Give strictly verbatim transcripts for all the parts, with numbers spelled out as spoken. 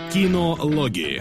Кинологии.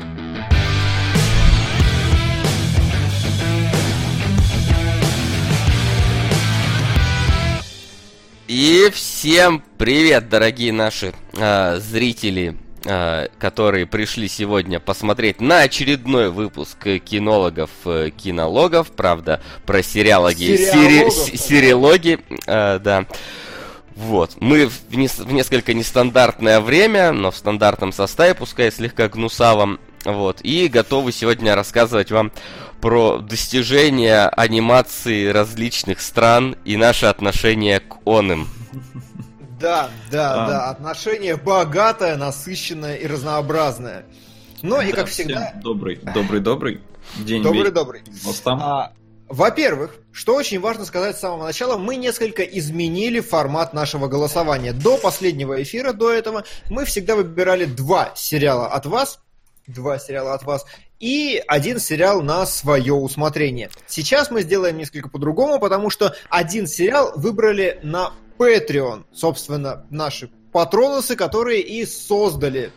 И всем привет, дорогие наши э, зрители, э, которые пришли сегодня посмотреть на очередной выпуск кинологов, э, кинологов, правда, про сериалоги, сери, с, сериалоги, э, да. Вот, мы в, не, в несколько нестандартное время, но в стандартном составе, пускай слегка гнусавом, вот, и готовы сегодня рассказывать вам про достижения анимации различных стран и наше отношение к оным. Да, да, а. да, отношение богатое, насыщенное и разнообразное. Ну да, и как всегда... Добрый, добрый, добрый день. Добрый, добрый. А, во-первых, что очень важно сказать с самого начала, мы несколько изменили формат нашего голосования. До последнего эфира, до этого, мы всегда выбирали два сериала от вас, два сериала от вас, и один сериал на свое усмотрение. Сейчас мы сделаем несколько по-другому, потому что один сериал выбрали на Patreon. Собственно, наши патронусы, которые и создали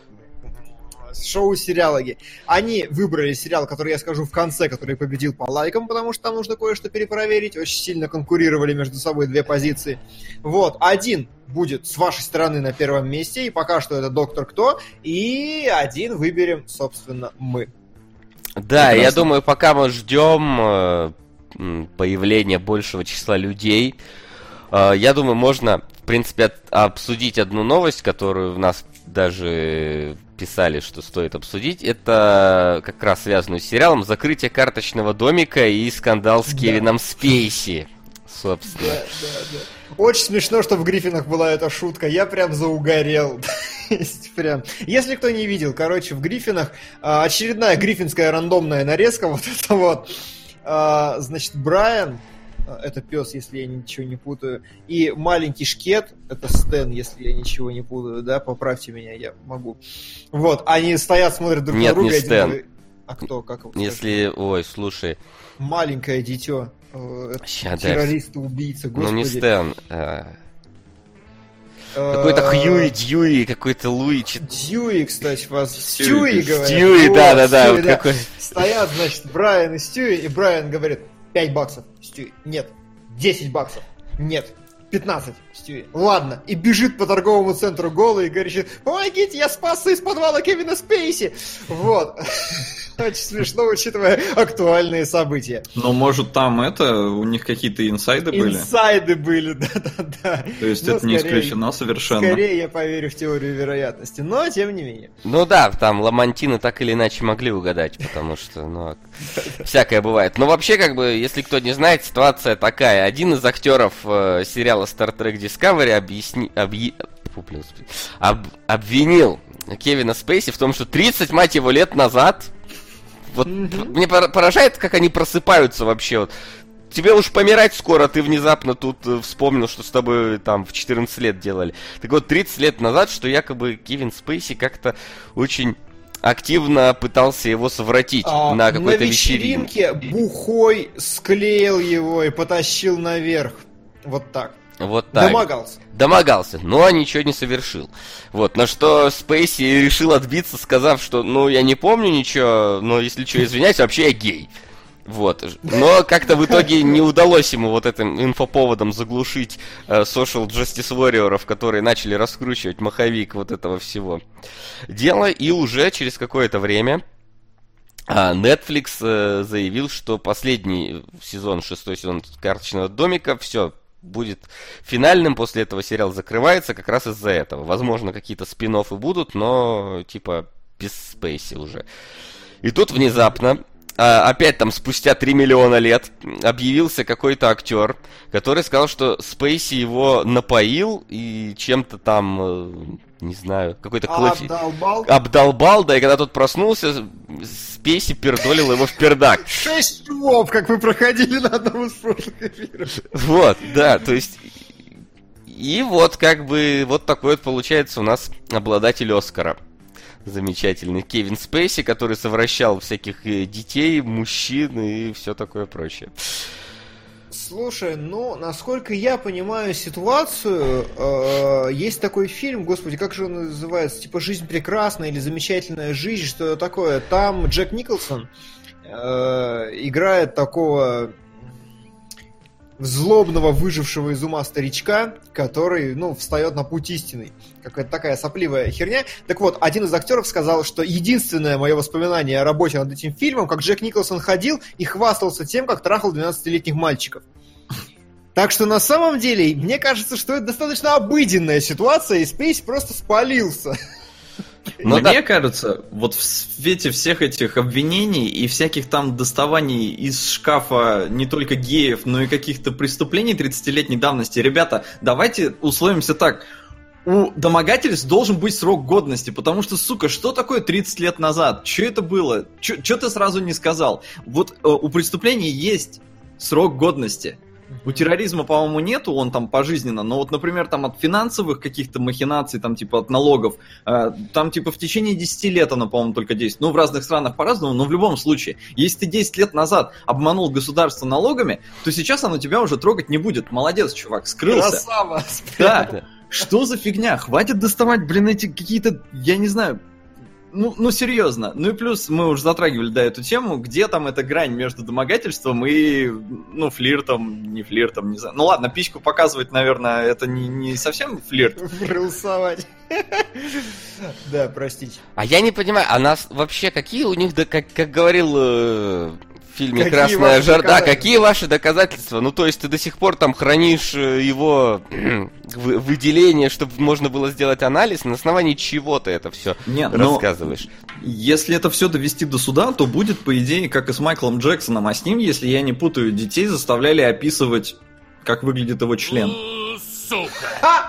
шоу «Сериалоги». Они выбрали сериал, который я скажу в конце, который победил по лайкам, потому что там нужно кое-что перепроверить. Очень сильно конкурировали между собой две позиции. Вот, один будет с вашей стороны на первом месте, и пока что это «Доктор Кто», и один выберем, собственно, мы. Да, прекрасно. Я думаю, пока мы ждем э, появления большего числа людей, э, я думаю, можно, в принципе, от, обсудить одну новость, которую в нас даже писали, что стоит обсудить. Это как раз связано с сериалом «Закрытие карточного домика» и скандал с да. Кевином Спейси, собственно. Да, да, да. Очень смешно, что в «Гриффинах» была эта шутка. Я прям заугорел. Прям. Если кто не видел, короче, в «Гриффинах» очередная гриффинская рандомная нарезка, вот это вот, значит, Брайан, это пес, если я ничего не путаю, и маленький Шкет, это Стэн, если я ничего не путаю, да, поправьте меня, я могу. Вот, они стоят, смотрят друг Нет, на друга. Нет, не Стэн. Один... А кто, как его? Если, ой, слушай. Маленькое дитё, террорист-убийца, господи. Ну не Стэн, а... Какой-то Хьюи, Дьюи, какой-то Луи. Дьюи, кстати, вас. Стюи, говорят. Стюи, да-да-да. Вот да. Какой... Стоят, значит, Брайан и Стюи, и Брайан говорит, пять баксов. Стюи, нет. десять баксов. Нет. пятнадцать. Стюи, ладно. И бежит по торговому центру голый и говорит, помогите, я спасся из подвала Кевина Спейси. Вот. Очень смешно, учитывая актуальные события. Но, может, там это, у них какие-то инсайды были? Инсайды были, да-да-да. То есть но это скорее, не исключено совершенно? Скорее я поверю в теорию вероятности, но тем не менее. Ну да, там ламантины так или иначе могли угадать, потому что, ну, всякое бывает. Но вообще, как бы, если кто не знает, ситуация такая. Один из актеров э, сериала Star Trek Discovery объясни... объ... Об... обвинил Кевина Спейси в том, что тридцать, мать его, лет назад... Вот mm-hmm. Мне поражает, как они просыпаются вообще. Вот. Тебе уж помирать скоро, ты внезапно тут вспомнил, что с тобой там в четырнадцать лет делали. Так вот, тридцать лет назад, что якобы Кевин Спейси как-то очень активно пытался его совратить а, на какой-то вечеринке. На вечеринке бухой склеил его и потащил наверх. Вот так. Вот так. Домогался. Домогался, но ничего не совершил. Вот, на что Спейси решил отбиться, сказав, что, ну, я не помню ничего, но если что, извиняюсь, вообще я гей. Вот. Но как-то в итоге не удалось ему вот этим инфоповодом заглушить э, Social Justice Warrior'ов, которые начали раскручивать маховик вот этого всего дела. И уже через какое-то время Netflix э, заявил, что последний сезон, шестой сезон «Карточного домика», все, будет финальным, после этого сериал закрывается как раз из-за этого. Возможно, какие-то спин-оффы будут, но типа без Спейси уже. И тут внезапно, опять там спустя три миллиона лет, объявился какой-то актер, который сказал, что Спейси его напоил и чем-то там, не знаю, какой-то клофи... Обдолбал? Обдолбал, да, и когда тот проснулся, Спейси пердолил его в пердак. Шесть швов, как вы проходили на одном из прошлых эфиров. Вот, да, то есть... И вот как бы вот такой вот получается у нас обладатель Оскара. Замечательный Кевин Спейси, который совращал всяких детей, мужчин и все такое прочее. Слушай, ну, насколько я понимаю ситуацию, э, есть такой фильм, господи, как же он называется, типа «Жизнь прекрасна» или «Замечательная жизнь», что такое. Там Джек Николсон э, играет такого злобного, выжившего из ума старичка, который, ну, встает на путь истинный. Какая-то такая сопливая херня. Так вот, один из актеров сказал, что единственное мое воспоминание о работе над этим фильмом, как Джек Николсон ходил и хвастался тем, как трахал двенадцатилетних мальчиков. Так что на самом деле, мне кажется, что это достаточно обыденная ситуация, и Спейси просто спалился. Но мне да. кажется, вот в свете всех этих обвинений и всяких там доставаний из шкафа не только геев, но и каких-то преступлений тридцатилетней давности, ребята, давайте условимся так. У домогательств должен быть срок годности, потому что, сука, что такое тридцать лет назад? Что это было? Что ты сразу не сказал? Вот э, у преступлений есть срок годности. У терроризма, по-моему, нету, он там пожизненно, но вот, например, там от финансовых каких-то махинаций, там типа от налогов, э, там типа в течение десяти лет оно, по-моему, только действует. Ну, в разных странах по-разному, но в любом случае, если ты десять лет назад обманул государство налогами, то сейчас оно тебя уже трогать не будет. Молодец, чувак, скрылся. Красава! Да. Что за фигня? Хватит доставать, блин, эти какие-то, я не знаю, ну, ну серьезно. Ну и плюс мы уже затрагивали, да, эту тему, где там эта грань между домогательством и, ну, флиртом, не флиртом, не знаю. Ну ладно, письку показывать, наверное, это не, не совсем флирт. Рылсовать. Да, простите. А я не понимаю, а нас вообще какие у них, да, как, как говорил... в фильме какие «Красная жара». Да, какие ваши доказательства? Ну, то есть ты до сих пор там хранишь его выделение, чтобы можно было сделать анализ, на основании чего ты это все Нет, рассказываешь? Если это все довести до суда, то будет, по идее, как и с Майклом Джексоном, а с ним, если я не путаю, детей заставляли описывать, как выглядит его член. Сука!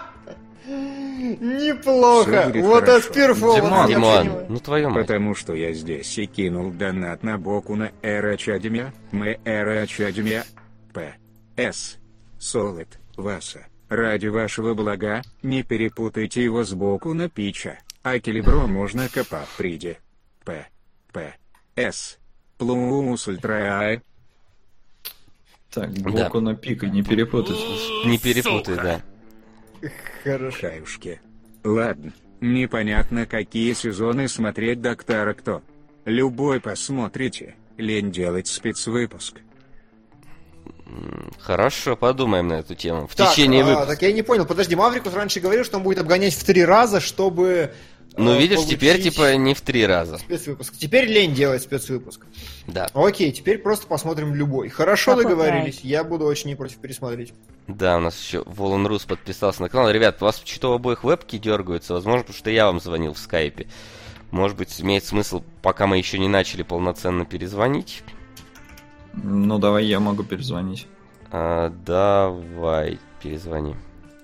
Неплохо. Вот это перформанс. Димон, ну твою мать. Потому что я здесь и кинул донат на боку на Эра Чадемя, мы Эра Чадемя, П. С. Солид, Васа. Ради вашего блага, не перепутайте его с боку на Пича, а Келебро можно копать приди. П. П. С. Плюс ультра. Так, боку да. на пика, не перепутать. Не перепутай, да. Хорошо. Шаюшки. Ладно, непонятно, какие сезоны смотреть Доктора Кто. Любой посмотрите, лень делать спецвыпуск. Хорошо, подумаем на эту тему. В так, течение а, выпуска. Так я не понял, подожди, Маврикус раньше говорил, что он будет обгонять в три раза, чтобы... Ну, э, видишь, теперь типа не в три раза. Спецвыпуск. Теперь лень делать спецвыпуск. Да. Окей, теперь просто посмотрим любой. Хорошо договорились, я буду очень не против пересмотреть. Да, у нас еще Волан Рус подписался на канал. Ребят, у вас что-то у обоих вебки дергаются, возможно, потому что я вам звонил в скайпе. Может быть, имеет смысл, пока мы еще не начали полноценно перезвонить? Ну, давай я могу перезвонить. А, давай, перезвони.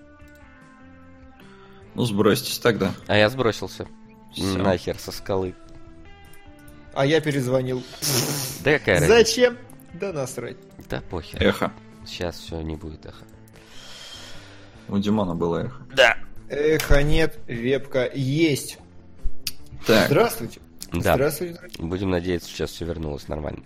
Ну, сбросьтесь тогда. А я сбросился. Всё. Нахер со скалы. А я перезвонил. Да какая разница? Зачем? Да насрать. Да похер. Эхо. Сейчас все не будет эхо. У Димона было эхо. Да. Эхо нет, вебка есть. Так. Здравствуйте. Да. Здравствуйте. Будем надеяться, сейчас все вернулось нормально.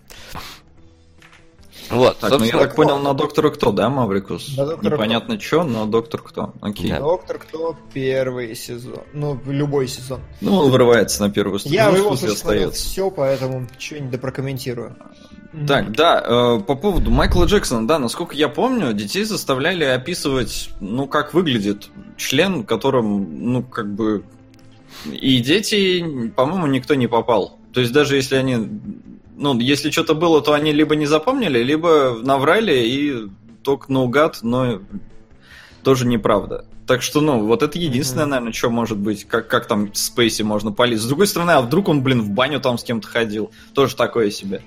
Вот, так, ну я так понял, на Доктора Кто, да, Маврикус? На Доктора Непонятно что, но Доктор Кто. Окей. Да. Доктор Кто первый сезон. Ну, любой сезон. Ну, он вырывается на первую сторону. Я ну, его остается. Все, поэтому что-нибудь допрокомментирую. Так, да, э, по поводу Майкла Джексона, да, насколько я помню, детей заставляли описывать, ну, как выглядит член, которым, ну, как бы... И дети, по-моему, никто не попал. То есть даже если они... Ну, если что-то было, то они либо не запомнили, либо наврали и только наугад, но тоже неправда. Так что, ну, вот это единственное, mm-hmm. наверное, что может быть, как, как там в Спейси можно палить. С другой стороны, а вдруг он, блин, в баню там с кем-то ходил? Тоже такое себе.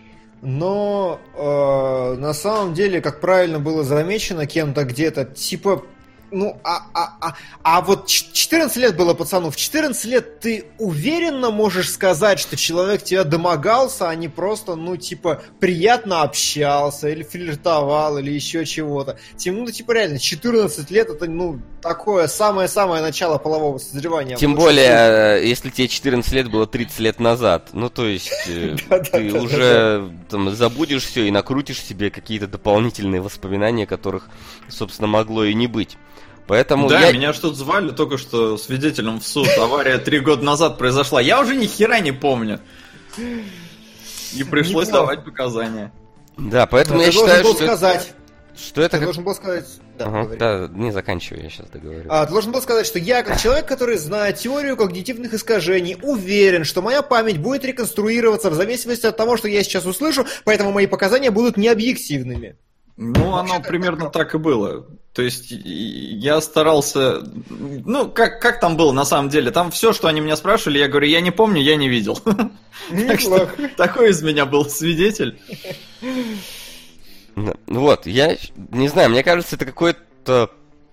Но э, на самом деле, как правильно было замечено кем-то где-то, типа Ну, а, а, а, а вот четырнадцать лет было пацану. В четырнадцать лет ты уверенно можешь сказать, что человек тебя домогался, а не просто, ну, типа, приятно общался, или флиртовал, или еще чего-то. Тем, ну, типа, реально, четырнадцать лет это, ну, такое самое-самое начало полового созревания. Тем более, если тебе четырнадцать лет было тридцать лет назад. Ну, то есть, ты уже забудешь все и накрутишь себе какие-то дополнительные воспоминания, которых, собственно, могло и не быть. Поэтому да, я... меня что-то звали только что свидетелем в суд. Авария три года назад произошла. Я уже ни хера не помню. И пришлось Неплохо. давать показания. Да, поэтому Но я считаю, был что... сказать... Что это? Ты как... должен был сказать... Да, ага, да, не заканчивай, я сейчас договорю. А, ты должен был сказать, что я, как человек, который знает теорию когнитивных искажений, уверен, что моя память будет реконструироваться в зависимости от того, что я сейчас услышу, поэтому мои показания будут необъективными. Ну, оно примерно так и было. То есть я старался... Ну, как, как там было на самом деле? Там все, что они меня спрашивали, я говорю, я не помню, я не видел. Так что такой из меня был свидетель. Вот, я не знаю, мне кажется, это какое-то...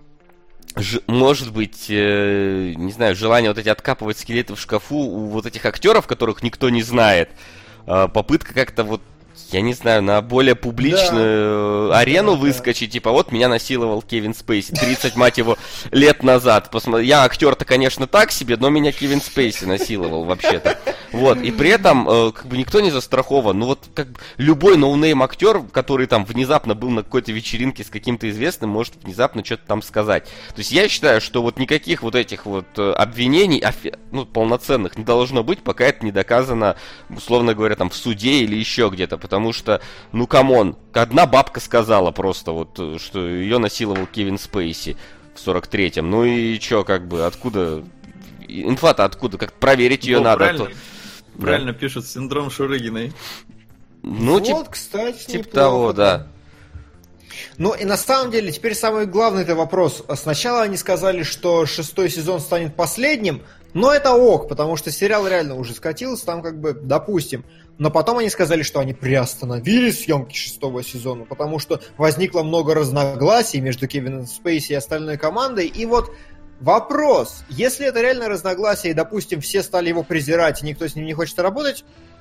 Может быть, не знаю, желание вот эти откапывать скелеты в шкафу у вот этих актеров, которых никто не знает. Попытка как-то вот, я не знаю, на более публичную да. арену да, выскочить, да. типа, вот меня насиловал Кевин Спейси тридцать, мать его, лет назад. Посмотри, я актер-то, конечно, так себе, но меня Кевин Спейси насиловал вообще-то. Вот, и при этом, э, как бы, никто не застрахован. Ну, вот, как бы, любой ноунейм актер, который там внезапно был на какой-то вечеринке с каким-то известным, может внезапно что-то там сказать. То есть я считаю, что вот никаких вот этих вот обвинений, офи- ну, полноценных не должно быть, пока это не доказано, условно говоря, там, в суде или еще где-то. Потому что, ну, камон, одна бабка сказала просто вот, что ее насиловал Кевин Спейси в сорок третьем. Ну и чё, как бы, откуда... Инфа-то откуда? Как проверить ее ну, надо? Правильно, то... правильно да. пишут, синдром Шурыгиной. Ну, вот, тип, кстати, типа того, да. Ну и на самом деле, теперь самый главный-то вопрос. Сначала они сказали, что шестой сезон станет последним, но это ок, потому что сериал реально уже скатился, там как бы, допустим. Но потом они сказали, что они приостановили съемки шестого сезона, потому что возникло много разногласий между Кевином Спейси и остальной командой. И вот вопрос, если это реально разногласия, и, допустим, все стали его презирать, и никто с ним не хочет работать,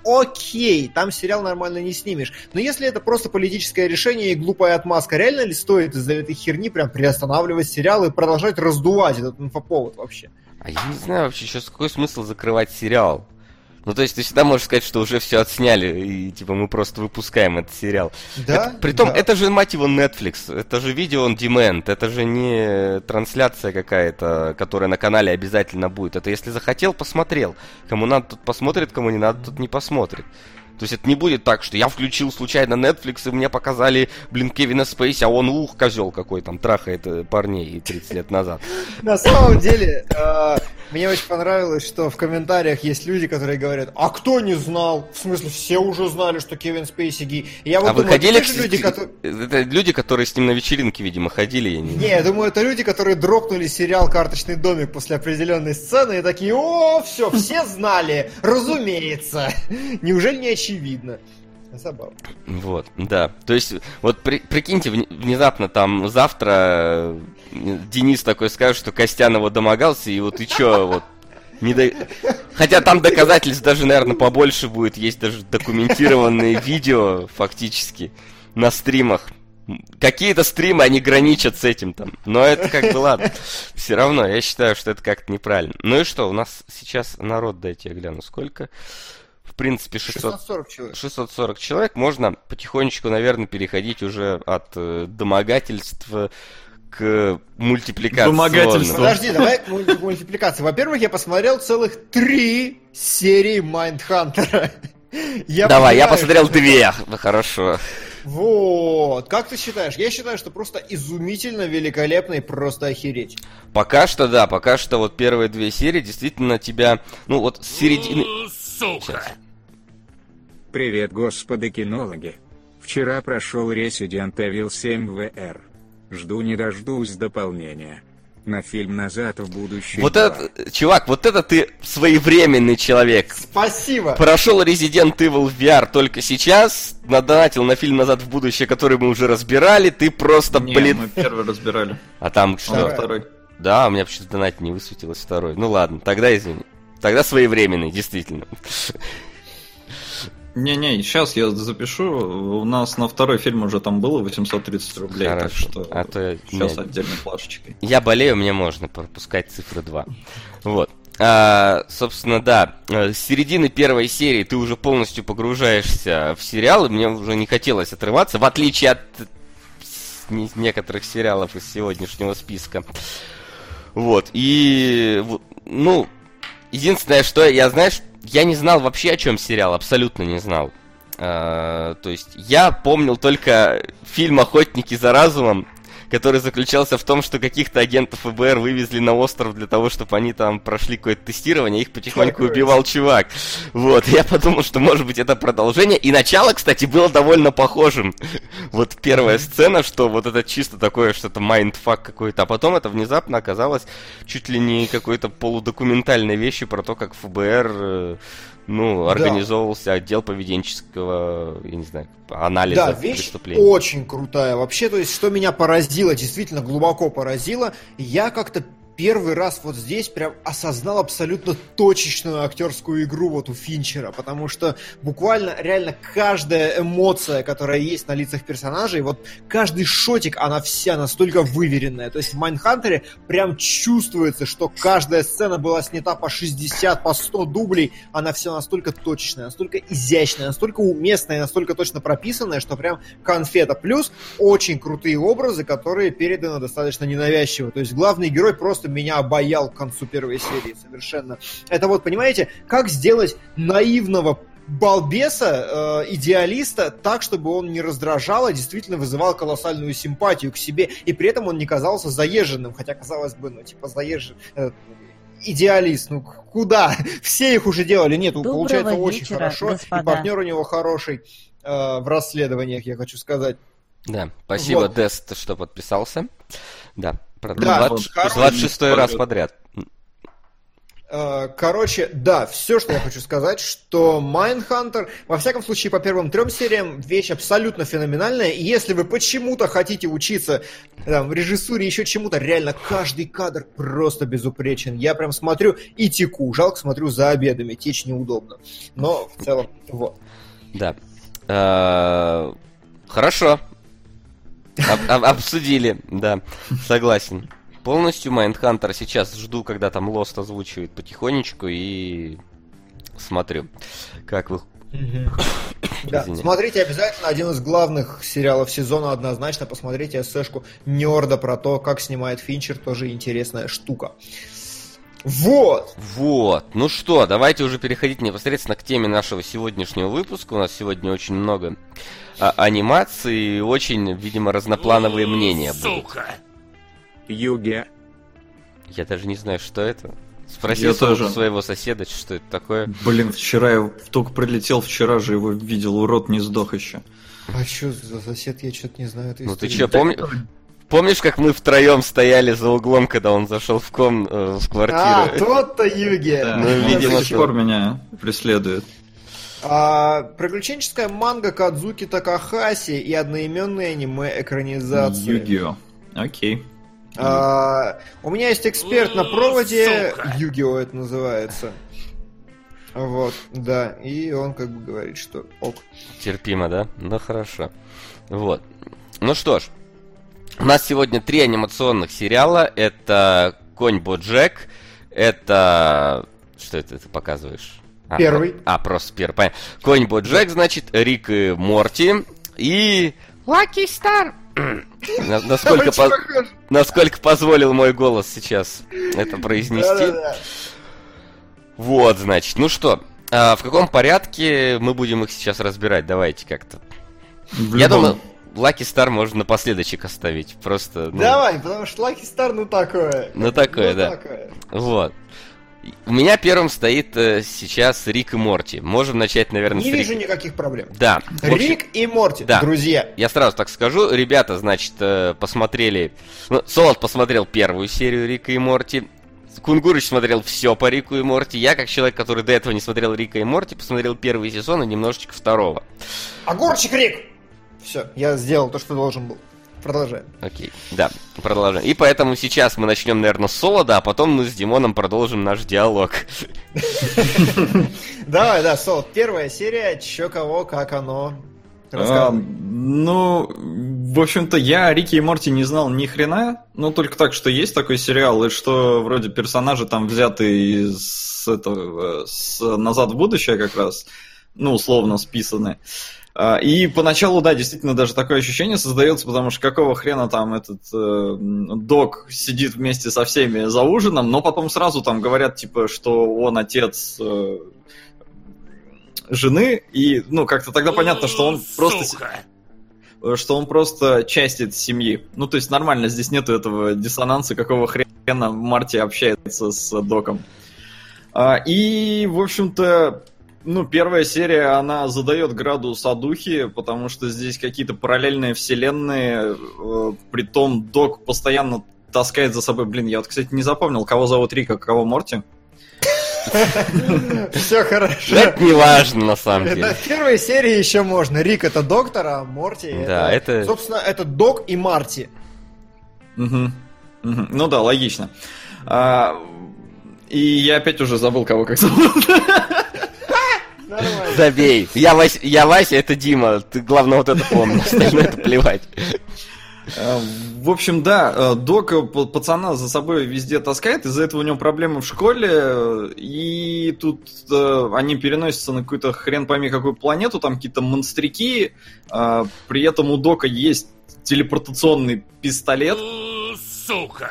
окей, там сериал нормально не снимешь. Но если это просто политическое решение и глупая отмазка, реально ли стоит из-за этой херни прям приостанавливать сериал и продолжать раздувать этот инфоповод вообще? А я не знаю вообще, сейчас какой смысл закрывать сериал? Ну, то есть, ты всегда можешь сказать, что уже все отсняли, и, типа, мы просто выпускаем этот сериал. Да? Это, притом, да. это же, мать его, Netflix, это же видео on demand, это же не трансляция какая-то, которая на канале обязательно будет. Это если захотел, посмотрел. Кому надо, тот посмотрит, кому не надо, тот не посмотрит. То есть это не будет так, что я включил случайно Netflix, и мне показали, блин, Кевина Спейси, а он, ух, козел какой там, трахает парней тридцать лет назад. На самом деле, мне очень понравилось, что в комментариях есть люди, которые говорят, а кто не знал? В смысле, все уже знали, что Кевин Спейси гей. Я вот а думаю, вы ходили это к... люди, которые... Это люди, которые с ним на вечеринке, видимо, ходили, я не знаю. Не, я думаю, это люди, которые дропнули сериал «Карточный домик» после определенной сцены и такие, о, все, все знали, разумеется. Неужели не очевидно? Забавно. Вот, да. То есть, вот при, прикиньте, внезапно там завтра Денис такой скажет, что Костян его домогался, и вот и чё, вот. Не до... Хотя там доказательств даже, наверное, побольше будет. Есть даже документированные видео, фактически, на стримах. Какие-то стримы, они граничат с этим там. Но это как бы ладно. Все равно, я считаю, что это как-то неправильно. Ну и что, у нас сейчас народ, дайте я гляну, сколько... В принципе, шестьсот сорок человек. шестьсот сорок человек. Можно потихонечку, наверное, переходить уже от э, домогательств к мультипликации. Домогательству. Подожди, давай к мультипликации. Во-первых, я посмотрел целых три серии Майндхантера. Я Давай, я посмотрел что... две. Хорошо. Вот. Как ты считаешь? Я считаю, что просто изумительно, великолепно и просто охереть. Пока что, да. Пока что вот первые две серии действительно тебя... Ну, вот с середины... Сука! Привет, господа кинологи. Вчера прошел Resident Evil семь ви ар. Жду не дождусь дополнения. на фильм «Назад в будущее». Вот это, чувак, вот это ты своевременный человек. Спасибо. Прошел Resident Evil ви ар только сейчас, надонатил на фильм «Назад в будущее», который мы уже разбирали, ты просто, Не, блин... мы первый разбирали. А там что? Второй. второй. Да, у меня почему-то донат не высветилось второй. Ну ладно, тогда извини. Тогда своевременный, действительно. Не-не, сейчас я запишу. У нас на второй фильм уже там было восемьсот тридцать рублей, Хорошо. так что а то я... сейчас Нет. отдельной плашечкой. Я болею, мне можно пропускать цифры два. Вот. А, собственно, да, с середины первой серии ты уже полностью погружаешься в сериал, и мне уже не хотелось отрываться, в отличие от некоторых сериалов из сегодняшнего списка. Вот, и, ну, единственное, что я, знаешь, я не знал вообще, о чем сериал, абсолютно не знал. А, то есть я помнил только фильм «Охотники за разумом», который заключался в том, что каких-то агентов эф бэ эр вывезли на остров для того, чтобы они там прошли какое-то тестирование, их потихоньку убивал чувак. Вот, я подумал, что может быть это продолжение. И начало, кстати, было довольно похожим. Вот первая сцена, что вот это чисто такое, что-то майндфак какой-то. А потом это внезапно оказалось чуть ли не какой-то полудокументальной вещью про то, как эф бэ эр... Ну, организовывался да. отдел поведенческого, я не знаю, анализа да, вещь преступлений. Очень крутая вообще. То есть, что меня поразило, действительно глубоко поразило, я как-то первый раз вот здесь прям осознал абсолютно точечную актерскую игру вот у Финчера, потому что буквально реально каждая эмоция, которая есть на лицах персонажей, вот каждый шотик, она вся настолько выверенная. То есть в Майндхантере прям чувствуется, что каждая сцена была снята по шестьдесят, по сто дублей, она вся настолько точечная, настолько изящная, настолько уместная, настолько точно прописанная, что прям конфета. Плюс очень крутые образы, которые переданы достаточно ненавязчиво. То есть главный герой просто меня обаял к концу первой серии совершенно. Это вот, понимаете, как сделать наивного балбеса, э, идеалиста, так, чтобы он не раздражал, а действительно вызывал колоссальную симпатию к себе, и при этом он не казался заезженным, хотя, казалось бы, ну, типа, заезжен... Э, идеалист, ну куда? Все их уже делали. Нет, Доброго получается вечера, очень хорошо, господа. и партнер у него хороший э, в расследованиях, я хочу сказать. Да, спасибо, Вот. Дест, что подписался. Да, Да, двадцать вот, двадцать шестой раз подряд. Э, Короче, да, все, что я хочу сказать, что Mindhunter, во всяком случае, по первым трем сериям, вещь абсолютно феноменальная, и если вы почему-то хотите учиться там, режиссуре, еще чему-то, реально каждый кадр просто безупречен. Я прям смотрю и теку, жалко, смотрю за обедами, течь неудобно. Но в целом, вот. Да. Э, Хорошо. Об- об- Обсудили, да, согласен. Полностью Mindhunter сейчас жду, когда там Lost озвучивает потихонечку и смотрю, как вы... Да, Извини. смотрите обязательно один из главных сериалов сезона, однозначно посмотрите эссешку Нёрда про то, как снимает Финчер, тоже интересная штука. Вот! Вот, ну что, давайте уже переходить непосредственно к теме нашего сегодняшнего выпуска. У нас сегодня очень много а, анимаций и очень, видимо, разноплановые мнения будут. Юге. Я даже не знаю, что это. Спроси Я своего, тоже. своего соседа, что это такое. Блин, вчера я только прилетел, вчера же его видел, урод не сдох еще. А что за сосед, я что-то не знаю этой Ну ты истории. что, помни... помнишь, как мы втроем стояли за углом, когда он зашел в ком э, в квартиру? А, тот-то Юги! Да, Ну, он видимо, до сих что- пор меня преследует. А, приключенческая манга Кадзуки Такахаси и одноименные аниме-экранизации. Yu-Gi-Oh! Окей. А, у меня есть эксперт на проводе, Yu-Gi-Oh! Это называется. Вот, да, и он как бы говорит, что ок. Терпимо, да? Ну хорошо. Вот. Ну что ж, у нас сегодня три анимационных сериала. Это Конь Боджек, это... Что это ты показываешь? А, Первый. про- А, просто первый, понятно. Конь Боджек, значит, Рик и Морти и... Лаки Стар! На- Насколько, по- насколько позволил мой голос сейчас это произнести. Да-да-да. Вот, значит, ну что, а в каком порядке мы будем их сейчас разбирать? Давайте как-то. В Я любом- думаю, Lucky Star можно напоследочек оставить. Просто. Ну, Давай, потому что Lucky Star, ну такое. Ну такое, Ну да. такое. Вот. У меня первым стоит э, сейчас Рик и Морти. Можем начать, наверное, Не с вижу Рик... никаких проблем. Да. Общем... Рик и Морти, да. друзья. Я сразу так скажу. Ребята, значит, э, посмотрели... Ну, Солод посмотрел первую серию Рика и Морти. Кунгурыч смотрел все по Рику и Морти. Я, как человек, который до этого не смотрел Рика и Морти, посмотрел первый сезон и немножечко второго. Огурчик, Рик! Все, я сделал то, что должен был. Продолжаем. Окей, да, продолжаем. И поэтому сейчас мы начнем, наверное, с Солода, а потом мы с Димоном продолжим наш диалог. Давай, да, Солод, первая серия, чё кого, как оно. Рассказывай. Ну, в общем-то, я о Рике и Морти не знал ни хрена, ну, только так, что есть такой сериал, и что вроде персонажи там взяты из этого, с «Назад в будущее» как раз, ну, условно списаны. И поначалу, да, действительно, даже такое ощущение создается, потому что какого хрена там этот э, Док сидит вместе со всеми за ужином, но потом сразу там говорят, типа, что он отец э, жены, и, ну, как-то тогда понятно, что он просто... что он просто часть этой семьи. Ну, то есть нормально, здесь нету этого диссонанса, какого хрена Марти общается с Доком. А, и, в общем-то... Ну, первая серия, она задает градус о духе, потому что здесь какие-то параллельные вселенные, э, притом Док постоянно таскает за собой... Блин, я вот, кстати, не запомнил, кого зовут Рика, кого Морти. Все хорошо. Это не важно, на самом деле. В первой серии еще можно. Рик — это доктор, а Морти — Да, это... это... Собственно, это Док и Марти. Ну да, логично. И я опять уже забыл, кого как зовут. Нормально. Забей. Я Вася, я Вася, это Дима. Ты, главное, вот это помни. Остальное это плевать. В общем, да, Док пацана за собой везде таскает, из-за этого у него проблемы в школе, и тут э, они переносятся на какую-то хрен пойми какую планету, там какие-то монстряки, э, при этом у Дока есть телепортационный пистолет. Сука!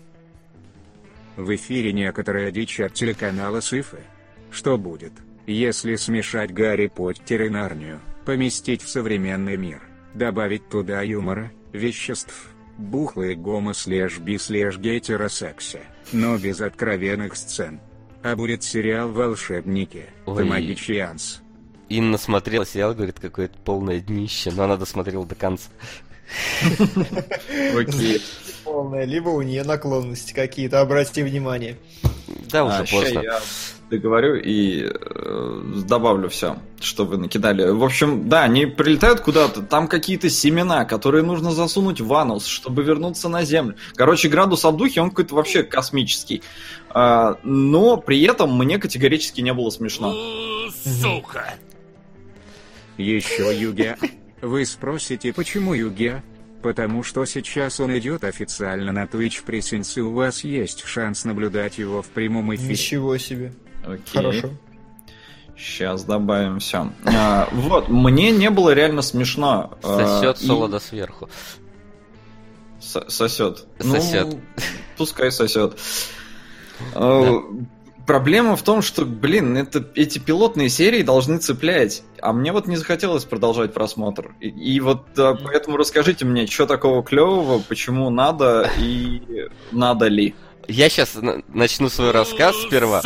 В эфире некоторая дичь от телеканала Сифы. Что будет, если смешать Гарри Поттер и Нарнию, поместить в современный мир, добавить туда юмора, веществ, бухлые гомо-слэш-би-слэш-гетеросекса, но без откровенных сцен? А будет сериал «Волшебники», The Magicians. Инна смотрела сериал, говорит, какое-то полное днище, но она досмотрела до конца. Окей. Полная, либо у нее наклонности какие-то, обратите внимание. Да, уже а, поздно. Я договорю и э, добавлю все, что вы накидали. В общем, да, они прилетают куда-то, там какие-то семена, которые нужно засунуть в анус, чтобы вернуться на Землю. Короче, градус от духи, он какой-то вообще космический. Э, но при этом мне категорически не было смешно. Сука! Еще Югя. Вы спросите, почему Югя? Потому что сейчас он идет официально на Twitch Presence, и у вас есть шанс наблюдать его в прямом эфире. Ничего себе. Окей. Хорошо. Сейчас добавим все. А, вот, мне не было реально смешно. Сосет а, солода и... сверху. С- сосет. Сосет. Ну, пускай сосет. Да. Проблема в том, что, блин, это, эти пилотные серии должны цеплять, а мне вот не захотелось продолжать просмотр. И, и вот а, поэтому расскажите мне, что такого клевого, почему надо и надо ли. Я сейчас начну свой рассказ сперва.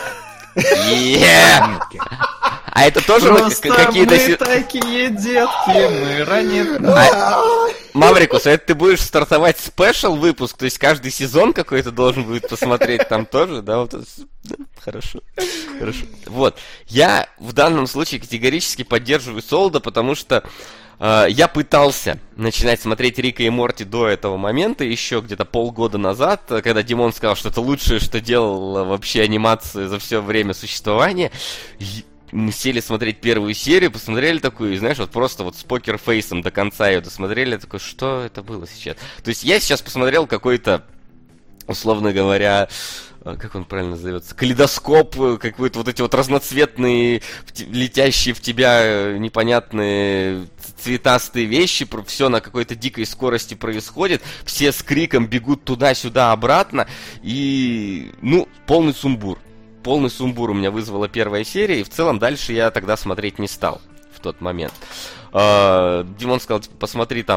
А это тоже какие-то... мы такие детки, мы ранее... Маврикус, а это ты будешь стартовать спешл выпуск, то есть каждый сезон какой-то должен будет посмотреть там тоже, да? Вот, да? Хорошо, хорошо. Вот, я в данном случае категорически поддерживаю Солода, потому что э, я пытался начинать смотреть Рика и Морти до этого момента, еще где-то полгода назад, когда Димон сказал, что это лучшее, что делал вообще анимация за все время существования. Мы сели смотреть первую серию, посмотрели такую, и знаешь, вот просто вот с покерфейсом до конца ее досмотрели, такой, что это было сейчас? То есть я сейчас посмотрел какой-то, условно говоря, как он правильно назовется, калейдоскоп, какие-то вот эти вот разноцветные, летящие в тебя непонятные цветастые вещи, все на какой-то дикой скорости происходит, все с криком бегут туда-сюда, обратно, и, ну, полный сумбур. Полный сумбур у меня вызвала первая серия, и в целом дальше я тогда смотреть не стал в тот момент. Димон сказал, типа, посмотри там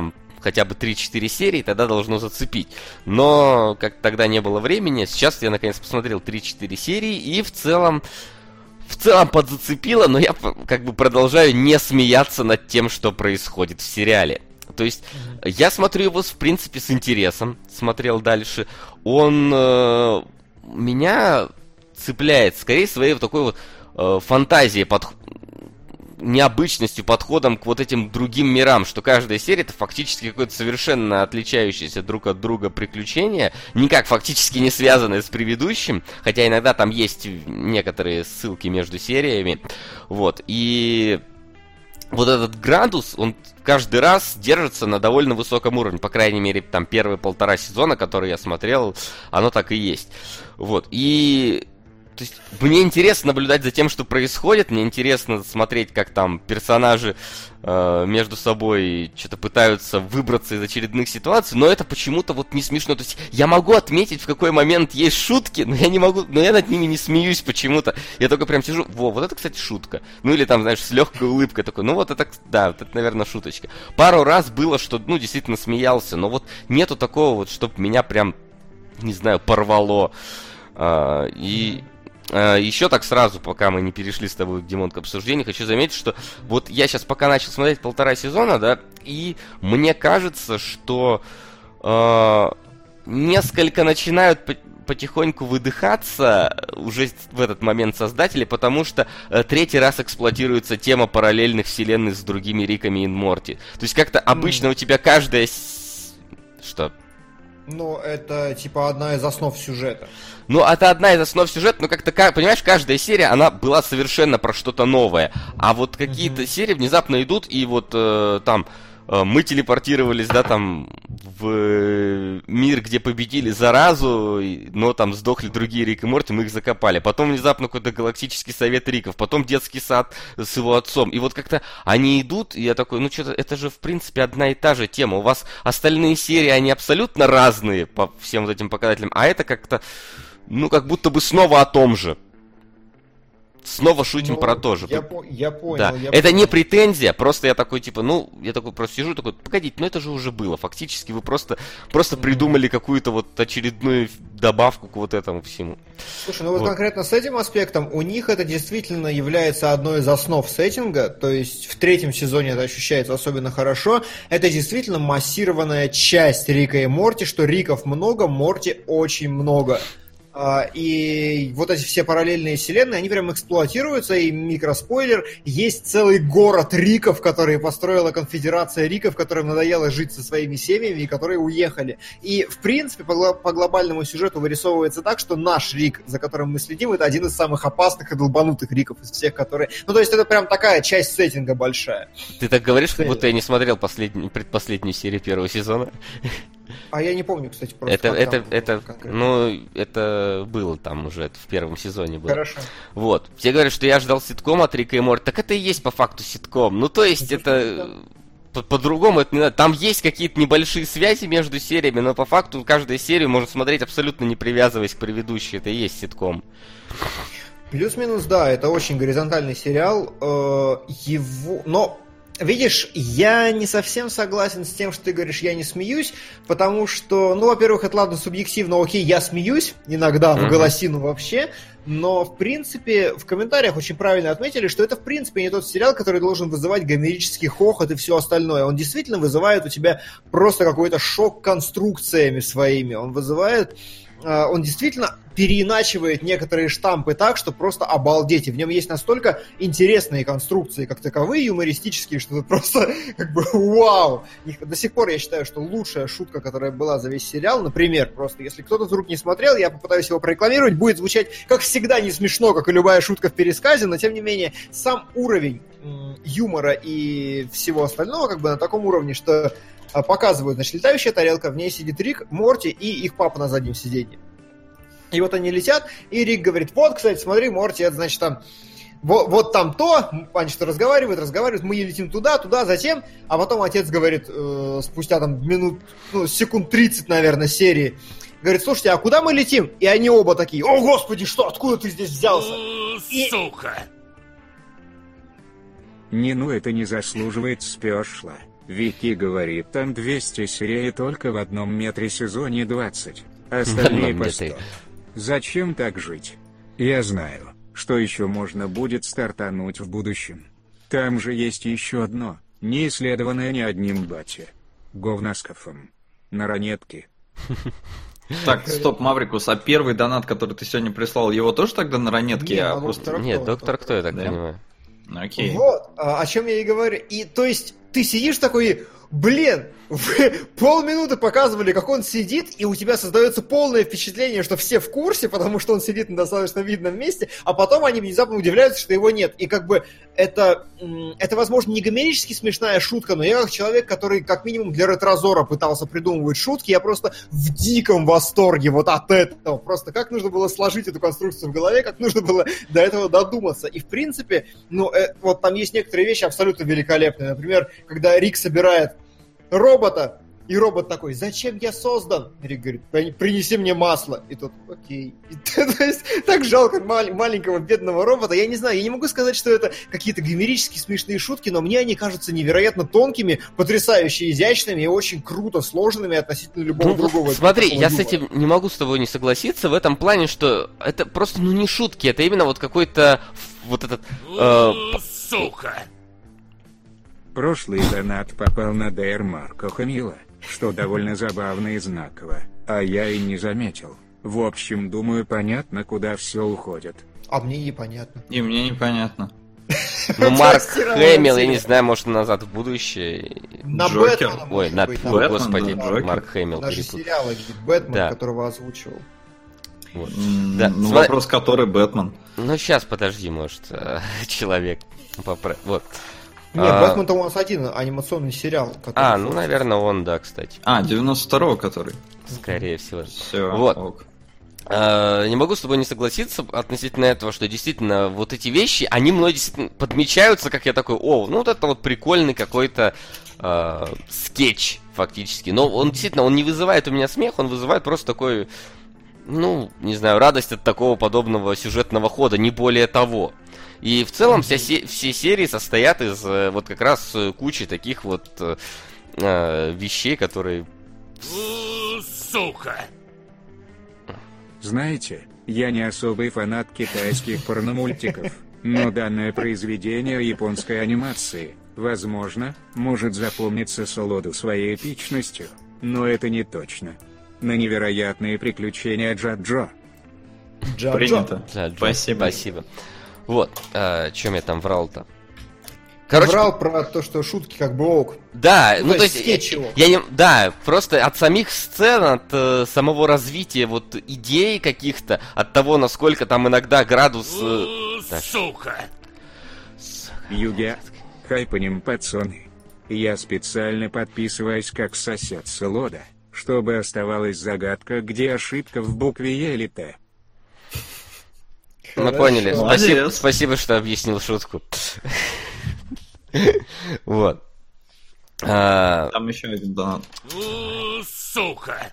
хотя бы три-четыре серии, тогда должно зацепить. Но как тогда не было времени, сейчас я наконец посмотрел три-четыре серии, и в целом, в целом подзацепило, но я как бы продолжаю не смеяться над тем, что происходит в сериале. То есть mm-hmm. я смотрю его, в принципе, с интересом, смотрел дальше. Он э, меня цепляет скорее своей вот такой вот э, фантазией, под, необычностью, подходом к вот этим другим мирам, что каждая серия это фактически какое-то совершенно отличающееся друг от друга приключение, никак фактически не связанное с предыдущим, хотя иногда там есть некоторые ссылки между сериями. Вот, и... Вот этот градус, он каждый раз держится на довольно высоком уровне. По крайней мере, там первые полтора сезона, которые я смотрел, оно так и есть. Вот. И... То есть, мне интересно наблюдать за тем, что происходит. Мне интересно смотреть, как там персонажи э, между собой что-то пытаются выбраться из очередных ситуаций. Но это почему-то вот не смешно. То есть, я могу отметить, в какой момент есть шутки, но я не могу, но я над ними не смеюсь почему-то. Я только прям сижу, во, вот это, кстати, шутка. Ну или там, знаешь, с легкой улыбкой такой, ну вот это, да, вот это, наверное, шуточка. Пару раз было, что, ну, действительно смеялся, но вот нету такого вот, чтобы меня прям, не знаю, порвало. А, и... Еще так сразу, пока мы не перешли с тобой, Димон, к обсуждению, хочу заметить, что вот я сейчас пока начал смотреть полтора сезона, да, и мне кажется, что э, несколько начинают потихоньку выдыхаться уже в этот момент создатели, потому что э, третий раз эксплуатируется тема параллельных вселенных с другими Риками и Морти. То есть как-то обычно mm. у тебя каждая... Что? Ну, это типа одна из основ сюжета. Ну, это одна из основ сюжета, но как-то, понимаешь, каждая серия, она была совершенно про что-то новое. А вот какие-то mm-hmm. серии внезапно идут, и вот э, там э, мы телепортировались, да, там, в мир, где победили заразу, но там сдохли другие Рик и Морти, мы их закопали. Потом внезапно какой-то галактический совет Риков, потом детский сад с его отцом. И вот как-то они идут, и я такой, ну что-то, это же в принципе одна и та же тема. У вас остальные серии, они абсолютно разные по всем вот этим показателям, а это как-то... Ну, как будто бы снова о том же. Снова шутим ну, про то же. Я, по- я понял. Да. Я это понял. не претензия, просто я такой, типа, ну, я такой просто сижу, такой, погодите, ну это же уже было. Фактически вы просто, просто mm-hmm. придумали какую-то вот очередную добавку к вот этому всему. Слушай, ну вот, вот конкретно с этим аспектом, у них это действительно является одной из основ сеттинга, то есть в третьем сезоне это ощущается особенно хорошо. Это действительно массированная часть Рика и Морти, что Риков много, Морти очень много. И вот эти все параллельные вселенные, они прям эксплуатируются, и микроспойлер, есть целый город Риков, который построила конфедерация Риков, которым надоело жить со своими семьями, и которые уехали. И, в принципе, по, гл- по глобальному сюжету вырисовывается так, что наш Рик, за которым мы следим, это один из самых опасных и долбанутых Риков из всех, которые... Ну, то есть это прям такая часть сеттинга большая. Ты так говоришь, как будто я не смотрел последний, предпоследнюю серию первого сезона. А я не помню, кстати, просто. Это, это, это, ну, это было там уже, это в первом сезоне было. Хорошо. Вот. Все говорят, что я ждал ситкома от Рика и Морти. Так это и есть по факту ситком. Ну, то есть, это... это... По- по-другому это не надо. Там есть какие-то небольшие связи между сериями, но по факту каждую серию можно смотреть абсолютно не привязываясь к предыдущей. Это и есть ситком. Плюс-минус, да, это очень горизонтальный сериал. Его... Но... Видишь, я не совсем согласен с тем, что ты говоришь, я не смеюсь, потому что, ну, во-первых, это ладно субъективно, окей, я смеюсь иногда в голосину вообще, но, в принципе, в комментариях очень правильно отметили, что это, в принципе, не тот сериал, который должен вызывать гомерический хохот и все остальное. Он действительно вызывает у тебя просто какой-то шок конструкциями своими. Он вызывает... Он действительно переиначивает некоторые штампы так, что просто обалдеть. И в нем есть настолько интересные конструкции, как таковые, юмористические, что это просто как бы вау. И до сих пор я считаю, что лучшая шутка, которая была за весь сериал, например, просто если кто-то вдруг не смотрел, я попытаюсь его прорекламировать, будет звучать, как всегда, не смешно, как и любая шутка в пересказе, но тем не менее сам уровень м- юмора и всего остального как бы на таком уровне, что показывают, значит, летающая тарелка, в ней сидит Рик, Морти и их папа на заднем сиденье. И вот они летят, и Рик говорит, вот, кстати, смотри, Морти, это, значит, там, вот, вот там то, они что разговаривают, разговаривают, мы летим туда, туда, затем, а потом отец говорит, э, спустя там минут, ну, секунд тридцать, наверное, серии, говорит, слушайте, а куда мы летим? И они оба такие, о, господи, что, откуда ты здесь взялся? И... Сука! Не, ну это не заслуживает спешла. Вики говорит, там двести серий только в одном метре сезоне двадцать, остальные по сто. Зачем так жить? Я знаю, что еще можно будет стартануть в будущем. Там же есть еще одно, не исследованное ни одним бате. Говноскофом. На ранетке. Так, стоп, Маврикус, а первый донат, который ты сегодня прислал, его тоже тогда на ранетке? Не, я а просто... доктор Нет, кто? доктор кто, я так Да. понимаю. Окей. Вот, а, о чем я и говорю. И то есть ты сидишь такой, блин, вы полминуты показывали, как он сидит, и у тебя создается полное впечатление, что все в курсе, потому что он сидит на достаточно видном месте, а потом они внезапно удивляются, что его нет. И как бы это, м, это возможно, не гомерически смешная шутка, но я как человек, который как минимум для ретрозора пытался придумывать шутки, я просто в диком восторге вот от этого. Просто как нужно было сложить эту конструкцию в голове, как нужно было до этого додуматься. И в принципе, ну, э, вот там есть некоторые вещи абсолютно великолепные. Например, когда Рик собирает робота, и робот такой, зачем я создан? Рик говорит, «При- принеси мне масло. И тот, окей. И, то есть, так жалко мал- маленького бедного робота. Я не знаю, я не могу сказать, что это какие-то гомерически смешные шутки, но мне они кажутся невероятно тонкими, потрясающе изящными и очень круто сложенными относительно любого Ну, вот другого. смотри, такого я с юмора. этим не могу с тобой не согласиться в этом плане, что это просто, ну, не шутки, это именно вот какой-то ф- вот этот... э, п- Сука! Прошлый донат попал на ДР Марко Хамила, что довольно забавно и знаково, а я и не заметил. В общем, думаю, понятно, куда все уходит. А мне непонятно. И мне непонятно. ну, Марк Стирал Хэмилл, я Василия. не знаю, может, назад в будущее... На Джокер. Бэтмена, Ой, может на... быть, Ой, Бэтмен, господи, да, Джокер. Марк Хэмилл Даже перепутал. сериала, где Бэтмен, Да. которого озвучивал. Вот. М, Да, ну, сма- вопрос, который Бэтмен. Ну, сейчас, подожди, может, э, человек поправ... Вот. Нет, А, Бэтмен-то у нас один анимационный сериал. который- А, ну, наверное, он, да, кстати, А, девяносто второго который. скорее всего. Все. Вот. Э, Не могу с тобой не согласиться относительно этого, что действительно вот эти вещи, они мной действительно подмечаются, как я такой, о, ну вот это вот прикольный какой-то э, скетч фактически. Но он действительно, он не вызывает у меня смех, он вызывает просто такой, ну, не знаю, радость от такого подобного сюжетного хода, не более того. И в целом вся се- все серии состоят из э, вот как раз э, кучи таких вот э, э, вещей, которые... Сука! Знаете, я не особый фанат китайских порномультиков, но данное произведение японской анимации, возможно, может запомниться Солоду своей эпичностью, но это не точно. На невероятные приключения Джаджо. Джа- Принято. Да, Джо, Спасибо. Спасибо. Вот, о чем я там врал-то? Короче, Короче, врал про то, что шутки как бы ок. да, ну то то есть есть, скетч я, его. я не, да, просто от самих сцен, от э, самого развития вот идей каких-то, от того, насколько там иногда градус... э, да, Сука! Югя, хайпанем пацаны. Я специально подписываюсь как сосед Солода, чтобы оставалась загадка, где ошибка в букве Е или Т. Мы Хорошо. поняли. Спасибо, Молодец. спасибо, что объяснил шутку. Вот. А, Там еще один донат. Сука!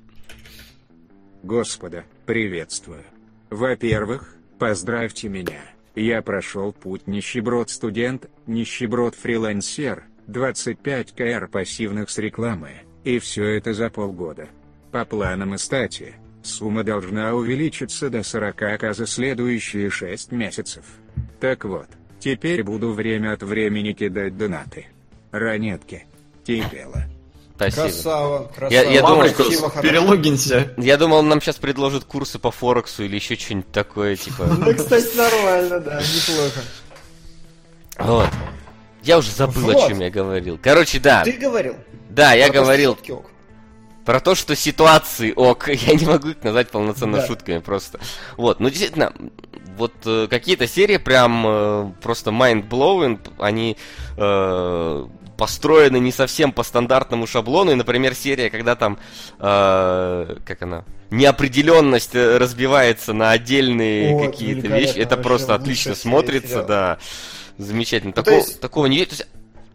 Господа, приветствую. Во-первых, поздравьте меня. Я прошел путь нищеброд-студент, нищеброд-фрилансер, двадцать пять кр пассивных с рекламы, и все это за полгода. По планам и стати, сумма должна увеличиться до сорок к за следующие шесть месяцев. Так вот, теперь буду время от времени кидать донаты. Ранетки. Терпела. спасибо. Красава, красава. Я- я думал, Маврикус, Спасибо, хорошо. перелогинься. Я думал, он нам сейчас предложит курсы по Форексу или еще что-нибудь такое, типа. Ну, кстати, нормально, да, неплохо. Вот. Я уже забыл, о Вот. чем я говорил. Короче, да. Ты говорил? Да, я Про то, что говорил шутки ок. про то, что ситуации ок. Я не могу их назвать полноценно Да. шутками просто. Вот, ну действительно, вот э, какие-то серии прям э, просто mind-blowing, они э, построены не совсем по стандартному шаблону. И, например, серия, когда там, э, как она, неопределенность э, разбивается на отдельные О, какие-то великолепно, вещи, это вообще просто лучшая отлично серия смотрится, сериала. да. Замечательно. Ну, то Такого, есть- такого не... То есть,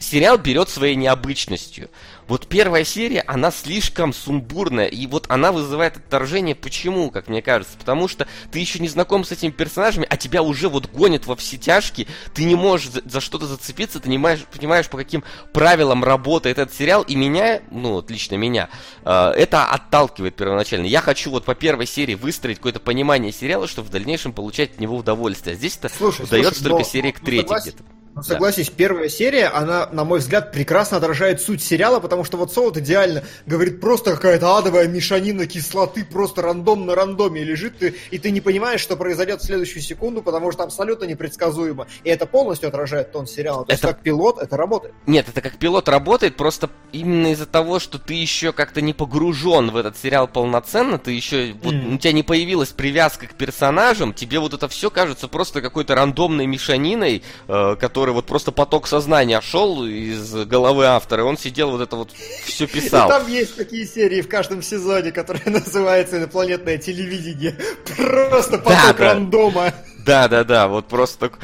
сериал берет своей необычностью. Вот первая серия, она слишком сумбурная, и вот она вызывает отторжение. Почему, как мне кажется? Потому что ты еще не знаком с этими персонажами, а тебя уже вот гонят во все тяжкие, ты не можешь за, за что-то зацепиться, ты не понимаешь, понимаешь, по каким правилам работает этот сериал, и меня, ну, вот лично меня, э, это отталкивает первоначально. Я хочу вот по первой серии выстроить какое-то понимание сериала, чтобы в дальнейшем получать от него удовольствие. А здесь это слушай, удается слушай, только но, серии к ну, третьей согласен. где-то. Ну, согласись, да. Первая серия, она, на мой взгляд, прекрасно отражает суть сериала, потому что вот Солод идеально говорит, просто какая-то адовая мешанина кислоты, просто рандом на рандоме лежит, ты, и ты не понимаешь, что произойдет в следующую секунду, потому что абсолютно непредсказуемо. И это полностью отражает тон сериала. То это... есть как пилот это работает. Нет, это как пилот работает, просто именно из-за того, что ты еще как-то не погружен в этот сериал полноценно, ты еще, mm. вот, у тебя не появилась привязка к персонажам, тебе вот это все кажется просто какой-то рандомной мешаниной, э, которая вот просто поток сознания шел из головы автора, и он сидел вот это вот все писал. И там есть такие серии в каждом сезоне, которые называются «Инопланетное телевидение». Просто поток да, да. рандома. Да-да-да, вот просто так.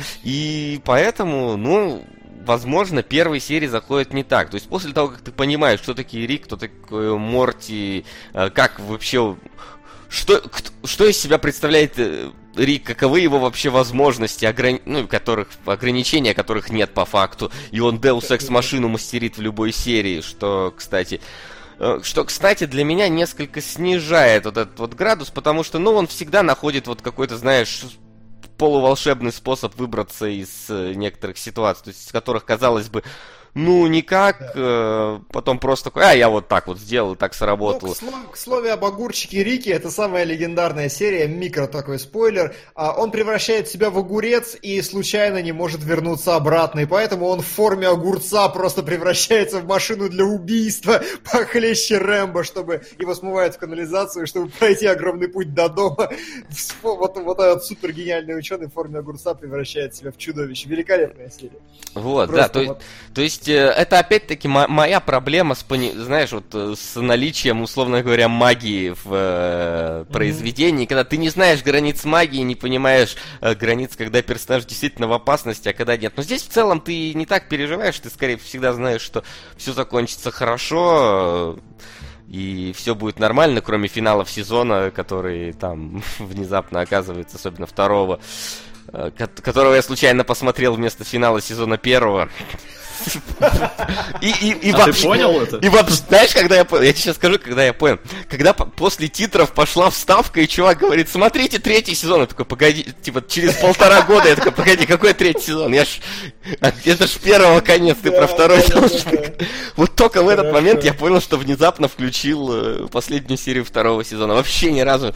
И поэтому, ну... возможно, первые серии заходят не так. То есть после того, как ты понимаешь, кто такие Рик, кто такой Морти, как вообще... Что, что из себя представляет Рик, каковы его вообще возможности, ограни... ну, которых, ограничения которых нет по факту, и он Deus Ex машину мастерит в любой серии, что, кстати... Что, кстати, для меня несколько снижает вот этот вот градус, потому что, ну, он всегда находит вот какой-то, знаешь... полуволшебный способ выбраться из э, некоторых ситуаций, то есть из которых, казалось бы, ну, никак, э, потом просто такой, а, я вот так вот сделал, так сработало. Ну, к, слову, к слову об огурчике Рике, это самая легендарная серия, микро такой спойлер, а, он превращает себя в огурец и случайно не может вернуться обратно, и поэтому он в форме огурца просто превращается в машину для убийства похлеще Рэмбо, чтобы его смывают в канализацию, чтобы пройти огромный путь до дома. Вот, вот этот супер гениальный ученый в форме огурца превращает себя в чудовище. Великолепная серия. Вот, просто да, то, вот. то есть это опять-таки моя проблема с, знаешь, вот с наличием, условно говоря, магии в э, произведении, mm-hmm. когда ты не знаешь границ магии, не понимаешь э, границ, когда персонаж действительно в опасности, а когда нет. Но здесь в целом ты не так переживаешь, ты скорее всегда знаешь, что все закончится хорошо, и все будет нормально, кроме финалов сезона, который там внезапно оказывается, особенно второго, э, которого я случайно посмотрел вместо финала сезона первого. И, и, и а вообще, ты понял это? И вообще, знаешь, когда я понял, я тебе сейчас скажу, когда я понял, когда по- после титров пошла вставка, и чувак говорит, смотрите третий сезон, я такой, погоди, типа, через полтора года, я такой, погоди, какой третий сезон? Я ж, это ж первого конец, ты про второй должен. Вот только в этот момент я понял, что внезапно включил последнюю серию второго сезона. Вообще ни разу,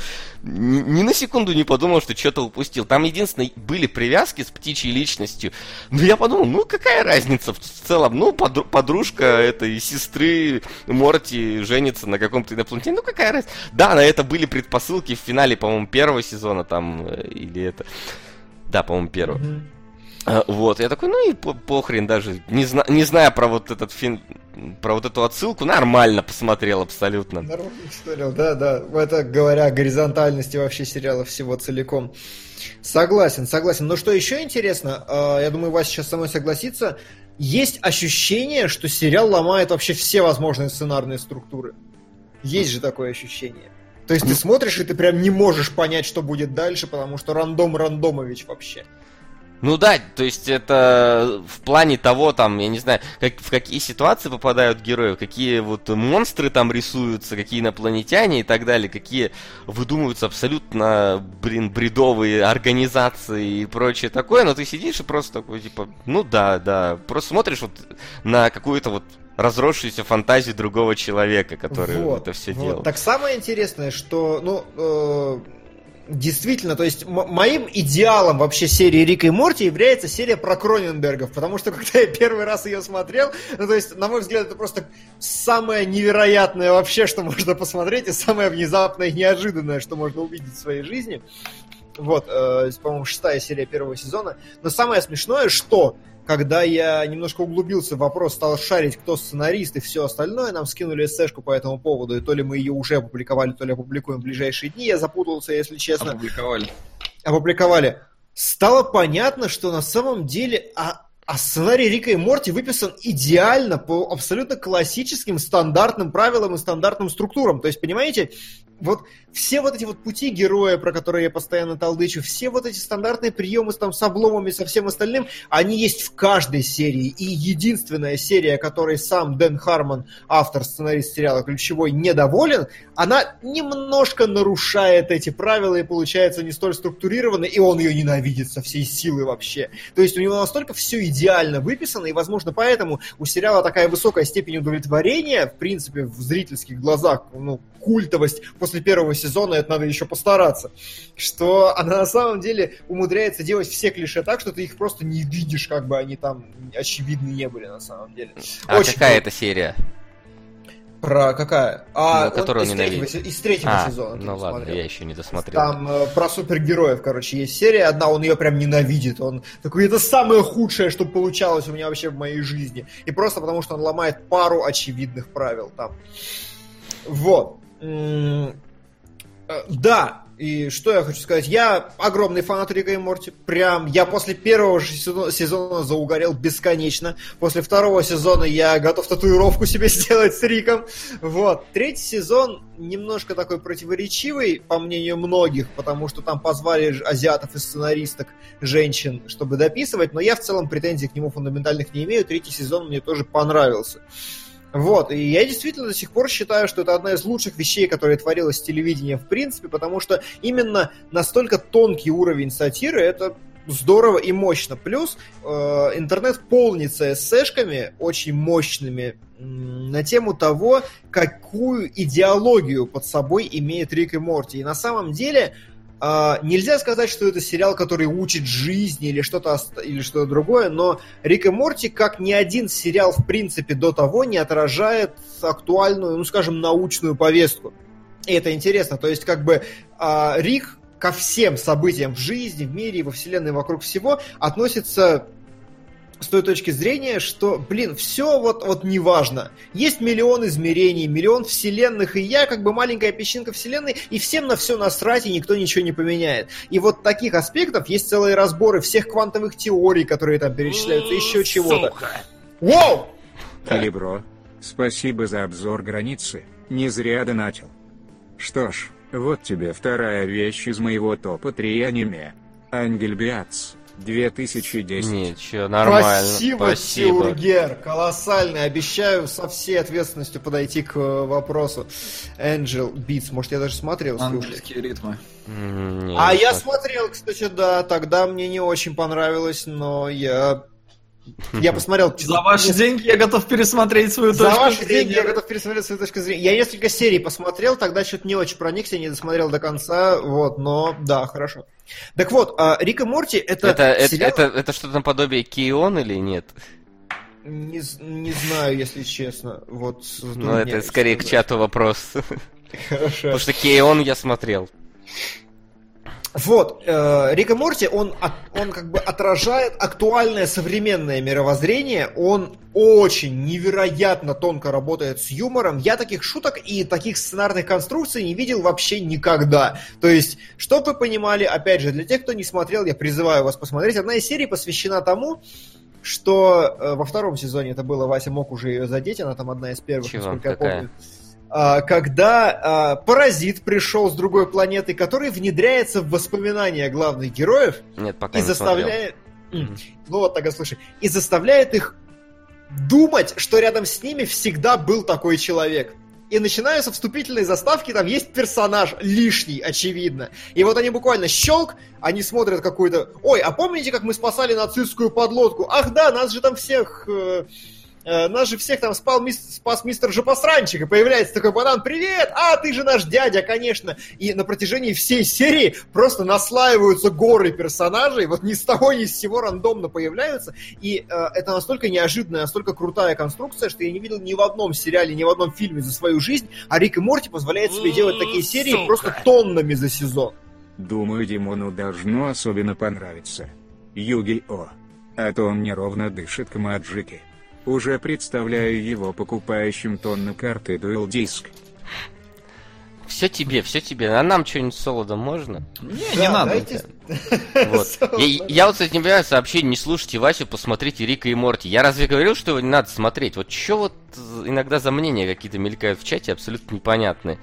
ни на секунду не подумал, что что-то упустил. Там единственное, были привязки с птичьей личностью, но я подумал, ну какая разница в В целом, ну, подруг- подружка этой сестры Морти женится на каком-то инопланетянине, ну, какая разница. Да, на это были предпосылки в финале, по-моему, первого сезона, там, или это... Да, по-моему, первого. Mm-hmm. А, вот, я такой, ну и похрен даже, не, зна- не зная про вот этот фильм, про вот эту отсылку, нормально посмотрел абсолютно. Нормально посмотрел, да, да. Это говоря о горизонтальности вообще сериала всего целиком. Согласен, согласен. Но что еще интересно, я думаю, Вася сейчас со мной согласится, есть ощущение, что сериал ломает вообще все возможные сценарные структуры. Есть же такое ощущение. То есть ты смотришь, и ты прям не можешь понять, что будет дальше, потому что рандом рандомович вообще. Ну да, то есть это в плане того, там, я не знаю, как, в какие ситуации попадают герои, какие вот монстры там рисуются, какие инопланетяне и так далее, какие выдумываются абсолютно, блин, бредовые организации и прочее такое, но ты сидишь и просто такой, типа, ну да, да, просто смотришь вот на какую-то вот разросшуюся фантазию другого человека, который вот, это все вот. делал. Так самое интересное, что, ну... Э... Действительно, то есть м- моим идеалом вообще серии Рика и Морти является серия про Кроненбергов, потому что когда я первый раз ее смотрел, ну то есть, на мой взгляд, это просто самое невероятное вообще, что можно посмотреть, и самое внезапное и неожиданное, что можно увидеть в своей жизни. Вот, э, по-моему, шестая серия первого сезона. Но самое смешное, что когда я немножко углубился в вопрос, стал шарить, кто сценарист и все остальное, нам скинули эссешку по этому поводу, и то ли мы ее уже опубликовали, то ли опубликуем в ближайшие дни, я запутался, если честно. Опубликовали. Опубликовали. Стало понятно, что на самом деле а, А сценарий Рика и Морти выписан идеально по абсолютно классическим стандартным правилам и стандартным структурам. То есть, понимаете, вот все вот эти вот пути героя, про которые я постоянно толдычу, все вот эти стандартные приемы там, с обломами, со всем остальным, они есть в каждой серии. И единственная серия, которой сам Дэн Хармон, автор, сценарист сериала «Ключевой», недоволен, она немножко нарушает эти правила и получается не столь структурированной, и он ее ненавидит со всей силы вообще. То есть у него настолько все идеально выписано, и, возможно, поэтому у сериала такая высокая степень удовлетворения, в принципе, в зрительских глазах, ну, культовость после первого сезона, это надо еще постараться, что она на самом деле умудряется делать все клише так, что ты их просто не видишь, как бы они там очевидны не были на самом деле. А Очень какая круто. это серия? Про какая? А, Ну, которую из, ненавидит. третьего, из третьего А, сезона. ну ладно, смотрел. я еще не досмотрел. Там э, про супергероев, короче, есть серия одна, он ее прям ненавидит. Он такой, это самое худшее, что получалось у меня вообще в моей жизни. И просто потому, что он ломает пару очевидных правил там. Вот. М- э, Да. И что я хочу сказать? Я огромный фанат Рика и Морти. Прям, я после первого же сезона, сезона заугорел бесконечно. После второго сезона я готов татуировку себе сделать с Риком. Вот. Третий сезон немножко такой противоречивый, по мнению многих, потому что там позвали азиатов и сценаристок, женщин, чтобы дописывать, но я в целом претензий к нему фундаментальных не имею. Третий сезон мне тоже понравился. Вот, и я действительно до сих пор считаю, что это одна из лучших вещей, которая творилась с телевидением в принципе, потому что именно настолько тонкий уровень сатиры, это здорово и мощно. Плюс э, интернет полнится эссешками очень мощными м, на тему того, какую идеологию под собой имеет Рик и Морти. И на самом деле Uh, нельзя сказать, что это сериал, который учит жизни или что-то, или что-то другое, но Рик и Морти, как ни один сериал, в принципе, до того, не отражает актуальную, ну, скажем, научную повестку. И это интересно. То есть, как бы, uh, Рик ко всем событиям в жизни, в мире, во вселенной, вокруг всего относится с той точки зрения, что, блин, все вот, вот неважно. Есть миллион измерений, миллион вселенных, и я как бы маленькая песчинка вселенной, и всем на все насрать, и никто ничего не поменяет. И вот таких аспектов есть целые разборы всех квантовых теорий, которые там перечисляются, еще чего-то. Воу! Калибро, спасибо за обзор границы, не зря донатил. Что ж, вот тебе вторая вещь из моего топа три аниме. Ангельбиац. две тысячи десять. Ничего, нормально. Спасибо, Спасибо. Тюргер, колоссальный. Обещаю со всей ответственностью подойти к вопросу. Angel Beats, может, я даже смотрел. Английские ритмы. Не, А не я смотрел. смотрел, кстати, да, тогда мне не очень понравилось, но я... Я посмотрел... За ваши деньги я готов пересмотреть свою За точку ваши зрения. деньги я готов пересмотреть свою точку зрения. Я несколько серий посмотрел, тогда что-то не очень проникся, не досмотрел до конца, вот, но да, хорошо. Так вот, а, Рик и Морти это, Это, это, сериал... это, это что-то наподобие Кион или нет? Не, з- не знаю, если честно. Вот, Ну, это затрудняюсь скорее к сказать. чату вопрос. Хорошо. Потому что Кион я смотрел. Вот, э, Рик и Морти, он, от- он как бы отражает актуальное современное мировоззрение, он очень невероятно тонко работает с юмором. Я таких шуток и таких сценарных конструкций не видел вообще никогда. То есть, чтобы вы понимали, опять же, для тех, кто не смотрел, я призываю вас посмотреть. Одна из серий посвящена тому, что э, во втором сезоне это было, Вася мог уже ее задеть, она там одна из первых, Чего? насколько я Какая? помню. А, когда а, паразит пришел с другой планеты, который внедряется в воспоминания главных героев Нет, пока и не смотрел. заставляет... М, Ну вот, тогда слушай. И заставляет их думать, что рядом с ними всегда был такой человек. И начинаются вступительные заставки, там есть персонаж лишний, очевидно. И вот они буквально щелк, они смотрят какую-то... Ой, а помните, как мы спасали нацистскую подлодку? Ах да, нас же там всех... э, э, нас же всех там спал, мис- спас мистер Жопосранчик. И появляется такой банан: привет! А, ты же наш дядя, конечно. И на протяжении всей серии просто наслаиваются горы персонажей. Вот ни с того, ни с сего рандомно появляются. И э, это настолько неожиданная, настолько крутая конструкция, что я не видел ни в одном сериале, ни в одном фильме за свою жизнь. А Рик и Морти позволяет себе делать такие серии Сука. просто тоннами за сезон. Думаю, Димону должно особенно понравиться. Юги-О. А то он неровно дышит к Маджике. Уже представляю его покупающим тонны карты Dual Disc. все тебе, все тебе. А нам что-нибудь с солодом можно? Не, да, не надо. Дайте... Вот. Я, я вот, кстати, не понимаю сообщение, не слушайте Васю, посмотрите Рика и Морти. Я разве говорил, что его не надо смотреть? Вот что вот иногда за мнения какие-то мелькают в чате, абсолютно непонятные.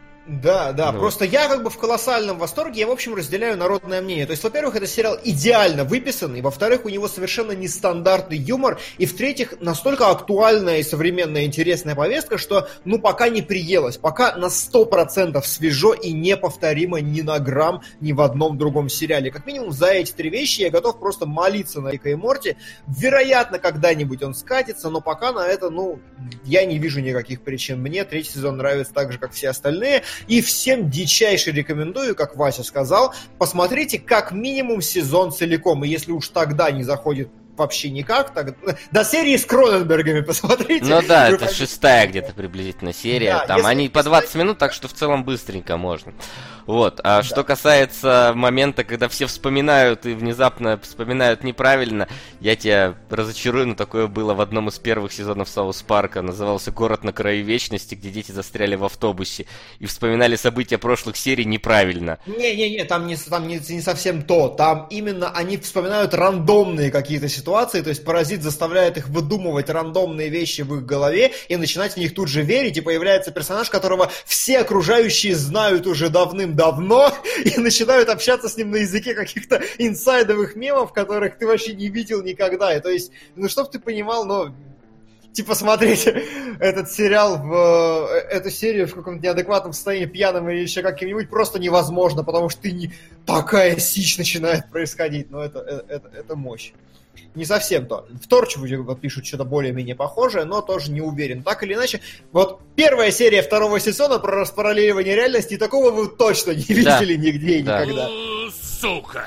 Да, да, ну. Просто я как бы в колоссальном восторге, я, в общем, разделяю народное мнение. То есть, во-первых, это сериал идеально выписанный, во-вторых, у него совершенно нестандартный юмор, и, в-третьих, настолько актуальная и современная интересная повестка, что, ну, пока не приелось, пока на сто процентов свежо и неповторимо ни на грамм ни в одном другом сериале. Как минимум, за эти три вещи я готов просто молиться на Рика и Морти. Вероятно, когда-нибудь он скатится, но пока на это, ну, я не вижу никаких причин. Мне третий сезон нравится так же, как все остальные. И всем дичайше рекомендую, как Вася сказал, посмотрите как минимум сезон целиком. И если уж тогда не заходит вообще никак, так до серии с Кроненбергами посмотрите. Ну да, это как... шестая где-то приблизительно серия. Да, там они по двадцать минут, так что в целом быстренько можно. Вот. А да. Что касается момента, когда все вспоминают и внезапно вспоминают неправильно, я тебя разочарую, но такое было в одном из первых сезонов Саус Парка. Назывался «Город на краю вечности», где дети застряли в автобусе и вспоминали события прошлых серий неправильно. Не-не-не, там, не, там не, не совсем то. Там именно они вспоминают рандомные какие-то ситуации, то есть паразит заставляет их выдумывать рандомные вещи в их голове и начинать в них тут же верить, и появляется персонаж, которого все окружающие знают уже давным давно и начинают общаться с ним на языке каких-то инсайдовых мемов, которых ты вообще не видел никогда. И то есть, ну, чтоб ты понимал, ну, типа смотреть этот сериал, в эту серию в каком-то неадекватном состоянии, пьяным или еще каким-нибудь, просто невозможно, потому что ты не... такая сичь начинает происходить. Но это, это, это мощь. Не совсем то. В Торчвуде вот пишут что-то более-менее похожее, но тоже не уверен. Так или иначе, вот первая серия второго сезона про распараллеливание реальности, и такого вы точно не видели да. нигде и да. никогда. Сука!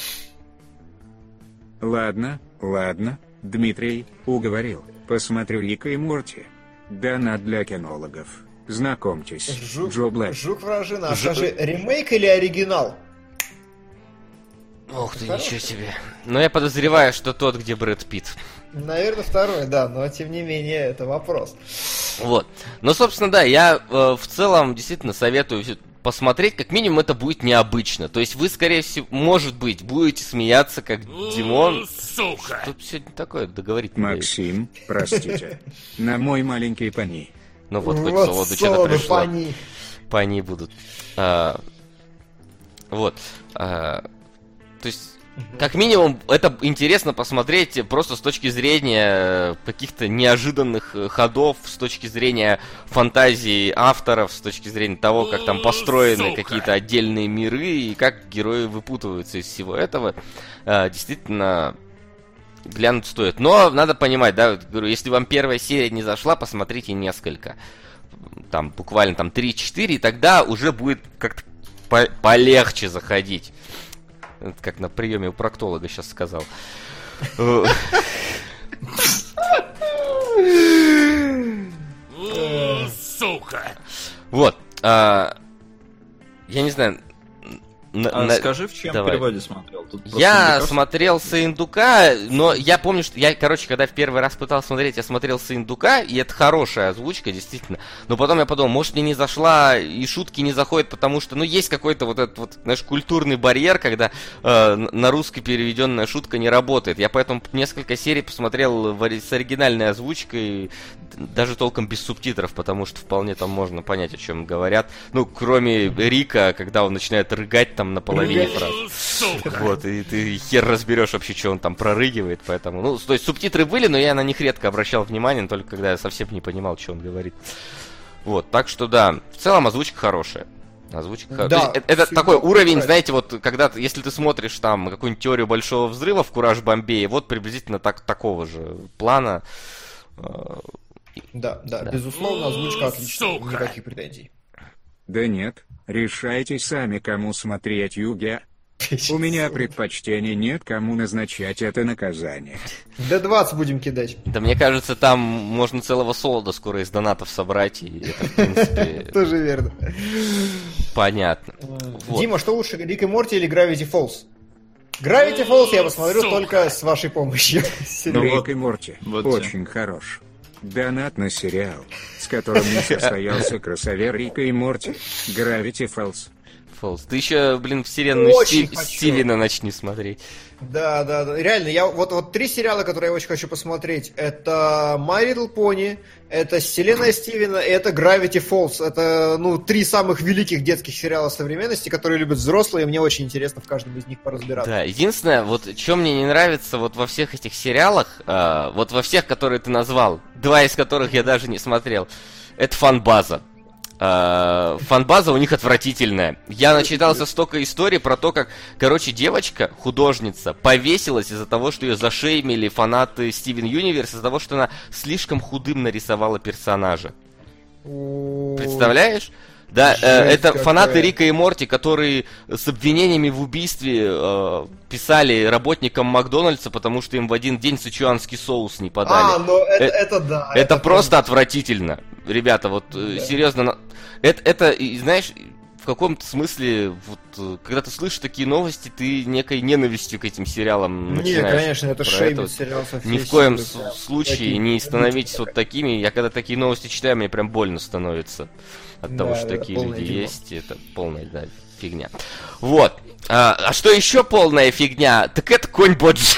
Ладно, ладно, Дмитрий уговорил. Посмотрю Рика и Морти. Донат для кинологов. Знакомьтесь, Жук, Джо Блэк. Жук Вражина, а скажи, ремейк или оригинал? Ох ты, ничего себе. Но я подозреваю, что тот, где Брэд Питт. Наверное, второй, да, но тем не менее, это вопрос. Вот. Ну, собственно, да, я э, в целом действительно советую посмотреть, как минимум это будет необычно. То есть вы, скорее всего, может быть, будете смеяться, как Димон. Сука! Что сегодня такое договорить? Максим, простите, на мой маленький пони. Ну вот, хоть солоду что-то пришло. Пони будут. Вот. То есть, как минимум, это интересно посмотреть просто с точки зрения каких-то неожиданных ходов, с точки зрения фантазии авторов, с точки зрения того, как там построены Сука. какие-то отдельные миры и как герои выпутываются из всего этого. Действительно, глянуть стоит. Но надо понимать, да, говорю, если вам первая серия не зашла, посмотрите несколько. Там буквально там три-четыре, и тогда уже будет как-то по- полегче заходить. Как на приеме у проктолога сейчас сказал. Сука! Вот. Я не знаю. А на... скажи, в чем Давай. переводе смотрел? Тут я смотрел Саиндука, но я помню, что я, короче, когда в первый раз пытался смотреть, я смотрел Саиндука, и это хорошая озвучка, действительно. Но потом я подумал, может, мне не зашла, и шутки не заходят, потому что, ну, есть какой-то вот этот вот, знаешь, культурный барьер, когда э, на русский переведенная шутка не работает. Я поэтому несколько серий посмотрел в, с оригинальной озвучкой, даже толком без субтитров, потому что вполне там можно понять, о чем говорят. Ну, кроме Рика, когда он начинает рыгать там на половине фраз. Вот, и ты хер разберешь вообще, что он там прорыгивает, поэтому... Ну, то есть субтитры были, но я на них редко обращал внимание, только когда я совсем не понимал, что он говорит. Вот, так что да, в целом озвучка хорошая. Озвучка хорошая. Да, это это такой уровень, правильно. Знаете, вот когда, если ты смотришь там какую-нибудь теорию большого взрыва в Кураж Бомбее, вот приблизительно так, такого же плана. Да, да, да, безусловно, озвучка отличная, никаких претензий. Да нет, решайте сами, кому смотреть Юге. У меня предпочтений нет, кому назначать это наказание. До двадцать будем кидать. Да мне кажется, там можно целого солода скоро из донатов собрать, и это, в принципе... Тоже верно. Понятно. Дима, что лучше, Рик и Морти или Gravity Falls? Gravity Falls я посмотрю только с вашей помощью. Рик и Морти очень хорош. Донат на сериал, с которым не состоялся кросовер Рика и Морти, Gravity Falls. Falls. Ты еще, блин, вселенную Очень Стив... хочу. Стивена начни смотреть. Да, да, да. Реально, я вот, вот три сериала, которые я очень хочу посмотреть. Это My Little Pony, это Вселенная Стивена, и это Gravity Falls. Это, ну, три самых великих детских сериала современности, которые любят взрослые, и мне очень интересно в каждом из них поразбираться. Да, единственное, вот что мне не нравится вот во всех этих сериалах, э, вот во всех, которые ты назвал, два из которых я даже не смотрел, это фан-база. Uh, фан-база у них отвратительная. Я начитался столько историй про то, как, короче, девочка, художница, повесилась из-за того, что ее зашеймили фанаты Стивен Юниверс, из-за того, что она слишком худым нарисовала персонажа. Представляешь? Да, э, это какая. фанаты Рика и Морти, которые с обвинениями в убийстве э, писали работникам Макдональдса, потому что им в один день сычуанский соус не подали. А, ну это, Э, это да. Это просто отвратительно. Ребята, вот э, серьезно, это, это, и, знаешь, в каком-то смысле, вот, э, когда ты слышишь такие новости, ты некой ненавистью к этим сериалам Не, начинаешь. конечно, это про шеймит вот. сериал со всей Ни в коем силы, с- случае Такие- не становитесь вот такими. Я когда такие новости читаю, мне прям больно становится от Да, того, что да, такие полное люди дерьмо. есть. Это полная, да, фигня. Вот. А, а что еще полная фигня? Так это конь Боджек.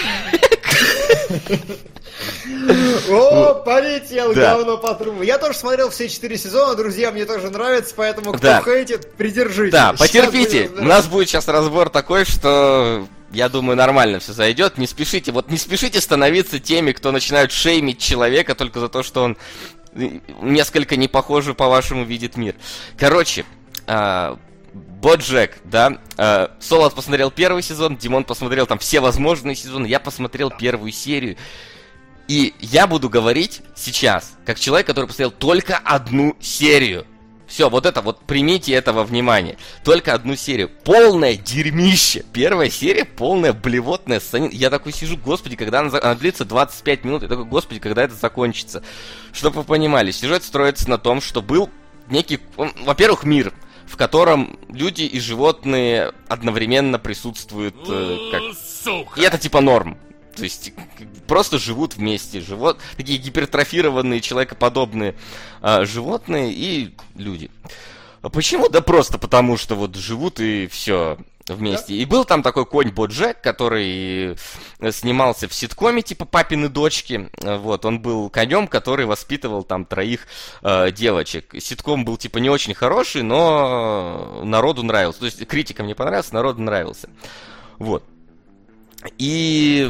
О, полетел Да. говно по трубу. Я тоже смотрел все четыре сезона, друзья, мне тоже нравится, поэтому кто Да. хейтит, придержите. Да, Щас потерпите. будем У нас будет сейчас разбор такой, что я думаю, нормально все зайдет. Не спешите, вот не спешите становиться теми, кто начинают шеймить человека только за то, что он э, несколько не похоже, по-вашему, видит мир. Короче, а, Боджек, да, а, Солод посмотрел первый сезон, Димон посмотрел там все возможные сезоны, я посмотрел первую серию. И я буду говорить сейчас, как человек, который посмотрел только одну серию. Все, вот это вот, примите этого внимания. Только одну серию. Полное дерьмище. Первая серия полная блевотная ссанина. Я такой сижу, господи, когда она, за- она длится двадцать пять минут. Я такой, господи, когда это закончится. Чтобы вы понимали, сюжет строится на том, что был некий, он, во-первых, мир, в котором люди и животные одновременно присутствуют э, как... Сука! И это типа норм. То есть просто живут вместе, живут такие гипертрофированные, человекоподобные а, животные и люди. А почему? Да просто потому, что вот живут и все вместе. И был там такой конь Боджек, который снимался в ситкоме типа «Папины дочки». Вот, он был конем, который воспитывал там троих э, девочек. Ситком был типа не очень хороший, но народу нравился. То есть критикам не понравился, народу нравился. Вот. И...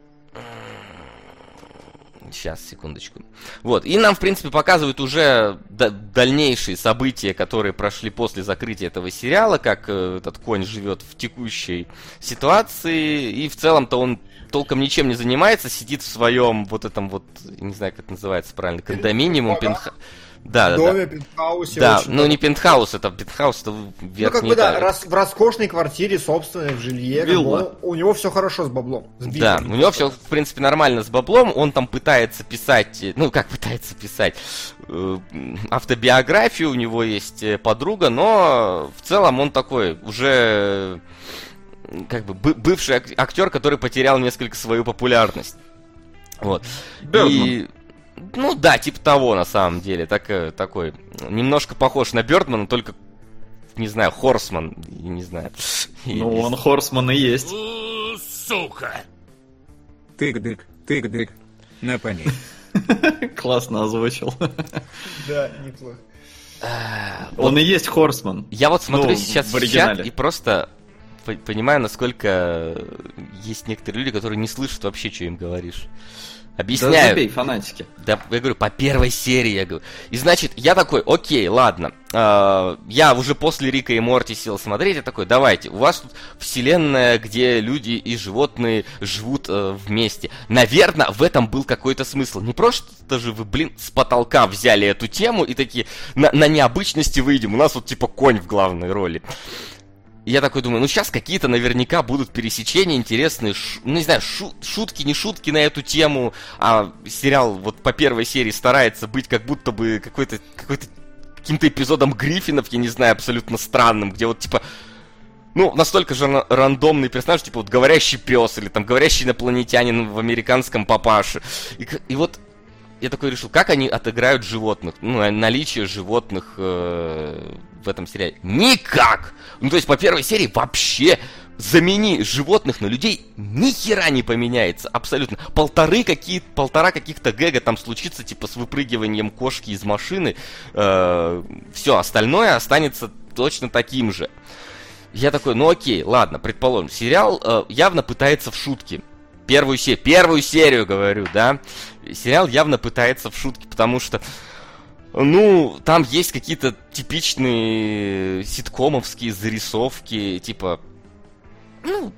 Сейчас, секундочку. Вот, и нам, в принципе, показывают уже д- дальнейшие события, которые прошли после закрытия этого сериала, как э, этот конь живет в текущей ситуации, и в целом-то он толком ничем не занимается, сидит в своем вот этом вот, не знаю, как это называется правильно, кондоминиум, пентха... Да, В да, доме, да. пентхаусе. Да, очень ну не много. пентхаус, это пентхаус, это Ну, верхний как бы, да, этаж. рас- в роскошной квартире, собственной, в жилье. как бы, Вилла. он- у него все хорошо с баблом. с Да, бизнесом. у него все, в принципе, нормально с баблом. Он там пытается писать, э, ну, как пытается писать, э, автобиографию, у него есть э, подруга, но в целом он такой уже, э, как бы, бы- бывший ак- актер, который потерял несколько свою популярность. Вот. Бёрдман. И, ну да, типа того, на самом деле. Так, э, такой, немножко похож на Бёрдмана, только, не знаю, Хорсман, я не знаю. Ну, он Хорсман и есть. У, Сука! Тык-дык, тык-дык. На пони. Классно озвучил. Да, неплохо. Он и есть Хорсман. Я вот смотрю Ну, сейчас в в чат оригинале. и просто по- понимаю, насколько есть некоторые люди, которые не слышат вообще, что им говоришь. Да Объясняю. забей, фанатики. Да, я говорю, по первой серии я говорю. И значит, я такой, окей, ладно. э, я уже после Рика и Морти сел смотреть, я такой, давайте, у вас тут вселенная, где люди и животные живут э, вместе. Наверное, в этом был какой-то смысл. Не просто же вы, блин, с потолка взяли эту тему и такие, на, на необычности выйдем. У нас вот типа конь в главной роли. И я такой думаю, ну сейчас какие-то наверняка будут пересечения интересные, ш- ну не знаю, шу- шутки, не шутки на эту тему, а сериал вот по первой серии старается быть как будто бы какой-то, какой-то каким-то эпизодом Гриффинов, я не знаю, абсолютно странным, где вот типа, ну настолько же ра- рандомный персонаж, типа вот говорящий пес или там говорящий инопланетянин в американском папаше. И, к- и вот я такой решил, как они отыграют животных, ну, наличие животных э, в этом сериале. Никак! Ну, то есть, по первой серии вообще замени животных на людей, ни хера не поменяется, абсолютно. Полторы какие, полтора каких-то гэга там случится, типа с выпрыгиванием кошки из машины. Э, все, остальное останется точно таким же. Я такой, ну окей, ладно, предположим, сериал э, явно пытается в шутки. Первую, се- первую серию, говорю, да, сериал явно пытается в шутки, потому что, ну, там есть какие-то типичные ситкомовские зарисовки, типа, ну,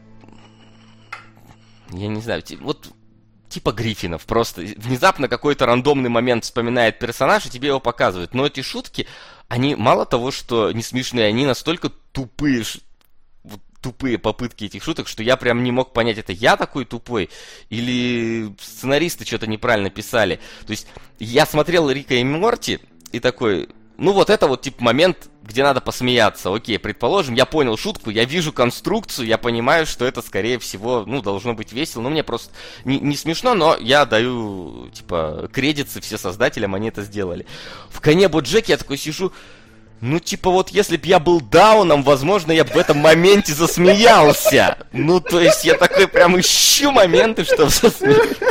я не знаю, типа, вот, типа Гриффинов, просто внезапно какой-то рандомный момент вспоминает персонаж, и тебе его показывают, но эти шутки, они мало того, что не смешные, они настолько тупые, тупые попытки этих шуток, что я прям не мог понять, это я такой тупой, или сценаристы что-то неправильно писали. То есть я смотрел Рика и Морти и такой, ну вот это вот типа момент, где надо посмеяться. Окей, предположим, я понял шутку, я вижу конструкцию, я понимаю, что это скорее всего, ну, должно быть весело. Ну, мне просто не, не смешно, но я даю, типа, кредиты все создателям, они это сделали. В «Коне Боджеке» я такой сижу, ну, типа, вот если б я был Дауном, возможно, я бы в этом моменте засмеялся. Ну, то есть, я такой прям ищу моменты, чтобы засмеяться.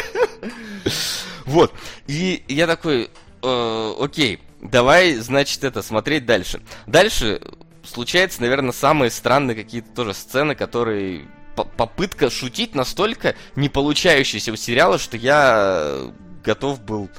Вот. И я такой, э, окей, давай, значит, это, смотреть дальше. Дальше случаются, наверное, самые странные какие-то тоже сцены, которые... Попытка шутить настолько не получающаяся у сериала, что я готов был...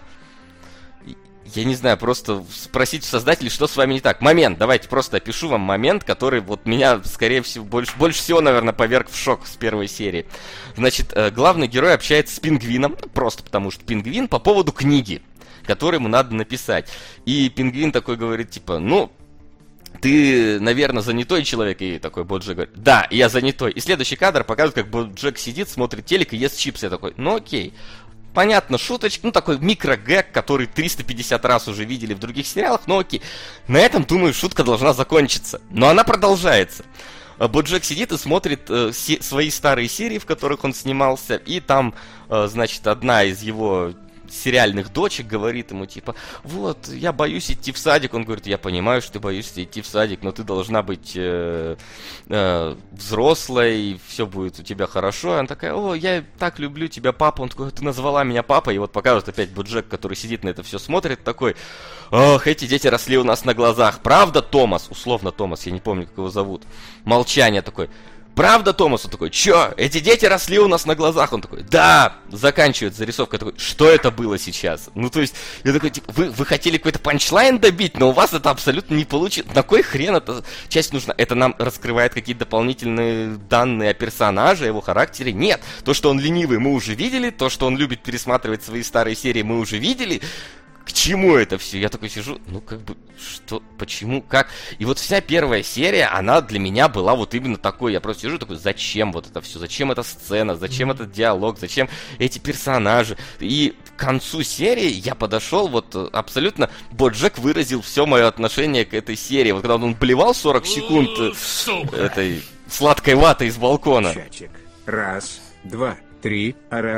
Я не знаю, просто спросить у создателей, что с вами не так. Момент, давайте просто опишу вам момент, который вот меня, скорее всего, больше, больше всего, наверное, поверг в шок с первой серии. Значит, главный герой общается с пингвином, просто потому что пингвин по поводу книги, которую ему надо написать. И пингвин такой говорит, типа, ну, ты, наверное, занятой человек. И такой Боджек говорит, да, я занятой. И следующий кадр показывает, как Боджек сидит, смотрит телек и ест чипсы. Я такой, ну окей. Понятно, шуточка, ну такой микрогэг, который триста пятьдесят раз уже видели в других сериалах, но окей. На этом, думаю, шутка должна закончиться. Но она продолжается. Боджек сидит и смотрит э, си- свои старые серии, в которых он снимался, и там, э, значит, одна из его сериальных дочек говорит ему, типа, вот, я боюсь идти в садик. Он говорит, я понимаю, что ты боишься идти в садик, но ты должна быть э, э, взрослой, все будет у тебя хорошо. И она такая, о, я так люблю тебя, папа. Он такой, ты назвала меня папой. И вот показывает опять Боджек, который сидит на это все, смотрит, такой, ох, эти дети росли у нас на глазах. Правда, Томас? Условно Томас, я не помню, как его зовут. Молчание такой. Правда, Томас? Он такой, чё, эти дети росли у нас на глазах? Он такой, да, заканчивает зарисовка. Я такой, что это было сейчас? Ну, то есть, я такой, типа, вы, вы хотели какой-то панчлайн добить, но у вас это абсолютно не получится. На кой хрен эта часть нужна? Это нам раскрывает какие-то дополнительные данные о персонаже, о его характере? Нет. То, что он ленивый, мы уже видели. То, что он любит пересматривать свои старые серии, мы уже видели. К чему это все? Я такой сижу, ну как бы, что, почему, как? И вот вся первая серия, она для меня была вот именно такой. Я просто сижу такой, зачем вот это все? Зачем эта сцена? Зачем этот диалог? Зачем эти персонажи? И к концу серии я подошел, вот абсолютно, Боджек выразил все мое отношение к этой серии. Вот когда он блевал сорок секунд этой сладкой ватой из балкона. Чатик. Раз, два, три.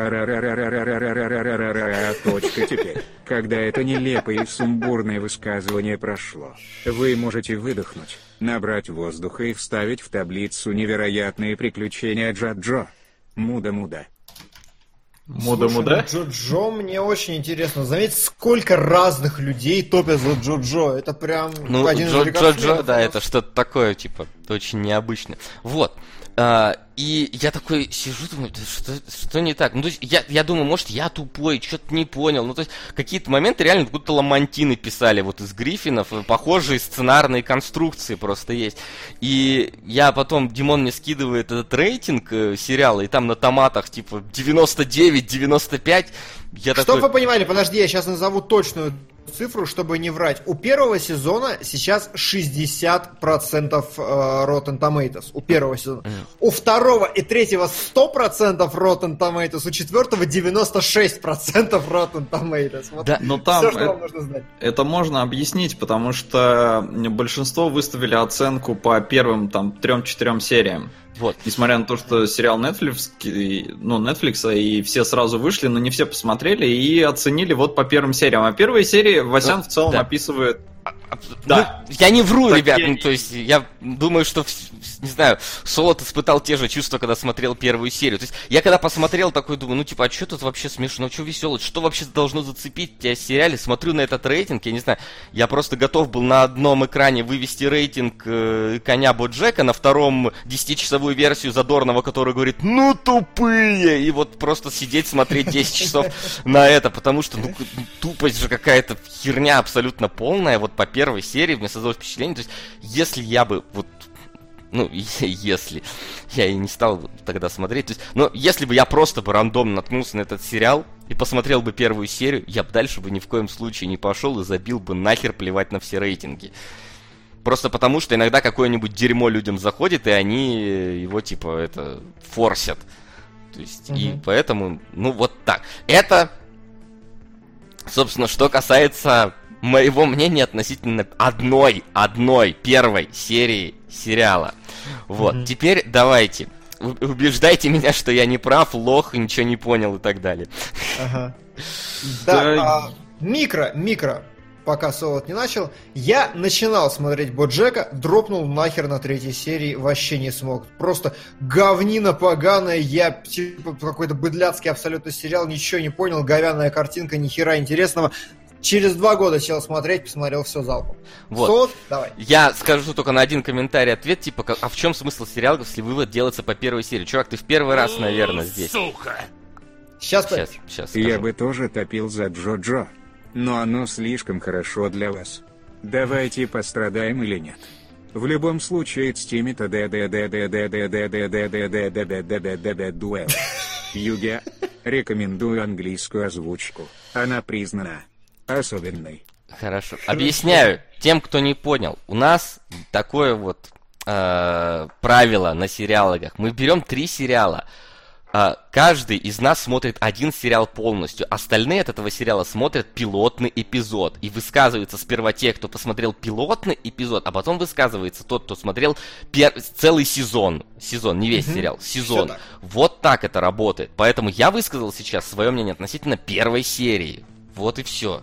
Точка теперь. Когда это нелепое и сумбурное высказывание прошло, вы можете выдохнуть, набрать воздуха и вставить в таблицу невероятные приключения Джо-Джо. Муда-муда. Муда-муда? Джо-Джо мне очень интересно. Заметьте, сколько разных людей топят за Джо-Джо. Это прям ну, один Джо, из Джо-Джо, да, это что-то такое, типа, очень необычное. Вот. А, и я такой сижу, думаю, да что, что не так? Ну, то есть, я, я думаю, может, я тупой, что-то не понял. Ну, то есть, какие-то моменты реально будто ламантины писали вот из Гриффинов, похожие сценарные конструкции просто есть. И я потом, Димон мне скидывает этот рейтинг э, сериала, и там на томатах, типа, девяносто девять девяносто пять. Я Чтоб такой... вы понимали, подожди, я сейчас назову точную цифру, чтобы не врать. У первого сезона сейчас шестьдесят процентов Rotten Tomatoes. У первого сезона. Mm. У второго и третьего сто процентов Rotten Tomatoes. У четвертого девяносто шесть процентов Rotten Tomatoes. Вот да, но там все, что это, вам нужно знать. Это можно объяснить, потому что большинство выставили оценку по первым там трем-четырем сериям. Вот. Несмотря на то, что сериал Netflix, ну, Netflix, и все сразу вышли, но не все посмотрели и оценили вот по первым сериям. А первые серии Васян ну, в целом да. описывает... Да. Ну, я не вру, так ребят, я... ну, то есть я думаю, что, не знаю, Солод испытал те же чувства, когда смотрел первую серию. То есть я когда посмотрел, такой думаю, ну, типа, а что тут вообще смешно, что весело, что вообще должно зацепить тебя в сериале? Смотрю на этот рейтинг, я не знаю, я просто готов был на одном экране вывести рейтинг э, коня Боджека, на втором десятичасовую версию Задорнова, который говорит, ну, тупые, и вот просто сидеть, смотреть десять часов на это, потому что, ну, тупость же какая-то херня абсолютно полная, вот по первой серии мне создалось впечатление, то есть, если я бы, вот, ну, если, я и не стал тогда смотреть, то есть, но если бы я просто бы рандомно наткнулся на этот сериал и посмотрел бы первую серию, я бы дальше бы ни в коем случае не пошел и забил бы нахер плевать на все рейтинги. Просто потому, что иногда какое-нибудь дерьмо людям заходит, и они его, типа, это, форсят. То есть, угу. и поэтому, ну, вот так. Это, собственно, что касается... моего мнения относительно одной, одной, первой серии сериала. Вот, mm-hmm. теперь давайте, убеждайте меня, что я не прав, лох, ничего не понял и так далее. Ага. Да, микро, микро, пока Солод не начал, я начинал смотреть Боджека, дропнул нахер на третьей серии, вообще не смог. Просто говнина поганая, я типа какой-то быдляцкий абсолютно сериал, ничего не понял, говяная картинка, ни хера интересного. Через два года сел смотреть, посмотрел все залпом. Вот. Солод, давай. Я скажу только на один комментарий ответ, типа, а в чем смысл сериала, если вывод делается по первой серии? Чувак, ты в первый раз, наверное, здесь. Сука! Сейчас, сейчас, сейчас Я бы тоже топил за Джо-Джо, но оно слишком хорошо для вас. Давайте пострадаем или нет? В любом случае, цтимита дуэл. Юге, рекомендую английскую озвучку. Она признана особенной. Хорошо. Объясняю тем, кто не понял. У нас такое вот э, правило на сериалогах. Мы берем три сериала. Э, каждый из нас смотрит один сериал полностью. Остальные от этого сериала смотрят пилотный эпизод. И высказывается сперва те, кто посмотрел пилотный эпизод, а потом высказывается тот, кто смотрел пер... целый сезон. Сезон, не весь mm-hmm. сериал, сезон. Так. Вот так это работает. Поэтому я высказал сейчас свое мнение относительно первой серии. Вот и все.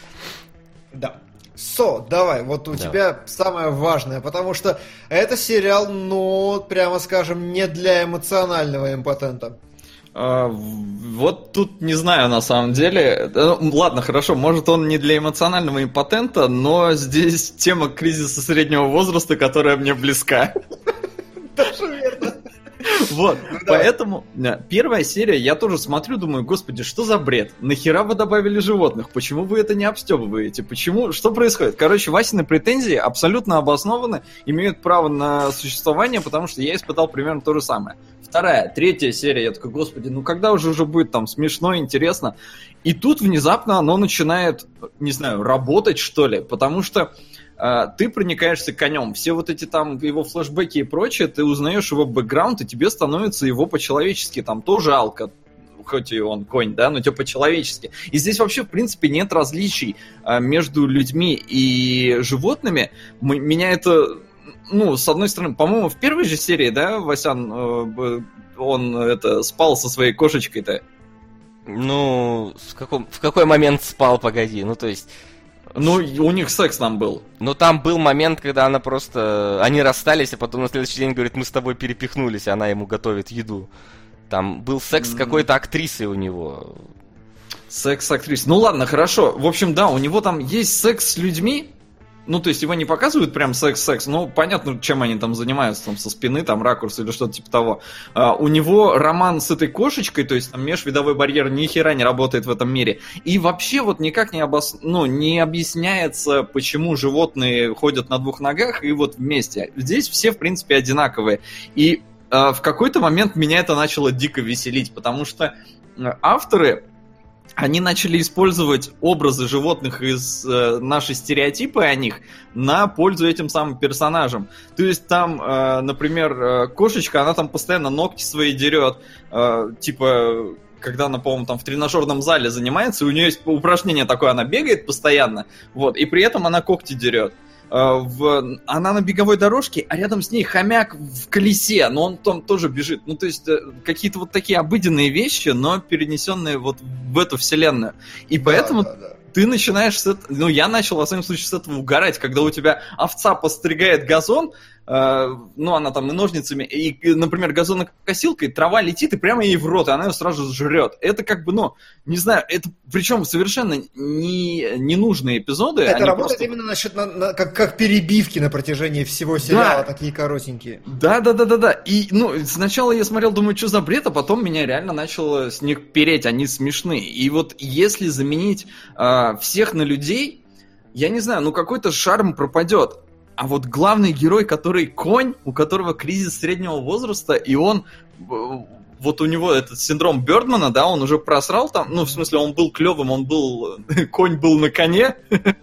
Да. Со, давай, вот у давай. тебя самое важное, потому что это сериал, ну, прямо скажем, не для эмоционального импотента. А, вот тут не знаю на самом деле. Ну, ладно, хорошо, может он не для эмоционального импотента, но здесь тема кризиса среднего возраста, которая мне близка. Даже верно. Вот, ну, поэтому да. Первая серия, я тоже смотрю, думаю, господи, что за бред? Нахера вы добавили животных? Почему вы это не обстебываете? Почему? Что происходит? Короче, Васины претензии абсолютно обоснованы, имеют право на существование, потому что я испытал примерно то же самое. Вторая, третья серия, я такой, господи, ну когда уже уже будет там смешно, интересно? И тут внезапно оно начинает, не знаю, работать, что ли, потому что ты проникаешься конем. Все вот эти там его флешбеки и прочее, ты узнаешь его бэкграунд, и тебе становится его по-человечески там то жалко, хоть и он конь, да, но тебе по-человечески. И здесь вообще, в принципе, нет различий между людьми и животными. Меня это, ну, с одной стороны, по-моему, в первой же серии, да, Васян, он это спал со своей кошечкой-то. Ну, в, каком, в какой момент спал, погоди, ну, то есть... Ну, у них секс там был. Ну, там был момент, когда она просто... Они расстались, а потом на следующий день говорит, мы с тобой перепихнулись, и она ему готовит еду. Там был секс с какой-то актрисой у него. Секс с актрисой. Ну, ладно, хорошо. В общем, да, у него там есть секс с людьми. Ну, то есть его не показывают прям секс-секс, но понятно, чем они там занимаются, там со спины, там ракурс или что-то типа того. А, у него роман с этой кошечкой, то есть там межвидовой барьер ни хера не работает в этом мире. И вообще вот никак не, обос... ну, не объясняется, почему животные ходят на двух ногах и вот вместе. Здесь все, в принципе, одинаковые. И а, в какой-то момент меня это начало дико веселить, потому что авторы... Они начали использовать образы животных из э, нашей стереотипы о них на пользу этим самым персонажам. То есть там, э, например, э, кошечка, она там постоянно ногти свои дерет, э, типа, когда она, по-моему, там в тренажерном зале занимается, у нее есть упражнение такое, она бегает постоянно, вот, и при этом она когти дерет. в... она на беговой дорожке, а рядом с ней хомяк в колесе, но он там тоже бежит. Ну, то есть, какие-то вот такие обыденные вещи, но перенесенные вот в эту вселенную. И да, поэтому да, да. ты начинаешь с этого... Ну, я начал, во всяком случае, с этого угорать, когда у тебя овца постригает газон, э, ну, она там и ножницами, и, например, газонокосилкой, трава летит и прямо ей в рот, и она ее сразу же жрет. Это как бы, ну, не знаю, это причем совершенно не, ненужные эпизоды. Это работает просто... именно насчет, на, на, как, как перебивки на протяжении всего сериала, да. такие коротенькие. Да-да-да-да-да. И, ну, сначала я смотрел, думаю, что за бред, а потом меня реально начало с них переть, они смешные. И вот если заменить э, всех на людей, я не знаю, ну какой-то шарм пропадет. А вот главный герой, который конь, у которого кризис среднего возраста, и он... Вот у него этот синдром Бёрдмана, да, он уже просрал там, ну, в смысле, он был клевым, он был... Конь был на коне.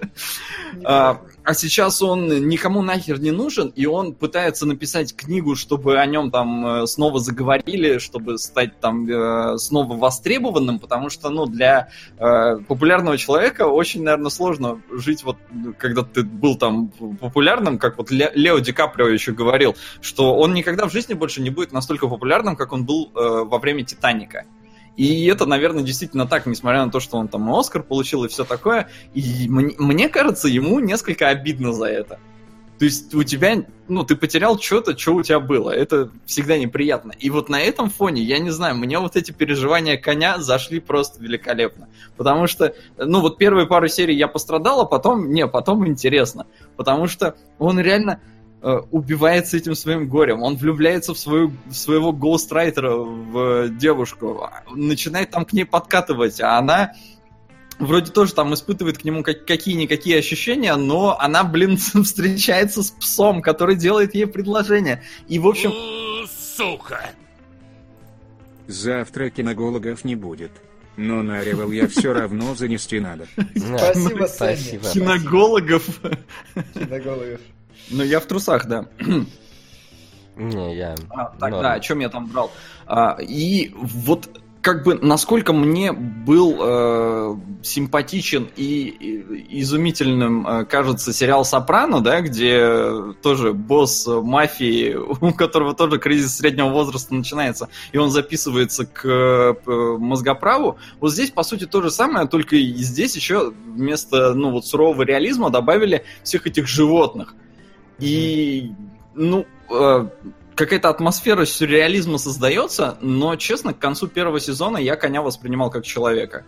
а, а сейчас он никому нахер не нужен, и он пытается написать книгу, чтобы о нем там снова заговорили, чтобы стать там снова востребованным, потому что, ну, для э, популярного человека очень, наверное, сложно жить вот, когда ты был там популярным, как вот Лео Ди Каприо еще говорил, что он никогда в жизни больше не будет настолько популярным, как он был э, во время «Титаника». И это, наверное, действительно так, несмотря на то, что он там Оскар получил и все такое. И мне, мне кажется, ему несколько обидно за это. То есть у тебя, ну, ты потерял что-то, что у тебя было. Это всегда неприятно. И вот на этом фоне, я не знаю, мне вот эти переживания коня зашли просто великолепно. Потому что, ну, вот первые пару серий я пострадал, а потом, не, потом интересно. Потому что он реально... убивается этим своим горем, он влюбляется в, свою, в своего гоустрайтера, в девушку, начинает там к ней подкатывать, а она вроде тоже там испытывает к нему как, какие-никакие ощущения, но она, блин, встречается с псом, который делает ей предложение. И, в общем... Сука! Завтра киногологов не будет. Но на Ревел я все равно занести надо. Спасибо, Саня. Киногологов. Киногологов. Ну, я в трусах, да. Не, я... А, так, да, о чем я там брал. А, и вот как бы насколько мне был э, симпатичен и, и изумительным э, кажется сериал «Сопрано», да, где тоже босс мафии, у которого тоже кризис среднего возраста начинается, и он записывается к э, мозгоправу. Вот здесь, по сути, то же самое, только и здесь еще вместо, ну, вот сурового реализма добавили всех этих животных. И, ну, э, какая-то атмосфера сюрреализма создается, но, честно, к концу первого сезона я коня воспринимал как человека.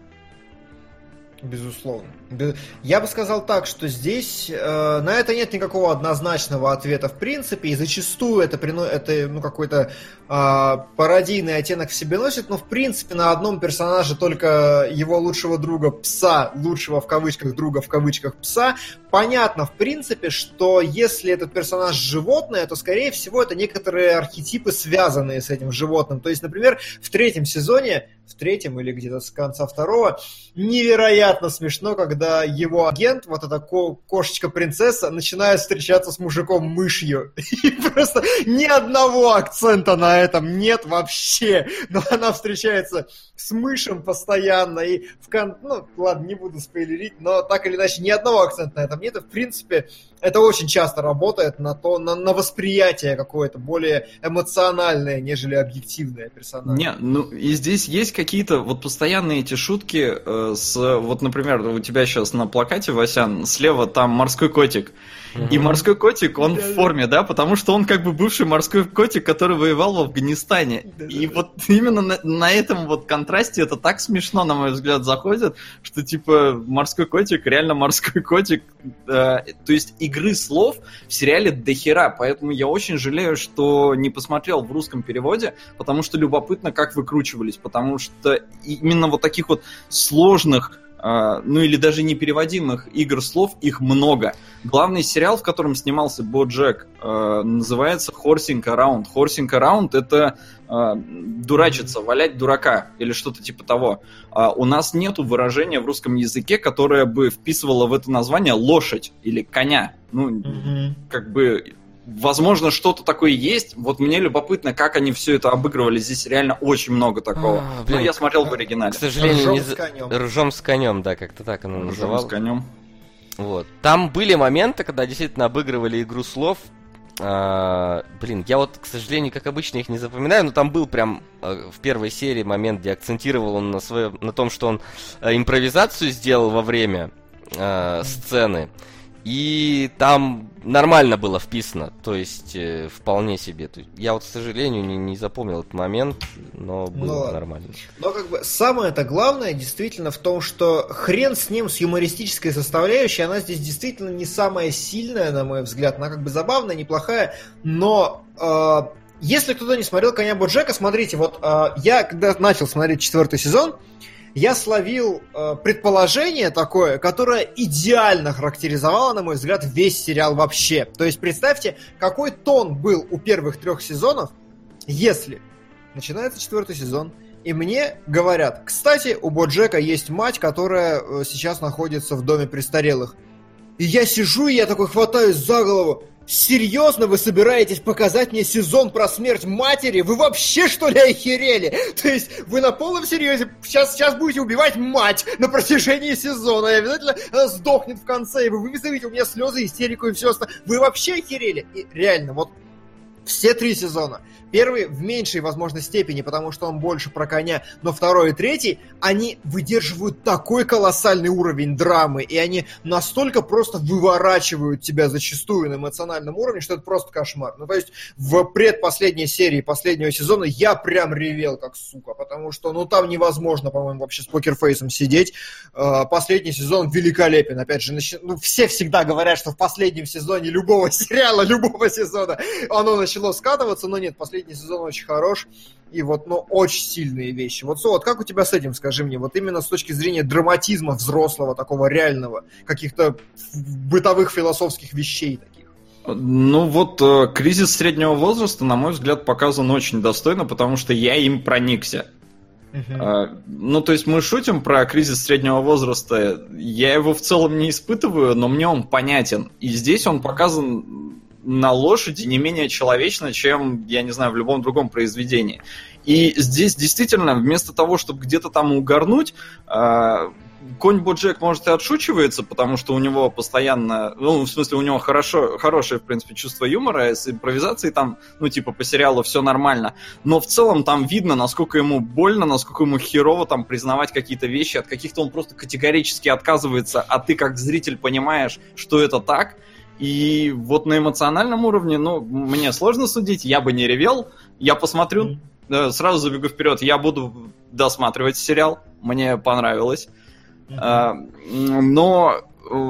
Безусловно. Я бы сказал так, что здесь э, на это нет никакого однозначного ответа в принципе, и зачастую это, это ну, какой-то э, пародийный оттенок в себе носит, но в принципе на одном персонаже только его лучшего друга пса, лучшего в кавычках друга в кавычках пса, понятно в принципе, что если этот персонаж животное, то скорее всего это некоторые архетипы, связанные с этим животным. То есть, например, в третьем сезоне, в третьем или где-то с конца второго, невероятно смешно, когда его агент, вот эта ко- кошечка-принцесса, начинает встречаться с мужиком-мышью. И просто ни одного акцента на этом нет вообще. Но она встречается с мышем постоянно. И в кон... Ну, ладно, не буду спойлерить, но так или иначе ни одного акцента на этом нет. И, в принципе, это очень часто работает на то, на, на восприятие какое-то более эмоциональное, нежели объективное персонажа. Не, ну и здесь есть какие-то вот постоянные эти шутки э, с, вот, например, у тебя сейчас на плакате, Васян, слева там морской котик. Mm-hmm. И морской котик, он в форме, да, потому что он как бы бывший морской котик, который воевал в Афганистане. И вот именно на, на этом вот контрасте это так смешно, на мой взгляд, заходит, что типа морской котик, реально морской котик. Э, то есть игры слов в сериале дохера, поэтому я очень жалею, что не посмотрел в русском переводе, потому что любопытно, как выкручивались, потому что именно вот таких вот сложных, Uh, ну или даже непереводимых игр слов, их много. Главный сериал, в котором снимался Боджек, uh, называется Horsing Around. Horsing Around — это uh, дурачиться, валять дурака или что-то типа того. Uh, у нас нету выражения в русском языке, которое бы вписывало в это название лошадь или коня. Ну, mm-hmm. как бы... Возможно, что-то такое есть. Вот мне любопытно, как они все это обыгрывали. Здесь реально очень много такого. А, блин, но я смотрел в оригинале. К сожалению, ржом, не... с конем. ржом с конем, да, как-то так оно называлось. Ржом с конем. Вот. Там были моменты, когда действительно обыгрывали игру слов. А, блин, я вот, к сожалению, как обычно, их не запоминаю, но там был прям а, в первой серии момент, где акцентировал он на, своем, на том, что он а, импровизацию сделал во время а, сцены. И там нормально было вписано, то есть э, вполне себе. Я вот, к сожалению, не, не запомнил этот момент, но было но, нормально. Но как бы самое-то главное действительно в том, что хрен с ним, с юмористической составляющей, она здесь действительно не самая сильная, на мой взгляд. Она как бы забавная, неплохая, но... Э, если кто-то не смотрел «Коня Боджека», смотрите, вот э, я когда начал смотреть четвертый сезон, я словил э, предположение такое, которое идеально характеризовало, на мой взгляд, весь сериал вообще. То есть представьте, какой тон был у первых трех сезонов, если начинается четвертый сезон, и мне говорят, кстати, у Боджека есть мать, которая э, сейчас находится в доме престарелых. И я сижу, и я такой хватаюсь за голову. Серьезно, вы собираетесь показать мне сезон про смерть матери? Вы вообще, что ли, охерели? То есть вы на полном серьезе сейчас, сейчас будете убивать мать на протяжении сезона, и обязательно она сдохнет в конце, и вы вызовете у меня слезы, истерику и все остальное. Вы вообще охерели? И реально, вот все три сезона. Первый в меньшей, возможно, степени, потому что он больше про коня, но второй и третий, они выдерживают такой колоссальный уровень драмы, и они настолько просто выворачивают тебя зачастую на эмоциональном уровне, что это просто кошмар. Ну, то есть в предпоследней серии последнего сезона я прям ревел как сука, потому что, ну, там невозможно, по-моему, вообще с покерфейсом сидеть. Последний сезон великолепен. Опять же, начи... ну, все всегда говорят, что в последнем сезоне любого сериала, любого сезона оно начало скатываться, но нет, последний Последний сезон очень хорош, и вот, ну, очень сильные вещи. Вот, Со, вот как у тебя с этим, скажи мне, вот именно с точки зрения драматизма взрослого, такого реального, каких-то бытовых философских вещей таких? Ну вот, э, кризис среднего возраста, на мой взгляд, показан очень достойно, потому что я им проникся. Uh-huh. Э, ну, то есть мы шутим про кризис среднего возраста, я его в целом не испытываю, но мне он понятен. И здесь он показан на лошади не менее человечно, чем, я не знаю, в любом другом произведении. И здесь действительно, вместо того, чтобы где-то там угорнуть, э, Конь Боджек, может, и отшучивается, потому что у него постоянно, ну, в смысле, у него хорошо, хорошее, в принципе, чувство юмора, с импровизацией там, ну, типа, по сериалу все нормально, но в целом там видно, насколько ему больно, насколько ему херово там признавать какие-то вещи, от каких-то он просто категорически отказывается, а ты как зритель понимаешь, что это так. И вот на эмоциональном уровне, ну, мне сложно судить, я бы не ревел, я посмотрю, mm-hmm. сразу забегу вперед, я буду досматривать сериал, мне понравилось, mm-hmm. но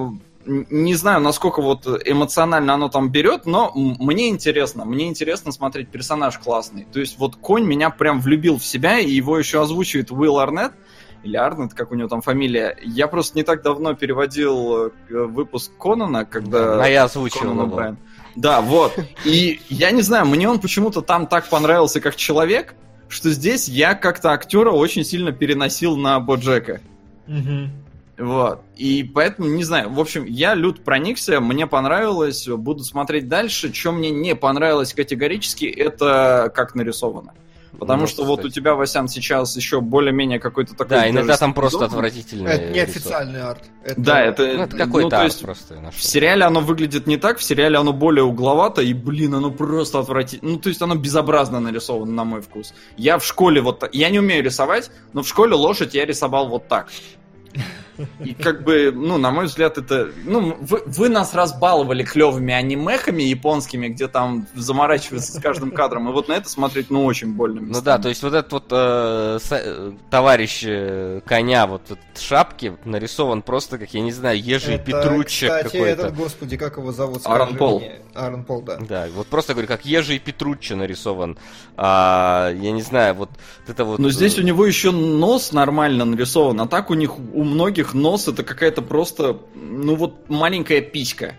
не знаю, насколько вот эмоционально оно там берет, но мне интересно, мне интересно смотреть, персонаж классный, то есть вот Конь меня прям влюбил в себя, и его еще озвучивает Уилл Арнетт, или Арнетт, как у него там фамилия. Я просто не так давно переводил выпуск Конана, когда... А я озвучил его. Да, вот. И я не знаю, мне он почему-то там так понравился как человек, что здесь я как-то актера очень сильно переносил на Боджека. Угу. Вот. И поэтому, не знаю, в общем, я лют проникся, мне понравилось, буду смотреть дальше. Что мне не понравилось категорически, это как нарисовано. Потому ну, что кстати. Вот у тебя, Васян, сейчас еще более-менее какой-то такой... Да, иногда там просто отвратительный Это не официальный арт. Это... Да, это... Ну, это какой-то ну, арт есть, просто. В сериале оно выглядит не так, в сериале оно более угловато, и, блин, оно просто отвратительно. Ну, то есть оно безобразно нарисовано, на мой вкус. Я в школе вот... Я не умею рисовать, но в школе лошадь я рисовал вот так. И как бы, ну, на мой взгляд, это... Ну, вы, вы нас разбаловали клевыми анимехами японскими, где там заморачиваются с каждым кадром, и вот на это смотреть, ну, очень больно. Ну да, то есть вот этот вот э, с, товарищ э, коня вот в шапке нарисован просто, как, я не знаю, Ежи это, Петруччо кстати, какой-то. этот, господи, как его зовут? Аарон Пол. Аарон Пол, да. Да, вот просто, говорю, как Ежи Петруччо нарисован. А, я не знаю, вот это вот... Но здесь у него еще нос нормально нарисован, а так у них, у многих нос это какая-то просто, ну вот, маленькая писька.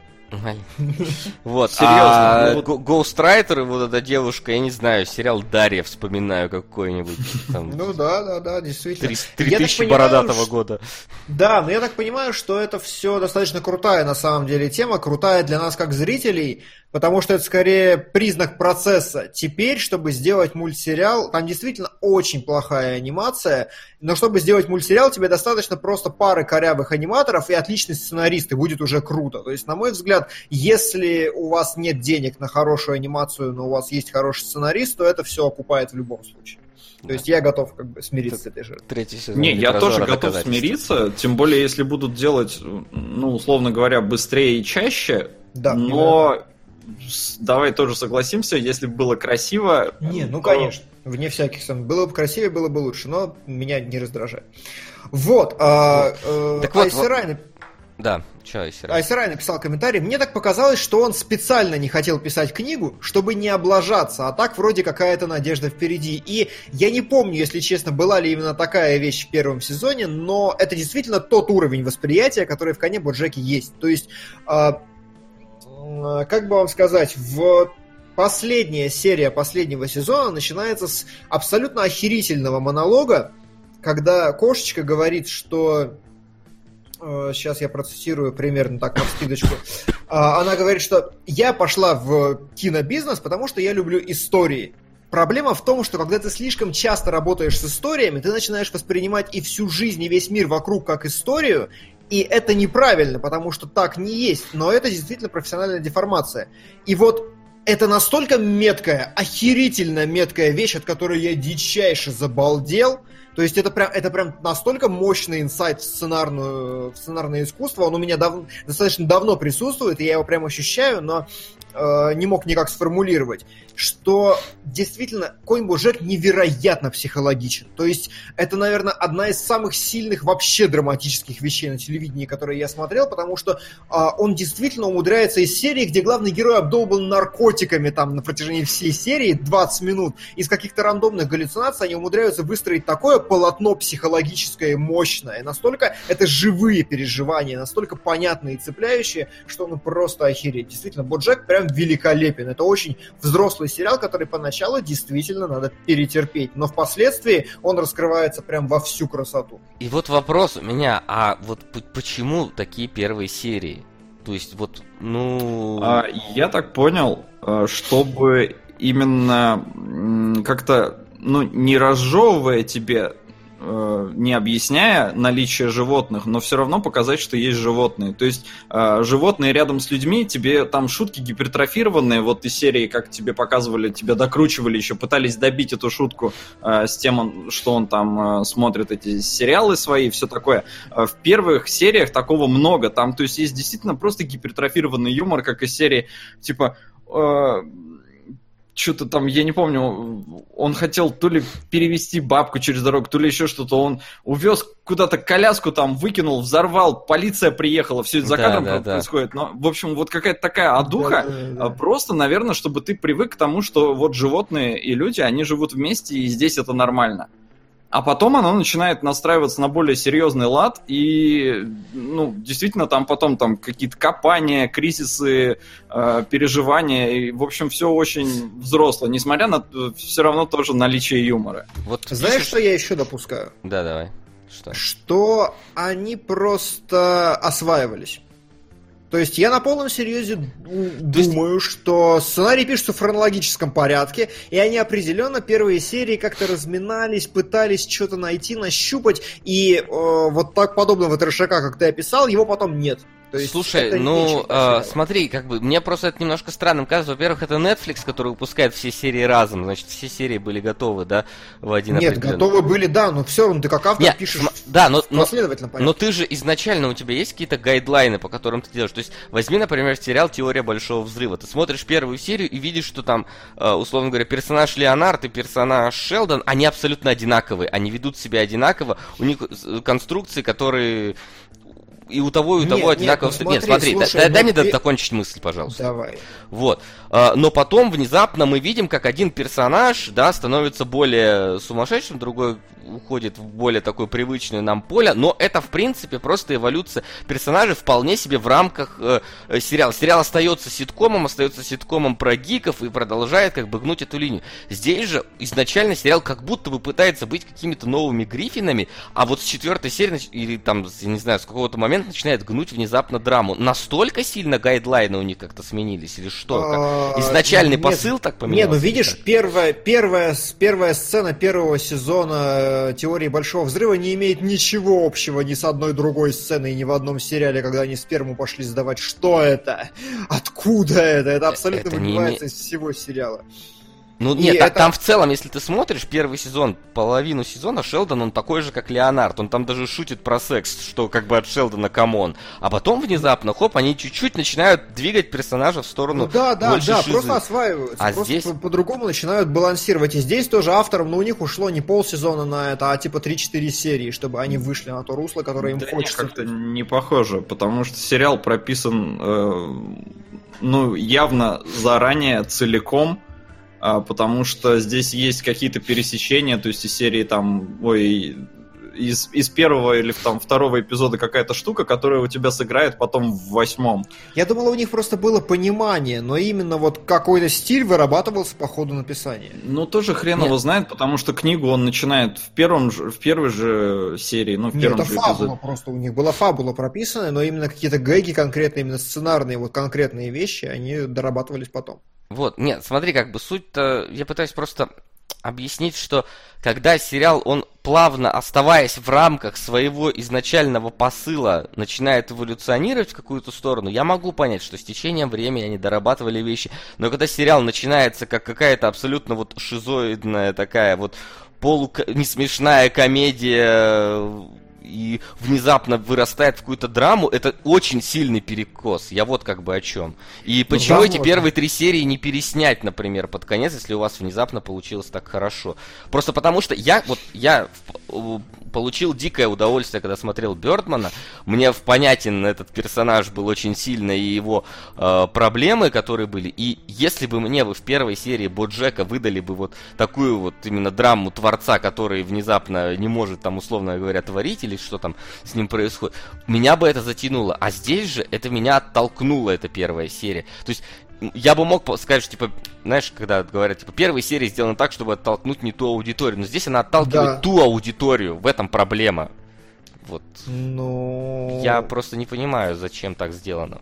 Вот, а Ghostwriter, вот эта девушка, я не знаю, сериал Дарья вспоминаю какой-нибудь. Ну да, да, да, действительно. Три тысячи бородатого года. Да, но я так понимаю, что это все достаточно крутая на самом деле тема, крутая для нас как зрителей, потому что это скорее признак процесса. Теперь, чтобы сделать мультсериал, там действительно очень плохая анимация, но чтобы сделать мультсериал, тебе достаточно просто пары корявых аниматоров и отличный сценарист, и будет уже круто. То есть, на мой взгляд, если у вас нет денег на хорошую анимацию, но у вас есть хороший сценарист, то это все окупает в любом случае. То есть я готов как бы смириться с этой жертвой. Третий сезон. Не, я тоже готов смириться, тем более если будут делать, ну, условно говоря, быстрее и чаще, да, но да. Давай тоже согласимся, если бы было красиво... Не, ну то... конечно, вне всяких сомнений. Было бы красивее, было бы лучше, но меня не раздражает. Вот, а, а, так вот, Айсерай... вот... Да, что Айсерай? Айсерай написал комментарий. Мне так показалось, что он специально не хотел писать книгу, чтобы не облажаться, а так вроде какая-то надежда впереди. И я не помню, если честно, была ли именно такая вещь в первом сезоне, но это действительно тот уровень восприятия, который в «Коне Боджеке» есть. То есть, э, э, как бы вам сказать, в... Последняя серия последнего сезона начинается с абсолютно охерительного монолога, когда кошечка говорит, что... Сейчас я процитирую примерно так, на вскидочку. Она говорит, что я пошла в кинобизнес, потому что я люблю истории. Проблема в том, что когда ты слишком часто работаешь с историями, ты начинаешь воспринимать и всю жизнь, и весь мир вокруг как историю, и это неправильно, потому что так не есть, но это действительно профессиональная деформация. И вот это настолько меткая, охерительно меткая вещь, от которой я дичайше забалдел. То есть это прям, это прям настолько мощный инсайт в, сценарную, в сценарное искусство, он у меня дав, достаточно давно присутствует, и я его прям ощущаю, но э, не мог никак сформулировать, что действительно Конь Боджек невероятно психологичен. То есть это, наверное, одна из самых сильных вообще драматических вещей на телевидении, которые я смотрел, потому что э, он действительно умудряется из серии, где главный герой обдолбан наркотиками там на протяжении всей серии, двадцать минут, из каких-то рандомных галлюцинаций они умудряются выстроить такое полотно психологическое и мощное. Настолько это живые переживания, настолько понятные и цепляющие, что ну просто охереть. Действительно, Боджек прям великолепен. Это очень взрослый сериал, который поначалу действительно надо перетерпеть. Но впоследствии он раскрывается прям во всю красоту. И вот вопрос у меня, а вот почему такие первые серии? То есть вот, ну... А, я так понял, чтобы именно как-то... ну, не разжевывая тебе, э, не объясняя наличие животных, но все равно показать, что есть животные. То есть э, животные рядом с людьми, тебе там шутки гипертрофированные, вот из серии, как тебе показывали, тебя докручивали, еще пытались добить эту шутку э, с тем, что он там э, смотрит эти сериалы свои, все такое. Э, в первых сериях такого много, там, то есть есть действительно просто гипертрофированный юмор, как из серии, типа... Э, что-то там, я не помню, он хотел то ли перевести бабку через дорогу, то ли еще что-то. Он увез куда-то коляску, там выкинул, взорвал, полиция приехала, все это за кадром да, да, происходит. Да. Но, в общем, вот какая-то такая одуха. Да, да, да. Просто, наверное, чтобы ты привык к тому, что вот животные и люди, они живут вместе, и здесь это нормально. А потом оно начинает настраиваться на более серьезный лад, и, ну, действительно, там потом там какие-то копания, кризисы, э, переживания, и, в общем, все очень взрослое, несмотря на все равно тоже наличие юмора. Вот знаешь, пишешь... что я еще допускаю? Да, давай. Что? Что они просто осваивались. То есть я на полном серьезе думаю, есть... что сценарий пишется в хронологическом порядке, и они определенно первые серии как-то разминались, пытались что-то найти, нащупать, и э, вот так подобного трешака, как ты описал, его потом нет. То есть слушай, ну, э, смотри, как бы, мне просто это немножко странным кажется. Во-первых, это Netflix, который выпускает все серии разом, значит, все серии были готовы, да, в один Нет, готовы были, да, но все равно ты как автор Нет, пишешь см- да, но, но, последовательно порядке. Но ты же изначально, у тебя есть какие-то гайдлайны, по которым ты делаешь. То есть, возьми, например, сериал «Теория большого взрыва». Ты смотришь первую серию и видишь, что там, э, условно говоря, персонаж Леонард и персонаж Шелдон, они абсолютно одинаковые, они ведут себя одинаково, у них конструкции, которые... и у того, и у Нет, того нет, одинаково... ну смотри, Нет, смотри, слушай, дай, дай ну, мне пе- докончить мысль, пожалуйста. Давай. Вот. А, но потом внезапно мы видим, как один персонаж, да, становится более сумасшедшим, другой уходит в более такое привычное нам поле, но это, в принципе, просто эволюция персонажей вполне себе в рамках э, э, сериала. Сериал остается ситкомом, остается ситкомом про гиков и продолжает как бы гнуть эту линию. Здесь же изначально сериал как будто бы пытается быть какими-то новыми Гриффинами, а вот с четвертой серии, или там, я не знаю, с какого-то момента начинает гнуть внезапно драму. Настолько сильно гайдлайны у них как-то сменились, или что? Как? Изначальный Нет, посыл так поменялся? Не, ну видишь, первая, первая, первая сцена первого сезона «Теории Большого Взрыва» не имеет ничего общего ни с одной другой сценой, ни в одном сериале, когда они сперму пошли сдавать. Что это? Откуда это? Это абсолютно Это не выбивается име- из всего сериала. Ну И нет, это... там в целом, если ты смотришь первый сезон, половину сезона, Шелдон, он такой же, как Леонард. Он там даже шутит про секс, что как бы от Шелдона камон. А потом внезапно, хоп, они чуть-чуть начинают двигать персонажа в сторону Ну да, да, больше да, шизы. просто осваиваются, А просто здесь... по- по-другому начинают балансировать. И здесь тоже авторам, ну у них ушло не полсезона на это, а типа три-четыре серии, чтобы они вышли на то русло, которое им Да хочется. нет, как-то не похоже, потому что сериал прописан, э, ну, явно заранее, целиком, а, потому что здесь есть какие-то пересечения, то есть из серии там, ой, из, из первого или там второго эпизода какая-то штука, которая у тебя сыграет потом в восьмом. Я думал, у них просто было понимание, но именно вот какой-то стиль вырабатывался по ходу написания. Ну, тоже хрен его знает, потому что книгу он начинает в, первом же, в первой же серии, ну, в Нет, первом это же фабула эпизоде. просто, у них была фабула прописана, но именно какие-то гэги конкретные, именно сценарные, вот конкретные вещи, они дорабатывались потом. Вот, нет, смотри, как бы суть-то, я пытаюсь просто объяснить, что когда сериал, он плавно, оставаясь в рамках своего изначального посыла, начинает эволюционировать в какую-то сторону, я могу понять, что с течением времени они дорабатывали вещи, но когда сериал начинается как какая-то абсолютно вот шизоидная такая вот полунесмешная комедия и внезапно вырастает в какую-то драму, это очень сильный перекос. Я вот как бы о чем. И почему да, эти вот. первые три серии не переснять, например, под конец, если у вас внезапно получилось так хорошо? Просто потому что я вот я получил дикое удовольствие, когда смотрел Бёрдмана. Мне понятен этот персонаж был очень сильно и его э, проблемы, которые были. И если бы мне вы в первой серии Боджека выдали бы вот такую вот именно драму творца, который внезапно не может там, условно говоря, творить или что там с ним происходит, меня бы это затянуло. А здесь же это меня оттолкнуло, эта первая серия. То есть я бы мог сказать, что, типа, знаешь, когда говорят, типа, первая серия сделана так, чтобы оттолкнуть не ту аудиторию. Но здесь она отталкивает Да. ту аудиторию. В этом проблема. Вот. Ну... Я просто не понимаю, зачем так сделано.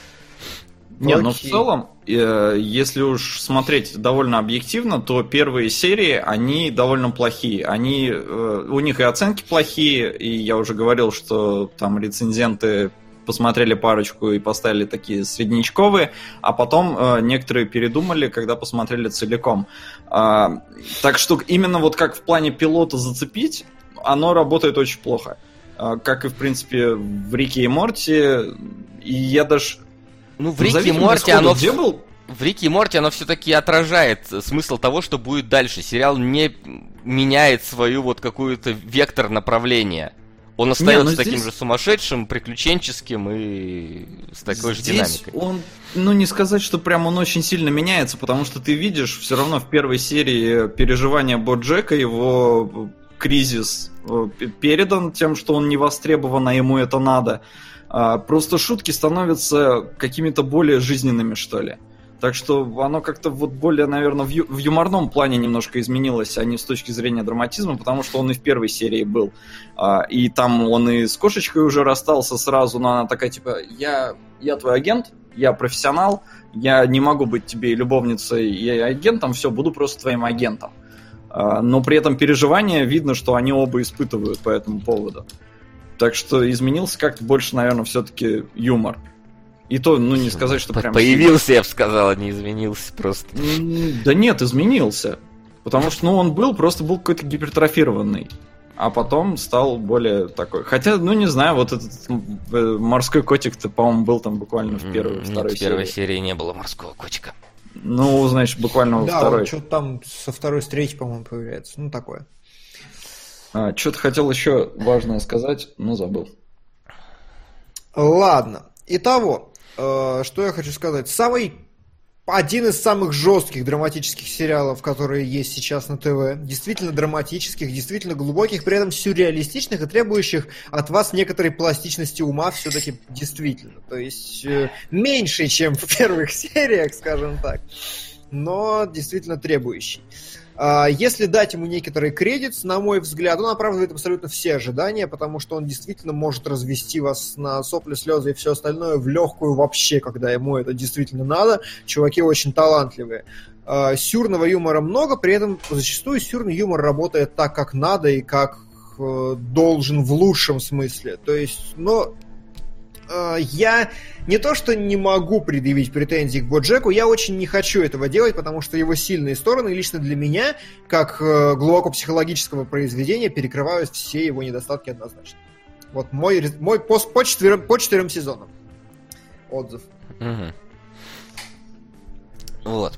Не, ну в Окей. целом, э, если уж смотреть довольно объективно, то первые серии, они довольно плохие. Они, э, у них и оценки плохие, и я уже говорил, что там рецензенты посмотрели парочку и поставили такие среднячковые, а потом э, некоторые передумали, когда посмотрели целиком. А, так что именно вот как в плане пилота зацепить, оно работает очень плохо. А, как и, в принципе, в Рике и Морти, и я даже... Ну, в Рике и Назовите мне Морти сходу, оно... где был? В Рике и Морти оно все-таки отражает смысл того, что будет дальше. Сериал не меняет свою вот какую-то вектор направления. Он остается Не, ну таким здесь- же сумасшедшим, приключенческим и с такой же Здесь динамикой. он, ну не сказать, что прям он очень сильно меняется, потому что ты видишь все равно в первой серии переживания Боджека, его кризис э, передан тем, что он не востребован, а ему это надо. А, Просто шутки становятся какими-то более жизненными, что ли. Так что оно как-то вот более, наверное, в, ю- в юморном плане немножко изменилось, а не с точки зрения драматизма, потому что он и в первой серии был. А, И там он и с кошечкой уже расстался сразу, но она такая, типа, я, я твой агент, я профессионал, я не могу быть тебе и любовницей, и агентом, все, буду просто твоим агентом. А, Но при этом переживания видно, что они оба испытывают по этому поводу. Так что изменился как-то больше, наверное, все-таки юмор. И то, ну, не сказать, что прям... Появился, я бы сказал, а не изменился просто. М, Да нет, изменился. Потому что, ну, он был, просто был какой-то гипертрофированный. А потом стал более такой. Хотя, ну, не знаю, вот этот э, морской котик-то, по-моему, был там буквально в первой, М, второй Нет, в первой серии. серии не было морского котика. Ну, значит, буквально во Да, второй. он что-то там со второй, с третьей, по-моему, появляется. Ну, такое. А, что-то хотел еще важное сказать, но забыл. Ладно. Итого, э, что я хочу сказать. Самый... Один из самых жестких драматических сериалов, которые есть сейчас на ТВ. Действительно драматических, действительно глубоких, при этом сюрреалистичных и требующих от вас некоторой пластичности ума все-таки действительно. То есть э, меньше, чем в первых сериях, скажем так, но действительно требующий. А если дать ему некоторый кредит, на мой взгляд, он оправдывает абсолютно все ожидания, потому что он действительно может развести вас на сопли, слезы и все остальное в легкую вообще, когда ему это действительно надо. Чуваки очень талантливые. А, сюрного юмора много, при этом зачастую сюрный юмор работает так, как надо и как э, должен в лучшем смысле. То есть, ну... Я не то что не могу предъявить претензии к Боджеку, я очень не хочу этого делать, потому что его сильные стороны лично для меня, как глубоко психологического произведения, перекрывают все его недостатки однозначно. Вот мой, мой пост по четырем, по четырем сезонам. Отзыв. Угу. Вот.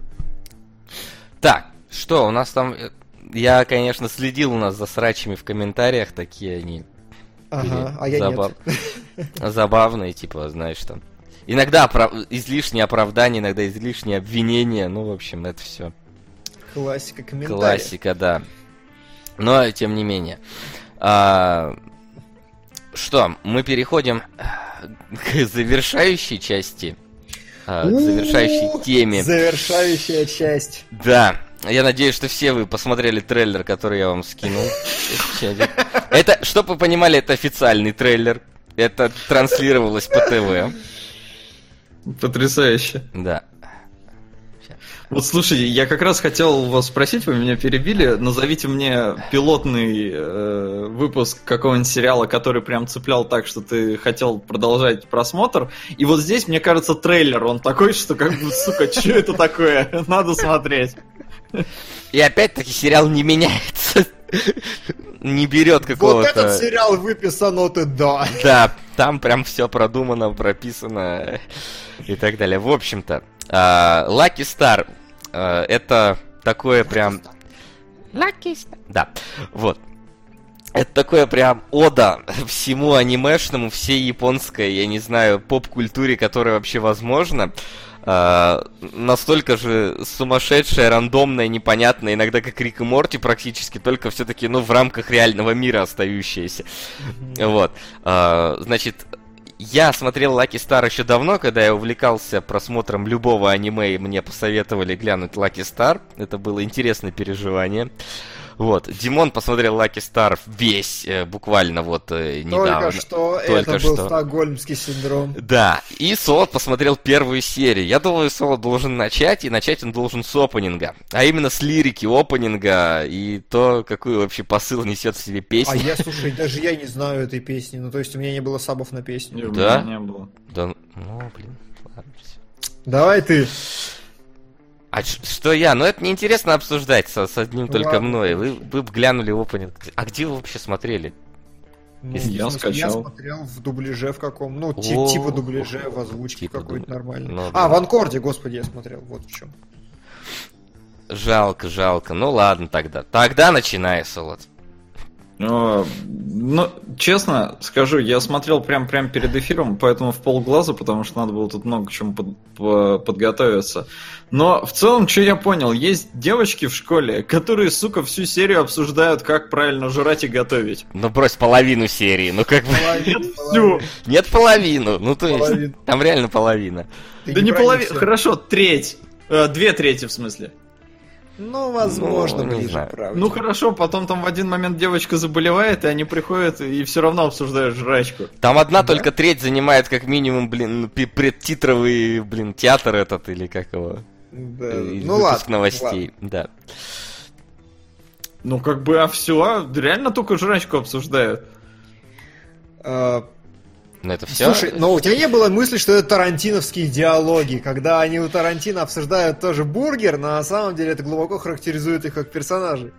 Так, что у нас там... Я, конечно, следил у нас за срачами в комментариях, такие они... Ага, а я забав... нет. Забавные, типа, знаешь, там. Иногда оправ... излишнее оправдание, иногда излишнее обвинение. Ну, в общем, это все. Классика комментариев. Классика, да. Но, тем не менее. А... Что, мы переходим к завершающей части. К завершающей теме. Завершающая часть. Да. Я надеюсь, что все вы посмотрели трейлер, который я вам скинул. Это, чтобы вы понимали, это официальный трейлер. Это транслировалось по ТВ. Потрясающе. Да. Вот слушайте, я как раз хотел вас спросить, вы меня перебили. Назовите мне пилотный э, выпуск какого-нибудь сериала, который прям цеплял так, что ты хотел продолжать просмотр. И вот здесь, мне кажется, трейлер, он такой, что как бы, сука, что это такое? Надо смотреть. И опять-таки сериал не меняется. Не берет какого-то... Вот этот сериал выписан от и до. Да, там прям все продумано, прописано и так далее. В общем-то, Lucky Star это такое прям... Lucky Star. Да, вот. Это такое прям ода всему анимешному, всей японской, я не знаю, поп-культуре, которая вообще возможна. Uh, настолько же сумасшедшая, рандомная, непонятная, иногда как Рик и Морти практически, только все-таки, ну, в рамках реального мира остающаяся. Mm-hmm. Вот. Uh, значит, я смотрел Lucky Star еще давно, когда я увлекался просмотром любого аниме, и мне посоветовали глянуть Lucky Star. Это было интересное переживание. Вот, Димон посмотрел Lucky Star весь, буквально вот недавно. Только что, Только это что. был стокгольмский синдром. Да, и Солод посмотрел первую серию. Я думаю, Солод должен начать, и начать он должен с опенинга. А именно с лирики опенинга, и то, какой вообще посыл несет в себе песня. А я, слушай, даже я не знаю этой песни. Ну, то есть у меня не было сабов на песню. У да? меня не было. Да, ну, блин, ладно, все. Давай ты. А что я? Ну это неинтересно обсуждать со, с одним ну, только ладно, мной. Вы, вы бы глянули опенинг. А где вы вообще смотрели? Ну, Если я смысле, скачал. Я смотрел в дубляже в каком. Ну, ти- О, типа дубляже, в озвучке типа какой-то дуб- нормальный. ну, а, да. в Анкорде, господи, я смотрел. Вот в чем. Жалко, жалко. Ну ладно тогда. Тогда начинай, Солод. Ну, честно скажу, я смотрел прям, прям перед эфиром, поэтому в полглаза, потому что надо было тут много к чему под, по, подготовиться. Но в целом, что я понял, есть девочки в школе, которые, сука, всю серию обсуждают, как правильно жрать и готовить. Ну брось половину серии, ну как бы... Половину, Всю. Нет, половину. Ну то есть, Половину. там реально половина. Ты Да не про них половина, всё. хорошо, треть. Э, две трети в смысле. Ну, возможно, Ну, не ближе знаю. к правде. Ну хорошо, потом там в один момент девочка заболевает, и они приходят и все равно обсуждают жрачку. Там одна Да. только треть занимает как минимум, блин, пи- предтитровый, блин, театр этот, или как его? Да. Э, Ну выпуск ладно. новостей, да. Ну как бы, а все, реально только жрачку обсуждают. ладно. Ну это все. Слушай, но у тебя не было мысли, что это тарантиновские диалоги, когда они у Тарантино обсуждают тоже бургер, но на самом деле это глубоко характеризует их как персонажей.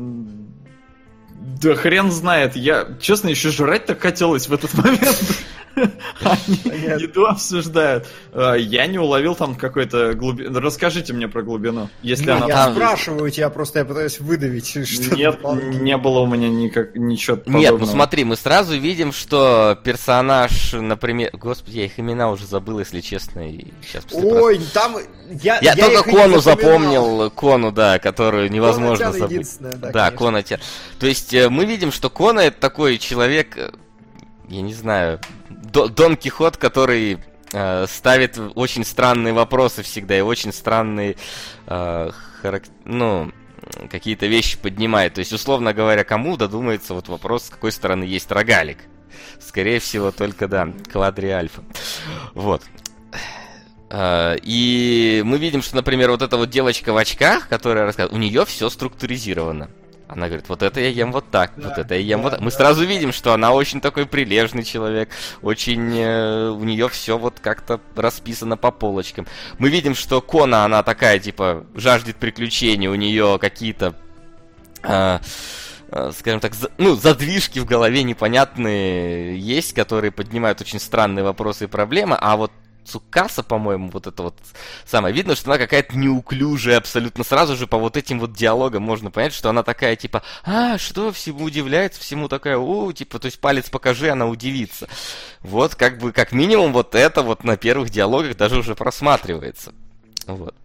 Да хрен знает, я, честно, еще жрать так хотелось в этот момент. Они еду обсуждают. Я не уловил там какой-то глубину. Расскажите мне про глубину. Если ну, она я там... спрашиваю тебя, просто я пытаюсь выдавить. Что Нет, не было у меня никак, ничего подобного. Нет, ну смотри, мы сразу видим, что персонаж, например... Господи, я их имена уже забыл, если честно. И сейчас Ой, просто... там... Я, я, я только Кону запомнил, Кону, да, которую невозможно Кона забыть. Да, да Кона Тян. То есть мы видим, что Кона это такой человек... Я не знаю, Дон Кихот, который э, ставит очень странные вопросы всегда и очень странные, э, характер... ну, какие-то вещи поднимает. То есть, условно говоря, кому додумается вот вопрос, с какой стороны есть рогалик. Скорее всего, только, да, квадриальфа. Вот. Э, и мы видим, что, например, вот эта вот девочка в очках, которая рассказывает, у нее все структуризировано. Она говорит, вот это я ем вот так, да, вот это я ем да, вот так. Мы да. сразу видим, что она очень такой прилежный человек, очень э, у нее все вот как-то расписано по полочкам. Мы видим, что Кона, она такая, типа, жаждет приключений, у нее какие-то, э, э, скажем так, за, ну, задвижки в голове непонятные есть, которые поднимают очень странные вопросы и проблемы, а вот Цукаса, по-моему, вот это вот самое. Видно, что она какая-то неуклюжая абсолютно. Сразу же по вот этим вот диалогам можно понять, что она такая, типа, а, что, всему удивляется, всему такая, о, типа, то есть палец покажи, она удивится. Вот, как бы, как минимум, вот это вот на первых диалогах даже уже просматривается. Вот.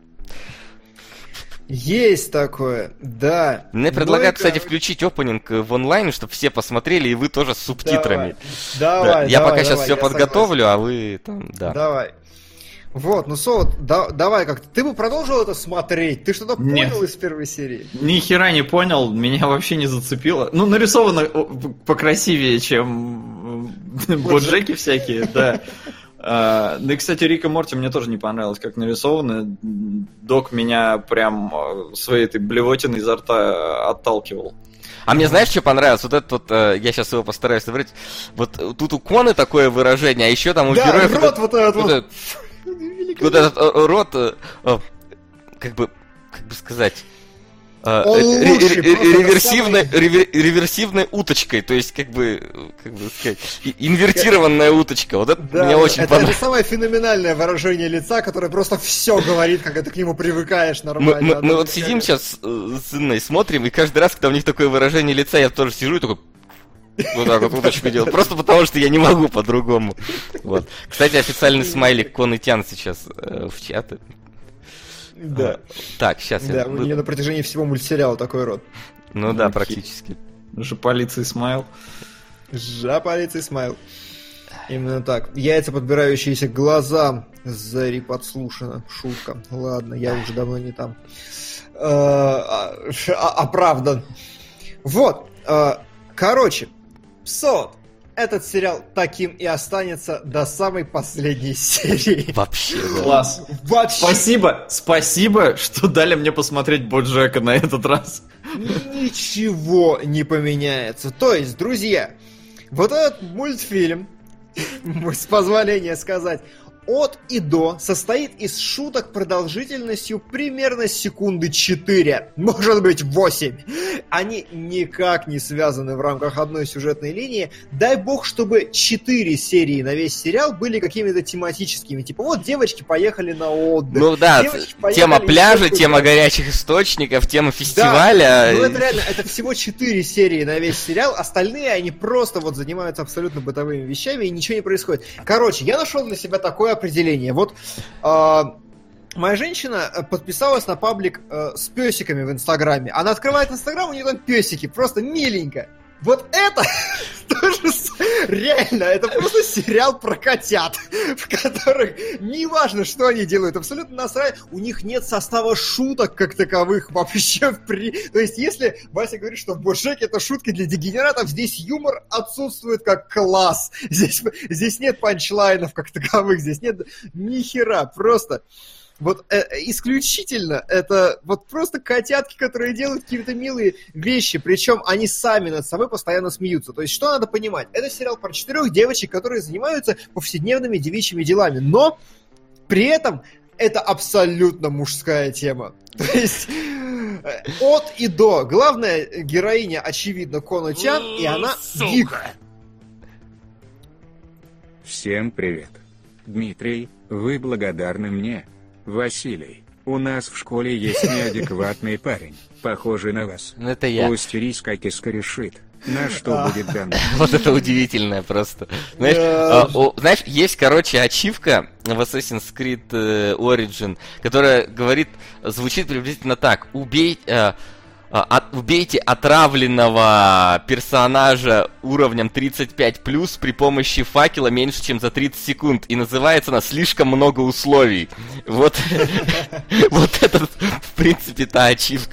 Есть такое, да. Мне предлагают, ну, кстати, включить опенинг в онлайне, чтобы все посмотрели, и вы тоже с субтитрами. Давай, да. давай, Я давай, пока сейчас давай, все подготовлю, согласен. А вы там, да. Давай. Вот, ну, Солод, да, давай как-то. Ты бы продолжил это смотреть? Ты что-то Нет. понял из первой серии? Ни хера не понял, меня вообще не зацепило. Ну, нарисовано покрасивее, чем боджеки всякие, да. Uh, ну и, кстати, Рик и Морти мне тоже не понравилось, как нарисованы. Док меня прям своей этой блевотиной изо рта отталкивал. А мне знаешь, что понравилось? Вот этот вот, э, я сейчас его постараюсь собрать. Вот тут у Коны такое выражение, а еще там у да, героев... рот вот этот вот. Вот этот, вот этот э, рот, э, э, как бы, как бы сказать... Реверсивной, ревер, реверсивной уточкой, то есть, как бы, как бы сказать, инвертированная уточка. Вот это да, мне да, очень это, понравилось. Это самое феноменальное выражение лица, которое просто все говорит, когда ты к нему привыкаешь нормально. Мы, мы, мы вот сидим сейчас с Инной, смотрим, и каждый раз, когда у них такое выражение лица, я тоже сижу и такой... Вот так вот уточку делаю. Просто потому, что я не могу по-другому. Вот. Кстати, официальный смайлик Коны Тян сейчас э, в чате. Да. А, так, сейчас да, я... у нее на протяжении всего мультсериала такой рот. Ну да, практически. Жаполицый смайл. Жаполицый смайл. Именно так. Яйца, подбирающиеся к глазам. Зари подслушано. Шутка. Ладно, я уже давно не там. Оправдан. Вот. Короче, Солод. Этот сериал таким и останется до самой последней серии. Вообще. Класс. Вообще. Спасибо, спасибо, что дали мне посмотреть Боджека на этот раз. Ничего не поменяется. То есть, друзья, вот этот мультфильм, с позволения сказать, от и до состоит из шуток продолжительностью примерно секунды четыре, может быть восемь. Они никак не связаны в рамках одной сюжетной линии. Дай бог, чтобы четыре серии на весь сериал были какими-то тематическими. Типа, вот девочки поехали на отдых. Ну да, тема пляжа, тема горячих источников, тема фестиваля. Да, ну это реально, это всего четыре серии на весь сериал. Остальные, они просто вот занимаются абсолютно бытовыми вещами, и ничего не происходит. Короче, я нашел для себя такое определение. Вот э, моя женщина подписалась на паблик э, с песиками в Инстаграме. Она открывает Инстаграм, у нее там песики, просто миленько. Вот это тоже реально, это просто сериал про котят, в которых неважно, что они делают, абсолютно насрать, у них нет состава шуток как таковых вообще. При... То есть, если Вася говорит, что в Боджеке это шутки для дегенератов, здесь юмор отсутствует как класс. Здесь, здесь нет панчлайнов как таковых, здесь нет ни хера, просто... Вот э, исключительно это вот просто котятки, которые делают какие-то милые вещи, причем они сами над собой постоянно смеются. То есть что надо понимать? Это сериал про четырех девочек, которые занимаются повседневными девичьими делами, но при этом это абсолютно мужская тема. То есть от и до. Главная героиня, очевидно, Кона Тян, и она гик. Всем привет. Дмитрий, вы благодарны мне. Василий, у нас в школе есть неадекватный парень, похожий на вас. Ну это я. Пусть риска киска решит, на что будет дано. Вот это удивительное просто. Знаешь, а, о, знаешь, есть, короче, ачивка в Assassin's Creed э, Origin, которая говорит, звучит приблизительно так: убей, э, э, от, убейте отравленного персонажа уровнем тридцать пять плюс при помощи факела меньше, чем за тридцать секунд. И называется она «Слишком много условий». Вот, вот это, в принципе, та ачивка.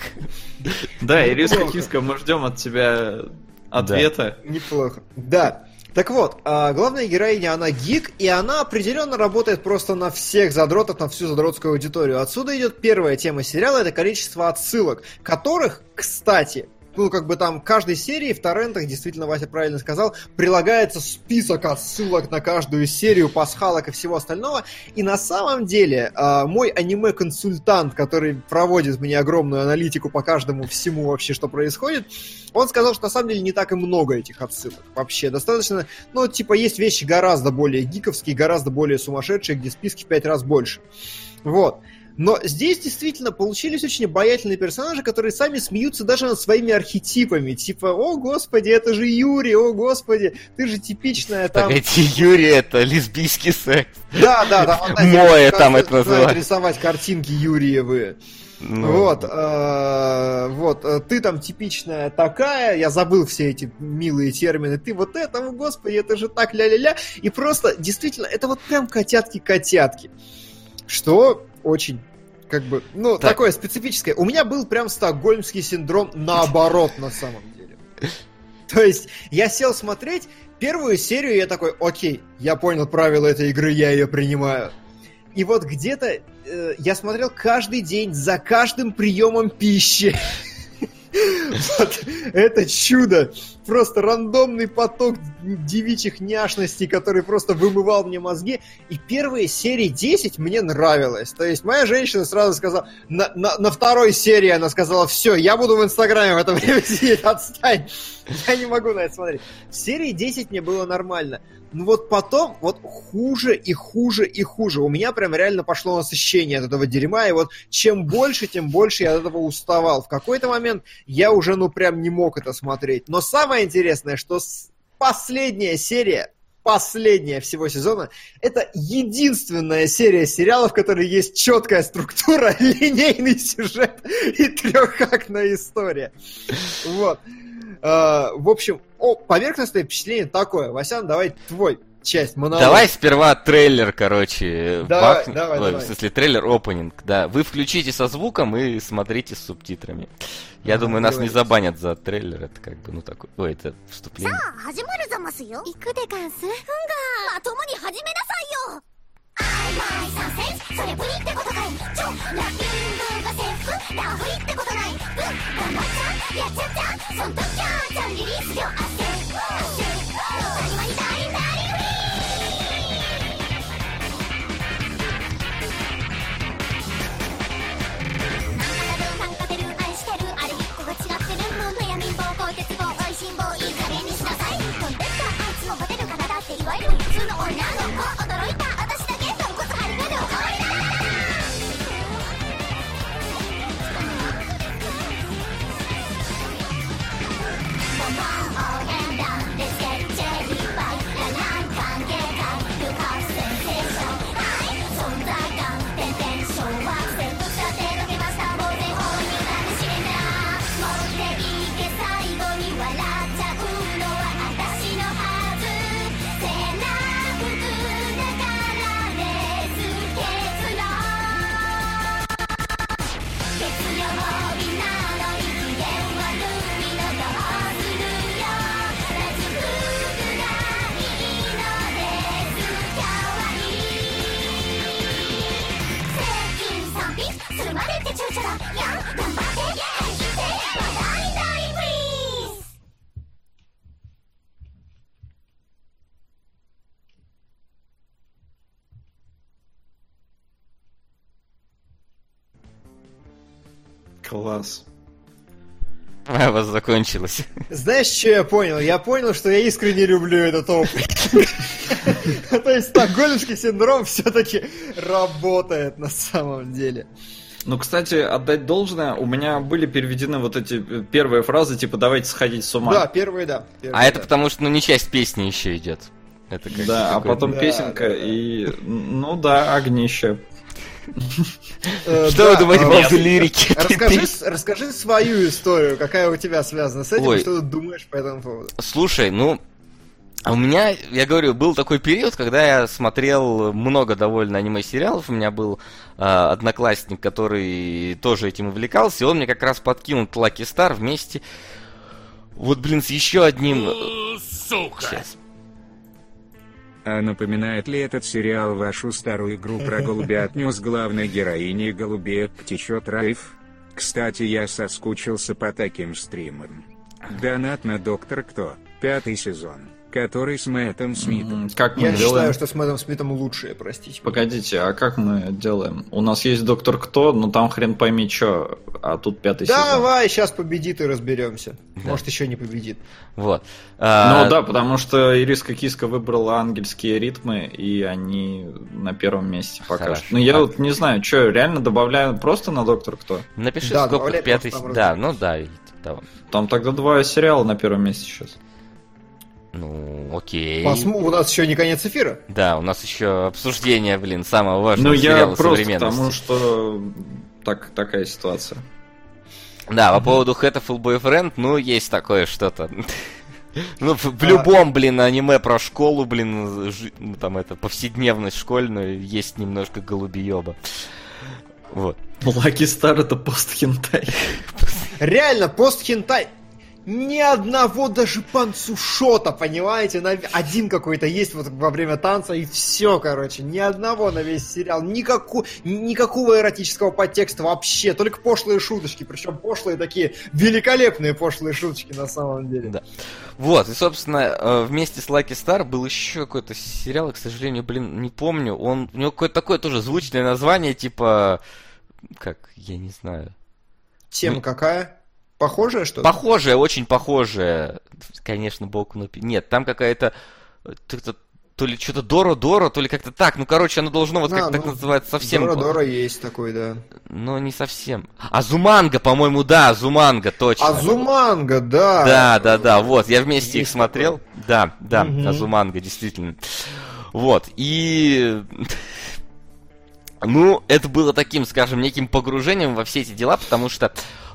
Да, Ириска Киска, мы ждем от тебя ответа. Да. Неплохо. Да. Так вот, а, главная героиня, она гик, и она определенно работает просто на всех задротов, на всю задротскую аудиторию. Отсюда идет первая тема сериала, это количество отсылок, которых, кстати, ну, как бы там каждой серии в торрентах, действительно, Вася правильно сказал, прилагается список отсылок на каждую серию, пасхалок и всего остального. И на самом деле, э, мой аниме-консультант, который проводит мне огромную аналитику по каждому всему вообще, что происходит, он сказал, что на самом деле не так и много этих отсылок. Вообще, достаточно, ну, типа, есть вещи гораздо более гиковские, гораздо более сумасшедшие, где списки в пять раз больше. Вот. Но здесь действительно получились очень обаятельные персонажи, которые сами смеются даже над своими архетипами. Типа, о господи, это же Юрий, о господи, ты же типичная там... Погоди, Юрий, это лесбийский секс. Да, да, там фантазия. Моя там это называется. Рисовать картинки Юрьевы. Ну. Вот, э, вот, ты там типичная такая, я забыл все эти милые термины, ты вот это, о господи, это же так ля-ля-ля. И просто, действительно, это вот прям котятки-котятки. Что... очень, как бы, ну, так. такое специфическое. У меня был прям стокгольмский синдром наоборот, на самом деле. То есть, я сел смотреть первую серию, и я такой, окей, я понял правила этой игры, я ее принимаю. И вот где-то э, я смотрел каждый день за каждым приемом пищи. Вот, это чудо. Просто рандомный поток девичьих няшностей, который просто вымывал мне мозги. И первые серии десять мне нравилось. То есть моя женщина сразу сказала... На, на, на второй серии она сказала: все, я буду в Инстаграме в это время сидеть, отстань. Я не могу на это смотреть. В серии десять мне было нормально. Ну вот потом, вот хуже и хуже и хуже. У меня прям реально пошло насыщение от этого дерьма, и вот чем больше, тем больше я от этого уставал. В какой-то момент я уже, ну, прям не мог это смотреть. Но самое интересное, что последняя серия, последняя всего сезона, это единственная серия сериалов, в которой есть четкая структура, линейный сюжет и трехактная история. Вот. Uh, в общем, о, поверхностное впечатление такое. Васян, давай твой часть монолога. Давай сперва трейлер, короче. Давай, бах... давай, Ой, давай. В смысле, трейлер-опенинг, да. Вы включите со звуком и смотрите с субтитрами. Я а, думаю, нас говорите. Не забанят за трейлер. Это как бы, ну такой... Ой, это вступление. Класс. А, у вас закончилось. Знаешь, что я понял? Я понял, что я искренне люблю этот опыт. То есть стокгольмский синдром все-таки работает на самом деле. Ну, кстати, отдать должное, у меня были переведены вот эти первые фразы, типа «давайте сходить с ума». Да, первые, да. Первые, а да. это потому, что ну не часть песни еще идет. Это как да, а потом да, песенка да, и... Ну да, огнище. Что вы думаете по поводу лирики? Расскажи свою историю, какая у тебя связана с этим, Ой. что ты думаешь по этому поводу. Слушай, ну, а у меня, я говорю, был такой период, когда я смотрел много довольно аниме-сериалов. У меня был э, одноклассник, который тоже этим увлекался, и он мне как раз подкинул Lucky Star вместе, вот, блин, с еще одним... Сука! Сейчас. А напоминает ли этот сериал вашу старую игру про голубятню с главной героиней голубеек течет райф? Кстати, я соскучился по таким стримам. Донат на Доктор Кто, пятый сезон, который с Мэттом Смитом. Как мы Я делаем? считаю, что с Мэттом Смитом лучшее, простите. Погодите, а как мы делаем? У нас есть Доктор Кто, но там хрен пойми что, а тут пятый сезон. Давай, сейчас победит и разберемся. Да. Может, еще не победит. Вот. Ну А, да, потому что Ириска Киска выбрала ангельские ритмы, и они на первом месте пока Хорошо. что. Ну я Так. вот не знаю, что, реально добавляю просто на Доктор Кто? Напиши, Да, сколько добавляй пятый... просто там Да, раз. ну да, и того. Там тогда два сериала на первом месте сейчас. Ну, окей. Посмо- У нас еще не конец эфира. Да, у нас еще обсуждение, блин, самого важного Ну я сериала просто современности. потому, что так, такая ситуация. Да, по поводу Hateful Boyfriend, ну, есть такое что-то. Ну, в, в А. любом, блин, аниме про школу, блин, жи- ну, там это, повседневность школьную, есть немножко голубиёба. Вот. Lucky Star это пост-хентай. Реально, пост-хентай. Ни одного даже панцушота, понимаете? На- Один какой-то есть вот во время танца, и все, короче. Ни одного на весь сериал. Никаку... Никакого эротического подтекста вообще. Только пошлые шуточки. Причем пошлые такие великолепные пошлые шуточки на самом деле. Да. Вот, и, собственно, э, вместе с Lucky Star был еще какой-то сериал, к сожалению, блин, не помню. Он, у него какое-то такое тоже звучное название, типа... Как? Я не знаю. Тема Ну, какая? Похожее что-то? Похожее, очень похожее. Конечно, Боку на пи- Нет, там какая-то... То, то ли что-то Доро-Доро, то ли как-то так. Ну, короче, оно должно вот А, как так ну, называется совсем... Дора-Дора есть такой, да. Но не совсем. Азуманга, по-моему, да, Азуманга, точно. Азуманга, да. Да, да, да, вот, я вместе Есть их смотрел. Да, да, Мгм. Азуманга, действительно. Вот, и... Ну, это было таким, скажем, неким погружением во все эти дела, потому что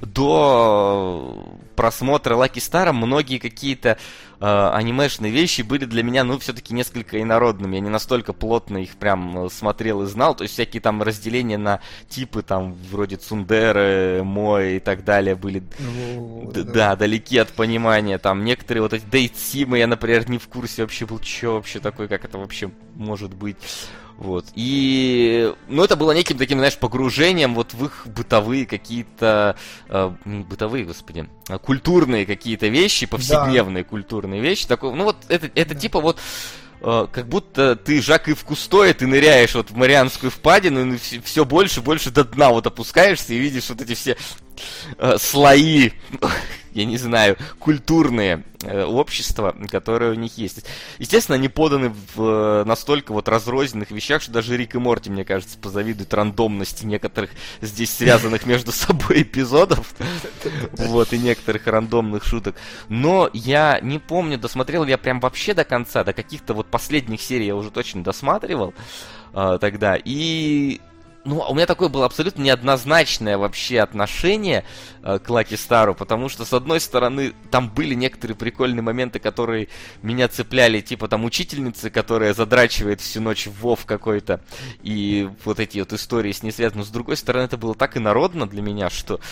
до просмотра Lucky Star многие какие-то э, анимешные вещи были для меня, ну, все-таки несколько инородными. Я не настолько плотно их прям смотрел и знал. То есть всякие там разделения на типы, там, вроде Цундеры, Мой и так далее были, Вот, д- да. да, далеки от понимания. Там некоторые вот эти Дейтсимы, я, например, не в курсе вообще был, что вообще такое, как это вообще может быть. Вот. И, ну, это было неким таким, знаешь, погружением вот в их бытовые какие-то, э, не бытовые, господи, а культурные какие-то вещи, повседневные культурные вещи. Такой, ну, вот это, это типа вот, э, как будто ты Жак Ив Кусто, ты ныряешь вот в Марианскую впадину, и все, все больше и больше до дна вот опускаешься и видишь вот эти все э, слои, я не знаю, культурные э, общества, которые у них есть. Естественно, они поданы в э, настолько вот разрозненных вещах, что даже Рик и Морти, мне кажется, позавидуют рандомности некоторых здесь связанных между собой эпизодов, вот, и некоторых рандомных шуток. Но я не помню, досмотрел ли я прям вообще до конца, до каких-то вот последних серий я уже точно досматривал э, тогда, и... Ну, у меня такое было абсолютно неоднозначное вообще отношение э, к Lucky Star, потому что, с одной стороны, там были некоторые прикольные моменты, которые меня цепляли, типа там учительницы, которая задрачивает всю ночь в вов какой-то, и вот эти вот истории с ней связаны. Но, с другой стороны, это было так инородно для меня, что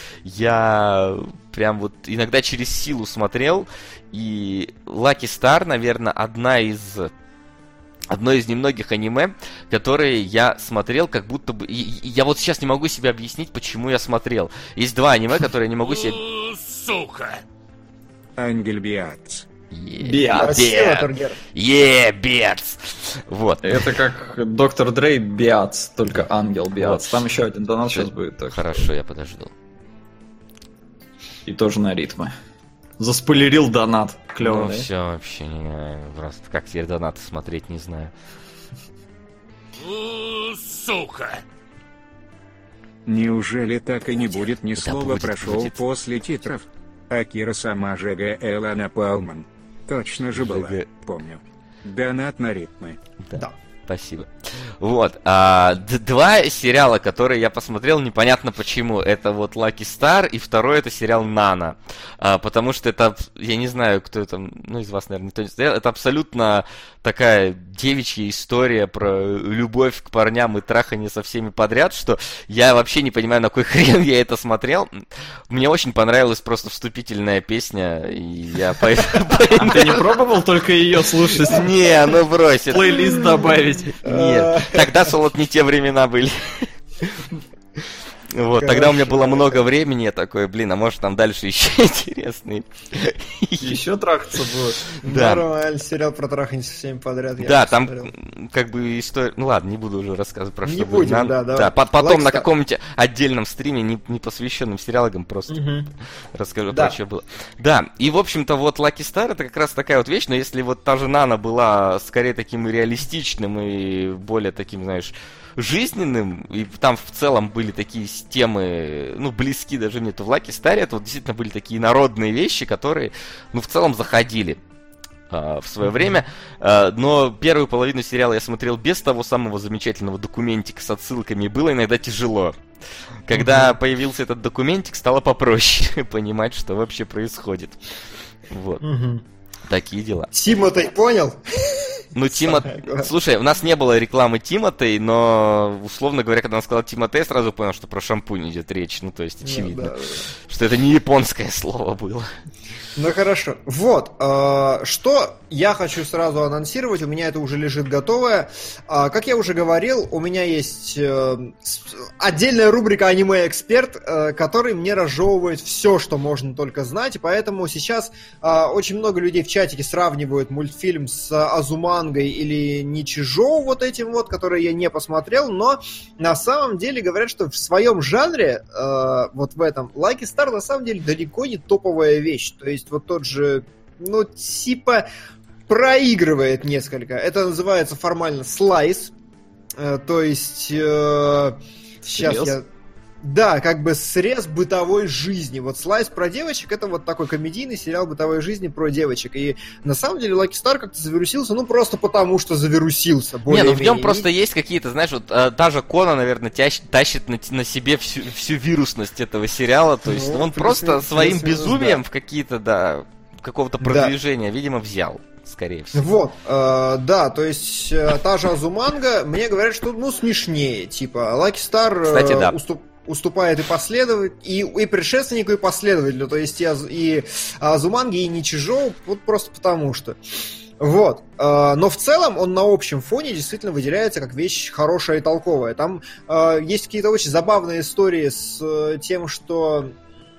я прям вот иногда через силу смотрел, и Lucky Star, наверное, одна из... Одно из немногих аниме, которые я смотрел, как будто бы... И, и я вот сейчас не могу себе объяснить, почему я смотрел. Есть два аниме, которые я не могу себе... Сука! Ангель Биац. Биац. Красиво, Тургер. Е, Биац! Вот. Это как Доктор Дрей Биац, только ангел Биац. Там еще один донат сейчас будет. Так. Хорошо, я подожду. И тоже на ритмы. Заспойлерил донат. Клево, ну, да? все вообще, не, просто как теперь донаты смотреть, не знаю. Сука! Неужели так и не будет ни Да слова будет, про шоу будет. после титров? Акира сама ЖГ Элана Палман. Точно же была, ЖГ. помню. Донат на ритмы. Да. Спасибо. Вот. А, д- два сериала, которые я посмотрел, непонятно почему. Это вот Lucky Star, и второй это сериал Нана. А, потому что это, я не знаю, кто это, ну, из вас, наверное, никто не смотрел. Это абсолютно такая девичья история про любовь к парням и трахание со всеми подряд, что я вообще не понимаю, на кой хрен я это смотрел. Мне очень понравилась просто вступительная песня, и я поэтому... А ты не пробовал только ее слушать? Не, ну брось. это- Плейлист добавить? Нет, тогда солод не те времена были. Вот, тогда у меня было много времени, я такой, блин, а может там дальше еще интересный. Еще трахаться будет? Да. Нормально, сериал про трахание со всеми подряд. я Да, там посмотрел. как бы история... Ну ладно, не буду уже рассказывать про Не что будем, было. да, давай. по- Потом Like на Star. каком-нибудь отдельном стриме, не, не посвященном сериалам, просто Мгм. расскажу Да. про что было. Да, и в общем-то вот Lucky Star это как раз такая вот вещь, но если вот та же Нана была скорее таким реалистичным и более таким, знаешь, жизненным, и там в целом были такие с- темы, ну, близки даже мне, то в Lucky Star это вот действительно были такие народные вещи, которые, ну, в целом заходили а, в свое время. А, но первую половину сериала я смотрел без того самого замечательного документика с отсылками, и было иногда тяжело. Когда появился этот документик, стало попроще понимать, что вообще происходит. Вот. Мгм. Такие дела. Тимотей понял? Ну, Тимо... Самое главное. Слушай, у нас не было рекламы Тимотей, но, условно говоря, когда он сказал Тимотей, я сразу понял, что про шампунь идет речь. Ну, то есть, очевидно, Ну, да, да. что это не японское слово было. Ну хорошо. Вот, э, что я хочу сразу анонсировать, у меня это уже лежит готовое. А, как я уже говорил, у меня есть э, с- отдельная рубрика «Аниме-эксперт», э, который мне разжевывает все, что можно только знать, и поэтому сейчас э, очень много людей в чатике сравнивают мультфильм с Азумангой или Ничижоу вот этим вот, который я не посмотрел, но на самом деле говорят, что в своем жанре, э, вот в этом, Lucky Star на самом деле далеко не топовая вещь. То есть вот тот же, ну, типа, проигрывает несколько. Это называется формально слайс. Э, то есть, э, сейчас Срез? я... Да, как бы срез бытовой жизни. Вот слайс про девочек, это вот такой комедийный сериал бытовой жизни про девочек. И на самом деле Lucky Star как-то завирусился, ну просто потому, что завирусился. Не, ну в нем более-менее. просто есть какие-то, знаешь, вот э, та же Кона, наверное, тащит, тащит на, на себе всю, всю вирусность этого сериала. То есть Ну, он плюс-минус, просто своим плюс-минус, безумием да. в какие-то, да, какого-то Да. продвижения, видимо, взял, скорее всего. Вот, э, да, то есть э, та же Азуманга, мне говорят, что, ну, смешнее, типа, Lucky Star э, Кстати, да. уступ- уступает и последователь, и, и предшественнику, и последователю, то есть и, Аз- и Азуманги, и Ничижоу, вот просто потому что. Вот. Э, Но в целом он на общем фоне действительно выделяется как вещь хорошая и толковая. Там э, есть какие-то очень забавные истории с э, тем, что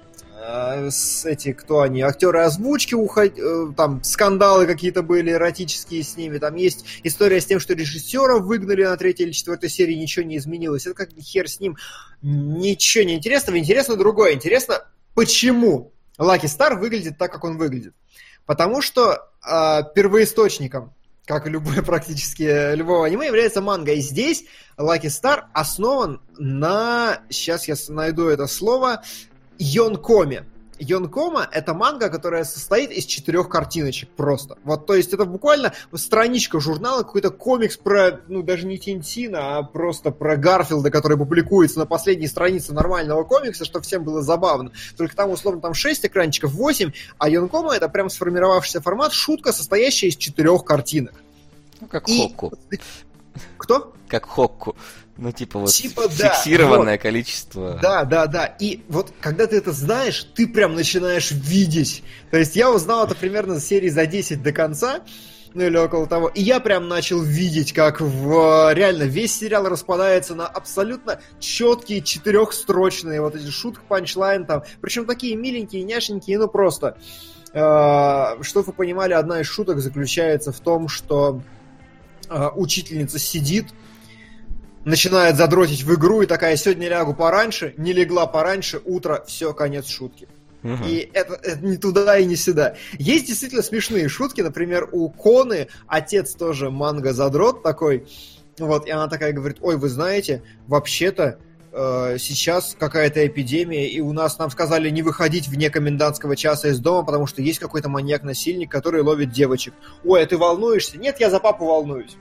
э, с эти, кто они, актеры озвучки, уход... э, там скандалы какие-то были эротические с ними. Там есть история с тем, что режиссера выгнали на третьей или четвертой серии, ничего не изменилось. Это как хер с ним. Ничего не интересного. Интересно другое. Интересно, почему Lucky Star выглядит так, как он выглядит. Потому что э, первоисточником, как и любое практически любого аниме, является манга. И здесь Lucky Star основан на... Сейчас я найду это слово. Йонкоме. Йонкома — это манга, которая состоит из четырех картиночек просто. Вот, то есть это буквально страничка журнала, какой-то комикс про, ну, даже не Тинтина, а просто про Гарфилда, который публикуется на последней странице нормального комикса, что всем было забавно. Только там, условно, там шесть экранчиков, восемь, а Йонкома — это прям сформировавшийся формат, шутка, состоящая из четырех картинок. Ну, как И- Хокку. Кто? Как Хокку. Ну, типа вот Типа, да, фиксированное вот. количество. Да, да, да. И вот когда ты это знаешь, ты прям начинаешь видеть. То есть я узнал это примерно за серии за десять до конца, ну или около того. И я прям начал видеть, как в, реально весь сериал распадается на абсолютно четкие четырехстрочные вот эти шутки, панчлайн там. Причем такие миленькие, няшенькие, ну просто. Э, чтобы вы понимали, одна из шуток заключается в том, что э, учительница сидит, начинает задротить в игру и такая: сегодня лягу пораньше, не легла пораньше, утро, все, конец шутки. Угу. И это, это не туда и не сюда. Есть действительно смешные шутки. Например, у Коны отец тоже манго-задрот такой. Вот, и она такая говорит: ой, вы знаете, вообще-то э, сейчас какая-то эпидемия, и у нас нам сказали не выходить вне комендантского часа из дома, потому что есть какой-то маньяк-насильник, который ловит девочек. Ой, а ты волнуешься? Нет, я за папу волнуюсь.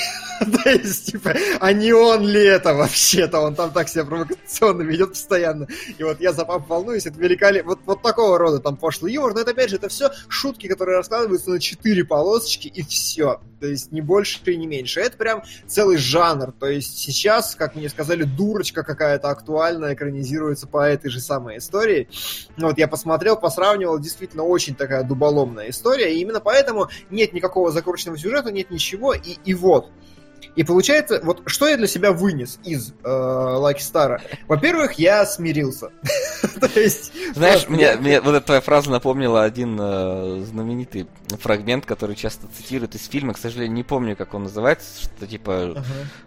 То есть, типа, а не он ли это вообще-то? Он там так себя провокационно ведет постоянно. И вот я за папу волнуюсь, это великолепно. Вот, вот такого рода там пошлый юмор. Но это, опять же, это все шутки, которые раскладываются на четыре полосочки, и все. То есть, не больше и не меньше. Это прям целый жанр. То есть, сейчас, как мне сказали, дурочка какая-то актуальная экранизируется по этой же самой истории. Вот, я посмотрел, посравнивал. Действительно, очень такая дуболомная история. И именно поэтому нет никакого закрученного сюжета, нет ничего. И, и вот. И получается, вот что я для себя вынес из э, Lucky Star? Во-первых, я смирился. То есть, знаешь, вот, мне, я... мне вот эта твоя фраза напомнила один э, знаменитый фрагмент, который часто цитируют из фильма. К сожалению, не помню, как он называется. Что типа uh-huh.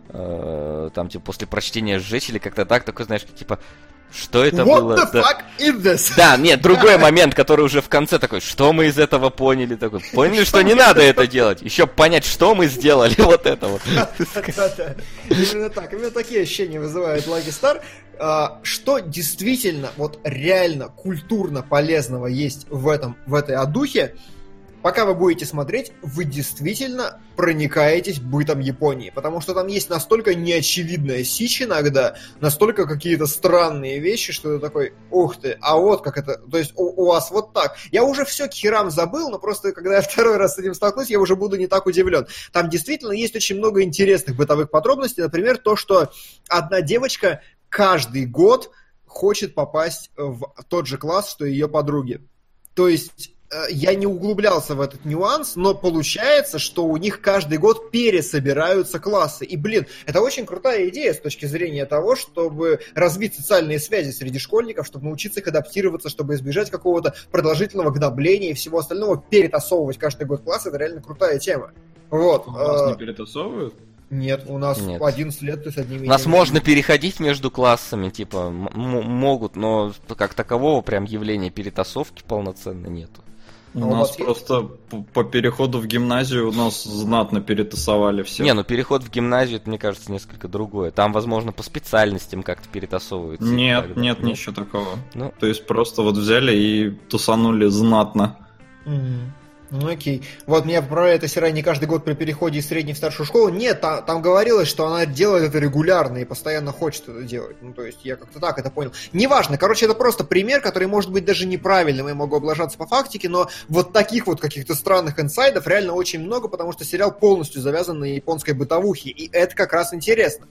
э, там типа после прочтения сжечь или как-то так, такой, знаешь, типа. Что это What было? The да. fuck is this? Да, нет, другой момент, который уже в конце такой, что мы из этого поняли, такой, поняли, что не надо это делать, еще понять, что мы сделали, вот это вот. Да-да, именно так, именно такие ощущения вызывает Lucky Star, что действительно, вот реально культурно полезного есть в этом, в этой одухе. Пока вы будете смотреть, вы действительно проникаетесь бытом Японии, потому что там есть настолько неочевидная сичь иногда, настолько какие-то странные вещи, что ты такой, ух ты, а вот как это, то есть у, у вас вот так. Я уже все к херам забыл, но просто когда я второй раз с этим столкнусь, я уже буду не так удивлен. Там действительно есть очень много интересных бытовых подробностей, например, то, что одна девочка каждый год хочет попасть в тот же класс, что и ее подруги. То есть я не углублялся в этот нюанс, но получается, что у них каждый год пересобираются классы. И, блин, это очень крутая идея с точки зрения того, чтобы развить социальные связи среди школьников, чтобы научиться их адаптироваться, чтобы избежать какого-то продолжительного гнобления и всего остального. Перетасовывать каждый год классы — это реально крутая тема. Вот. У вас не перетасовывают? Нет, у нас Нет. одиннадцать лет, ты с одними... У нас можно переходить между классами, типа, м- могут, но как такового прям явления перетасовки полноценно нету. У а нас у просто есть? По переходу в гимназию у нас знатно перетасовали все. Не, ну переход в гимназию, это, мне кажется, несколько другое. Там, возможно, по специальностям как-то перетасовываются. Нет, нет, нет, ничего такого. Ну? То есть просто вот взяли и тусанули знатно. Mm-hmm. Ну окей. Вот меня отправляют Асера не каждый год при переходе из средней в старшую школу. Нет, там, там говорилось, что она делает это регулярно и постоянно хочет это делать. Ну, то есть я как-то так это понял. Неважно, короче, это просто пример, который может быть даже неправильным, я могу облажаться по фактике, но вот таких вот каких-то странных инсайдов реально очень много, потому что сериал полностью завязан на японской бытовухе, и это как раз интересно.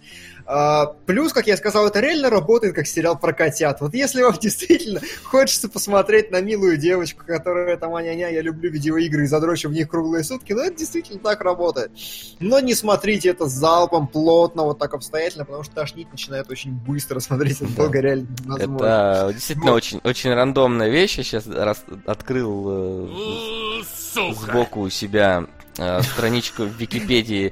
А, плюс, как я сказал, это реально работает как сериал про котят. Вот если вам действительно хочется посмотреть на милую девочку, которая там, а-ня-ня, я люблю видеоигры, игры и задрочу в них круглые сутки, но это действительно так работает. Но не смотрите это залпом, плотно, вот так обстоятельно, потому что тошнить начинает очень быстро, смотреть это да. долго реально невозможно. Это действительно вот. очень, очень рандомная вещь. Я сейчас раз, открыл э, сбоку у себя э, страничку в Википедии.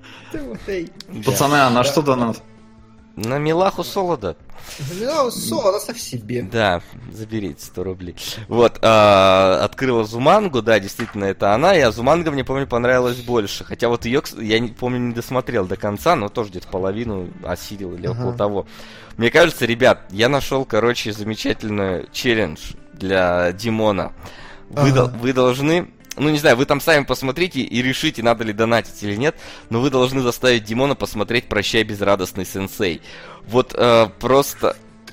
Пацаны, а на что донат? На Милаху Солода. Ну, соло, оставь себе. Да, заберите сто рублей. Вот, а, открыла Зумангу, да, действительно, это она, и Зуманга мне, помню, понравилась больше. Хотя вот ее, я, не, помню, не досмотрел до конца, но тоже где-то половину осилил или ага. около того. Мне кажется, ребят, я нашел, короче, замечательный челлендж для Димона. Вы, ага. вы должны... Ну, не знаю, вы там сами посмотрите и решите, надо ли донатить или нет, но вы должны заставить Димона посмотреть «Прощай, безрадостный сенсей». Вот э, просто...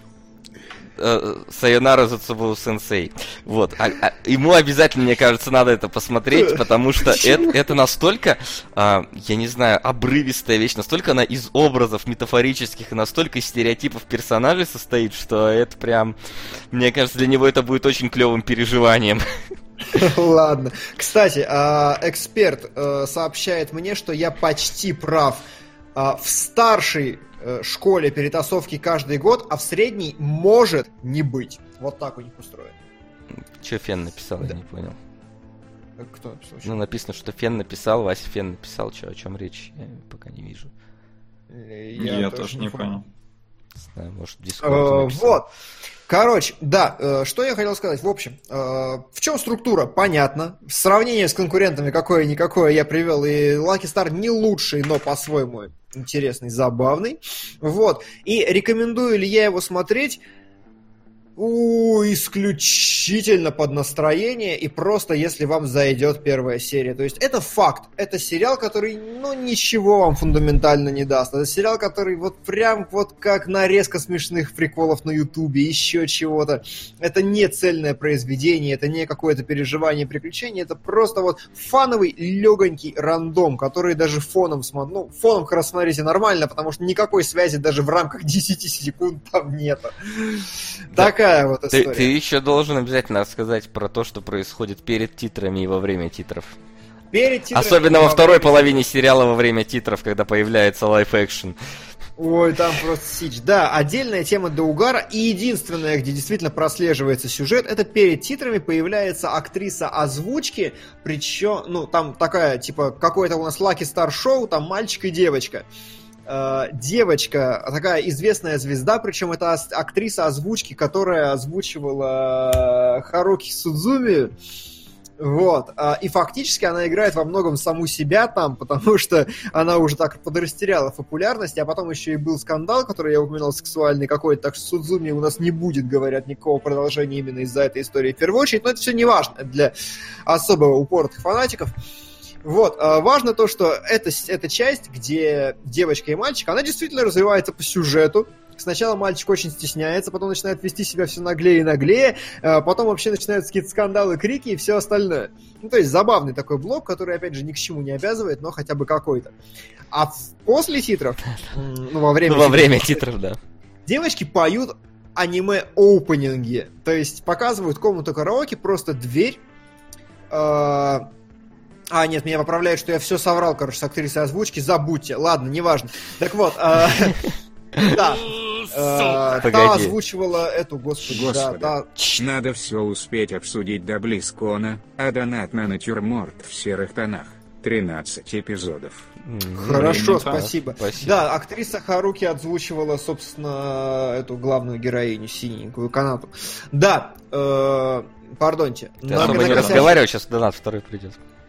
Э, Сайонара Зацубоу сенсей. Вот. А, а, ему обязательно, мне кажется, надо это посмотреть, потому что это, это настолько, э, я не знаю, обрывистая вещь, настолько она из образов метафорических и настолько из стереотипов персонажей состоит, что это прям, мне кажется, для него это будет очень клевым переживанием. Ладно. Кстати, эксперт сообщает мне, что я почти прав. В старшей школе перетасовки каждый год, а в средней может не быть. Вот так у них устроено. Че Фен написал, да. Я не понял. Кто написал? Ну, написано, что Фен написал, Вася Фен написал. Че, о чем речь? Я пока не вижу. Я, я тоже не понял. знаю, может, в Discord написал. Вот. Короче, да, э, что я хотел сказать. В общем, э, в чем структура? Понятно. Сравнение с конкурентами какое-никакое я привел. И Lucky Star не лучший, но по-своему интересный, забавный. Вот. И рекомендую ли я его смотреть? У, исключительно под настроение и просто если вам зайдет первая серия. То есть это факт. Это сериал, который, ну, ничего вам фундаментально не даст. Это сериал, который вот прям вот как нарезка смешных приколов на Ютубе, еще чего-то. Это не цельное произведение, это не какое-то переживание, приключение. Это просто вот фановый, легонький рандом, который даже фоном смотрите. Ну, фоном как раз смотрите нормально, потому что никакой связи даже в рамках десять секунд там нету. Такая вот история. Ты, ты еще должен обязательно рассказать про то, что происходит перед титрами и во время титров. Перед титрами Особенно во, во второй время... половине сериала во время титров, когда появляется лайф-экшн. Ой, там просто сич. Да, отдельная тема для угара. И единственное, где действительно прослеживается сюжет, это перед титрами появляется актриса озвучки. Причем, ну, там такая, типа, какое-то у нас Lucky Star шоу, там мальчик и девочка. Девочка, такая известная звезда, причем это актриса озвучки, которая озвучивала Харуки Судзуми. Вот. И фактически она играет во многом саму себя там, потому что она уже так подрастеряла в популярности, а потом еще и был скандал, который я упоминал, сексуальный какой-то, так что Судзуми у нас не будет, говорят, никакого продолжения именно из-за этой истории в первую очередь, но это все не важно для особо упоротых фанатиков. Вот, важно то, что эта, эта часть, где девочка и мальчик, она действительно развивается по сюжету. Сначала мальчик очень стесняется, потом начинает вести себя все наглее и наглее, потом вообще начинаются какие-то скандалы, крики и все остальное. Ну, то есть забавный такой блок, который, опять же, ни к чему не обязывает, но хотя бы какой-то. А после титров, ну, во время, ну, во время титров, да, девочки поют аниме-оупенинги. То есть показывают комнату караоке, просто дверь... А, нет, меня поправляют, что я все соврал, короче, с актрисой озвучки. Забудьте. Ладно, неважно. Так вот, да. Та озвучивала эту, господи. Надо все успеть обсудить до Близкона, а донат на натюрморт в серых тонах. тринадцать эпизодов. Хорошо, спасибо. Да, актриса Харуки озвучивала, собственно, эту главную героиню, синенькую канату. Да, пардоньте. Ты особо не разговаривай, сейчас донат второй придет.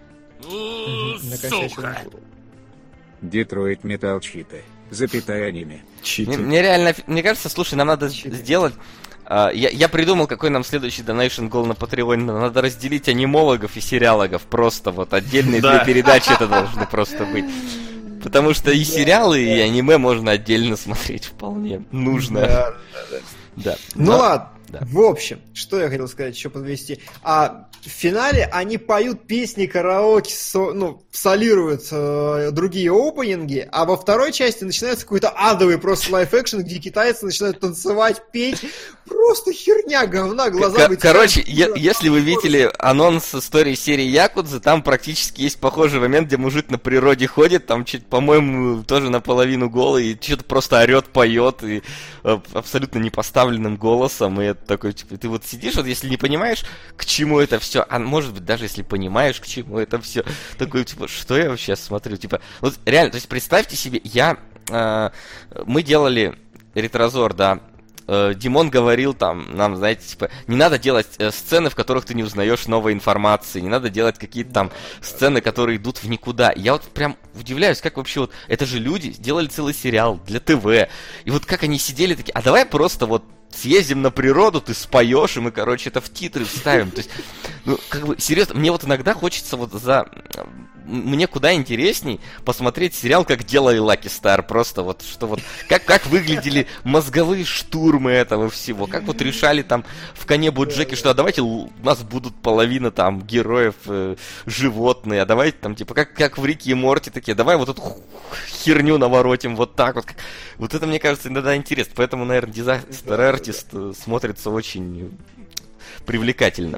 Сука! Детройт Металл Читы. Запятая аниме. Мне, мне реально, мне кажется, слушай, нам надо Читы. сделать... Uh, я, я придумал, какой нам следующий donation goal на Патреоне. Надо разделить анимологов и сериалогов. Просто вот отдельные две передачи это должны просто быть. Потому что и сериалы, и аниме можно отдельно смотреть вполне. Нужно. Да, да, да. Да. Ну Но... ладно. Да. В общем, что я хотел сказать, еще подвести. А в финале они поют песни караоке, со, ну, солируют э, другие опенинги, а во второй части начинается какой-то адовый просто лайф-экшен, где китайцы начинают танцевать, петь. Просто херня, говна, глаза вытекают. Короче, е- если вы видели анонс истории серии Якудзы, там практически есть похожий момент, где мужик на природе ходит, там, по-моему, тоже наполовину голый, и что-то просто орет, поет, и э, абсолютно непоставленным голосом, и это такой, типа, ты вот сидишь, вот если не понимаешь, к чему это все, а может быть, даже если понимаешь, к чему это все, такой, типа, что я вообще смотрю, типа, вот реально, то есть представьте себе, я, э, мы делали ретрозор, да, Димон говорил там, нам, знаете, типа, не надо делать э, сцены, в которых ты не узнаешь новой информации, не надо делать какие-то там сцены, которые идут в никуда. Я вот прям удивляюсь, как вообще вот, это же люди сделали целый сериал для ТВ, и вот как они сидели такие, а давай просто вот съездим на природу, ты споешь, и мы, короче, это в титры вставим. То есть, ну, как бы, серьезно, мне вот иногда хочется вот за... Мне куда интересней посмотреть сериал, как делали Lucky Star, просто вот, что вот, как, как выглядели мозговые штурмы этого всего, как вот решали там в коне Боджеки, что а давайте у нас будут половина там героев э, животные, а давайте там, типа, как, как в Рике и Морти такие, давай вот эту херню наворотим вот так вот. Вот это, мне кажется, иногда интересно, поэтому, наверное, Disaster Artist смотрится очень привлекательно.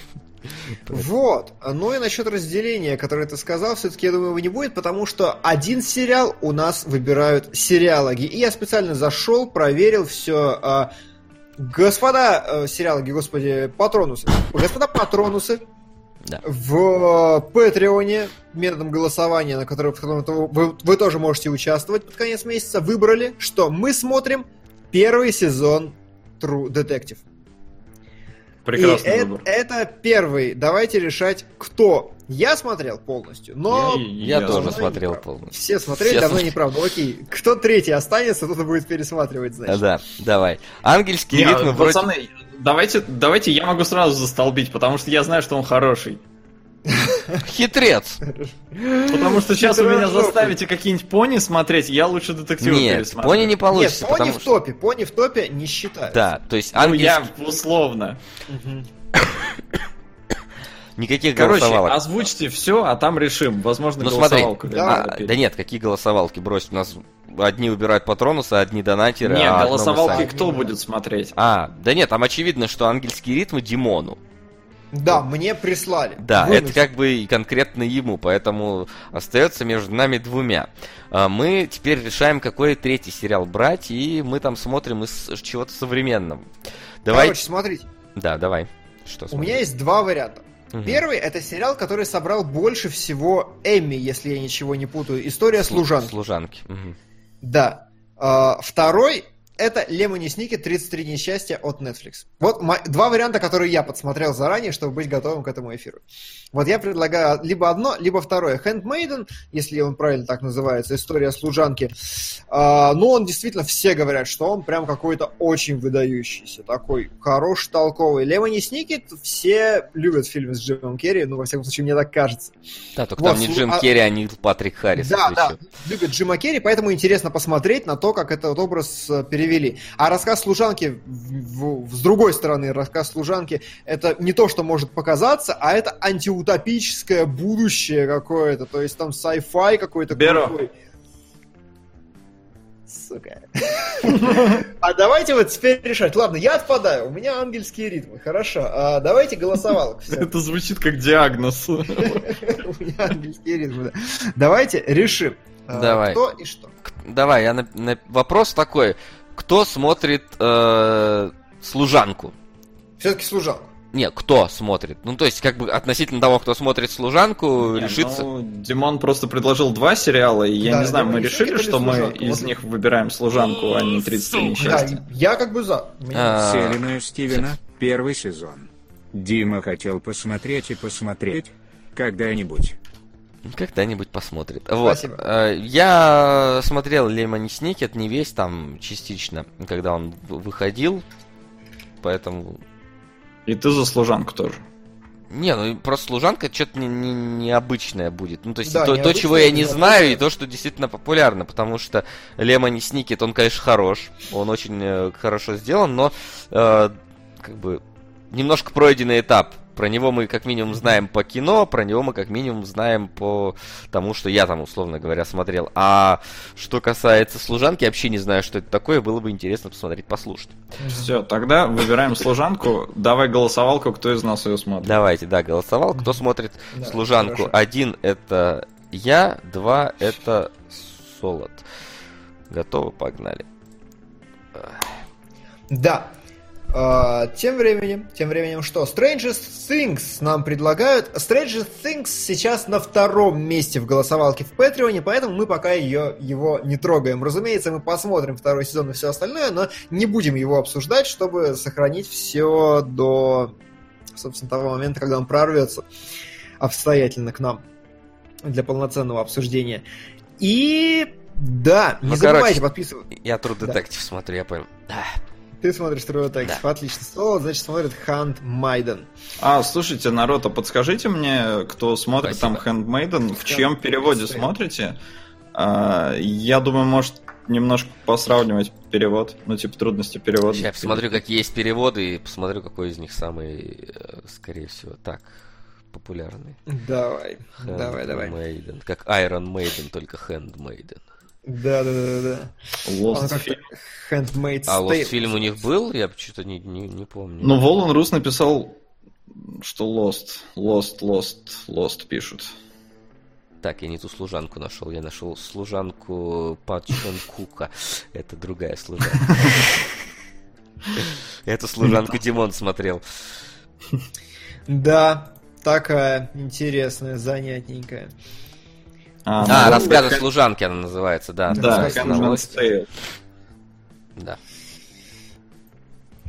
Вот. Ну и насчет разделения, которое ты сказал, все-таки, я думаю, его не будет, потому что один сериал у нас выбирают сериалоги. И я специально зашел, проверил все. Господа сериалоги, господи, патронусы. Господа патронусы, да. В Патреоне методом голосования, на котором, в котором вы, вы тоже можете участвовать под конец месяца, выбрали, что мы смотрим первый сезон True Detective. Прекрасный И выбор. Это, это первый. Давайте решать, кто. Я смотрел полностью, но... Я, я тоже давно смотрел полностью. Все смотрели, Все давно смотр... неправда. Окей, кто третий останется, тот и будет пересматривать, значит. Да, давай. Ангельские Не, ритмы пацаны, вроде... давайте, давайте я могу сразу застолбить, потому что я знаю, что он хороший. Хитрец. Потому что сейчас вы меня заставите какие-нибудь пони смотреть, я лучше детективы Нет, пересмотрю. пони не получится. Нет, пони потому в что... топе, пони в топе не считают. Да, то есть Ну, ангельский... я условно. Никаких Короче, голосовалок. озвучьте все, а там решим. Возможно, Ну смотри, голосовалку. да, а, да нет, какие голосовалки, брось, у нас одни убирают патронусы, одни донатеры, Не, а одно голосовалки мы сами. кто будет смотреть? А, да нет, там очевидно, что ангельские ритмы Димону. Да, мне прислали. Да, Выносили. это как бы и конкретно ему, поэтому остается между нами двумя. А, Мы теперь решаем, какой третий сериал брать, и мы там смотрим из чего-то современного. Давай. Короче, смотрите, Да, давай. Что у смотрим? меня есть два варианта. Мгм. Первый — это сериал, который собрал больше всего Эмми, если я ничего не путаю. История Слу- служанки. Служанки. Мгм. Да. А, второй — это Лемони Сникет тридцать три несчастья от Netflix. Вот мо- два варианта, которые я подсмотрел заранее, чтобы быть готовым к этому эфиру. Вот я предлагаю либо одно, либо второе. Handmaiden, если он правильно так называется, история служанки. А, ну, он действительно, все говорят, что он прям какой-то очень выдающийся, такой хороший, толковый. Лемони Сникет все любят фильмы с Джимом Керри, ну, во всяком случае, мне так кажется. Да, только Вот, там не слу- Джим а- Керри, а Нил Патрик Харрис. Да, если да, чё. любят Джима Керри, поэтому интересно посмотреть на то, как этот образ э, перевели. А рассказ служанки, в- в- с другой стороны, рассказ служанки, это не то, что может показаться, а это антиутопическое будущее какое-то, то есть там sci-fi какой-то Беру. крутой. Сука. А давайте вот теперь решать. Ладно, я отпадаю, у меня ангельские ритмы, хорошо. А давайте голосовалок. Всё. Это звучит как диагноз. У меня ангельские ритмы, да. Давайте решим. а, Давай. Кто и что. Давай, я на- на- вопрос такой. Кто смотрит э, служанку? Все-таки служанку. Не, кто смотрит? Ну, то есть, как бы относительно того, кто смотрит служанку, Не, решится. ну, Димон просто предложил два сериала, и я Да, не знаю, мы Лемони решили, Сникет или что мы служанку? из Вот. них выбираем служанку, а не тридцать три Сука. несчастья. Да, я как бы за. Мне- А, Селена Стивена, первый сезон. Дима хотел посмотреть и посмотреть. Когда-нибудь. Когда-нибудь посмотрит. Вот. Спасибо. Э, Я смотрел Лемони Сникет, не весь там частично, когда он в- выходил. Поэтому. И ты за служанку тоже. Не, ну просто служанка что-то не, не- необычное будет. Ну, то есть Да, то, то, необычное, чего я не необычное. знаю, и то, что действительно популярно, потому что Лемони Сникет, он, конечно, хорош, он очень э, хорошо сделан, но э, как бы немножко пройденный этап. Про него мы как минимум знаем по кино, про него мы как минимум знаем по тому, что я там, условно говоря, смотрел. А что касается служанки, я вообще не знаю, что это такое, было бы интересно посмотреть, послушать. Все, тогда выбираем служанку. Давай голосовалку, кто из нас ее смотрит. Давайте, да, голосовал. Кто смотрит Да, служанку? хорошо. Один это я, два это Солод. Готовы, погнали. Да. А, тем временем, тем временем что? Stranger Things нам предлагают. Stranger Things сейчас на втором месте в голосовалке в Патреоне, поэтому мы пока ее, его не трогаем. Разумеется, мы посмотрим второй сезон и все остальное, но не будем его обсуждать, чтобы сохранить все до, собственно, того момента, когда он прорвется обстоятельно к нам для полноценного обсуждения. И да, не Ну, забывайте короче, подписываться. Я True Да. Detective смотрю, я понял. Ты смотришь True Detective, отлично. Соло, значит, смотрит Handmaiden. А, слушайте, народ, а подскажите мне, кто смотрит Спасибо. там Handmaiden, в чьем переводе Стоит. смотрите? А, я думаю, может, немножко посравнивать перевод, ну, типа, трудности перевода. Сейчас я посмотрю, какие есть переводы, и посмотрю, какой из них самый, э, скорее всего, так, популярный. Давай, давай, давай. Handmaiden. Как Iron Maiden, только Handmaiden. Да, да, да, да. Он Lost как-то Film. Handmaid's А Tale. Lost фильм у них был? Я что-то не, не, не помню. Ну, Волан Рус написал, что Lost, Lost, Lost, Lost пишут. Так, я не ту служанку нашел. Я нашел служанку Пат Чон Кука. Это другая служанка. Эту служанку Димон смотрел. Да, такая интересная, занятненькая. А, А, ну, рассказы как- служанки она называется, да. Да, Рассказы Handmaid's служанки. Tale. Да.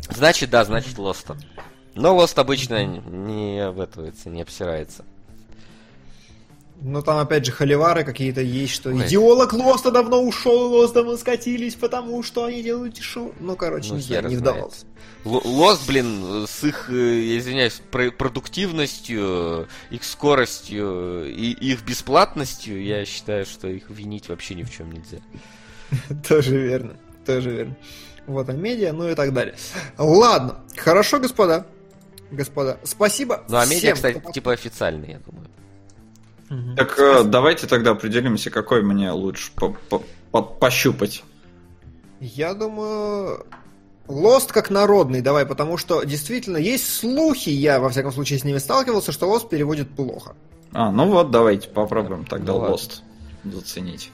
Значит, да, значит Lost. Но Lost обычно не обэтывается, не обсирается. Ну, там, опять же, холивары какие-то есть, что Ой. идеолог Лоста давно ушел, Лост давно скатились, потому что они делают шоу. Ну, короче, Ну, не знаю, хер не знает. вдавался. Lost, блин, с их, э, я извиняюсь, про- продуктивностью, их скоростью и их бесплатностью, я считаю, что их винить вообще ни в чем нельзя. Тоже верно, тоже верно. Вот, а медиа, ну и так далее. Ладно, хорошо, господа. Господа, спасибо Ну, а всем, медиа, кстати, кто- типа официальный, я думаю. Мгм. Так э, давайте тогда определимся, какой мне лучше по- по- по- пощупать. Я думаю, Lost как народный, давай, потому что действительно есть слухи, я во всяком случае с ними сталкивался, что Lost переводит плохо. А, ну вот, давайте попробуем тогда Ну ладно. Lost заценить.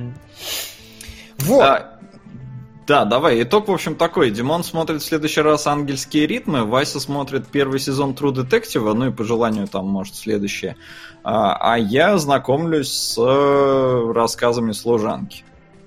Вот. А, да, давай, итог, в общем, такой. Димон смотрит в следующий раз «Ангельские ритмы», Вася смотрит первый сезон True Detective, ну и по желанию там, может, следующее. А, а я знакомлюсь с э, рассказами «Служанки».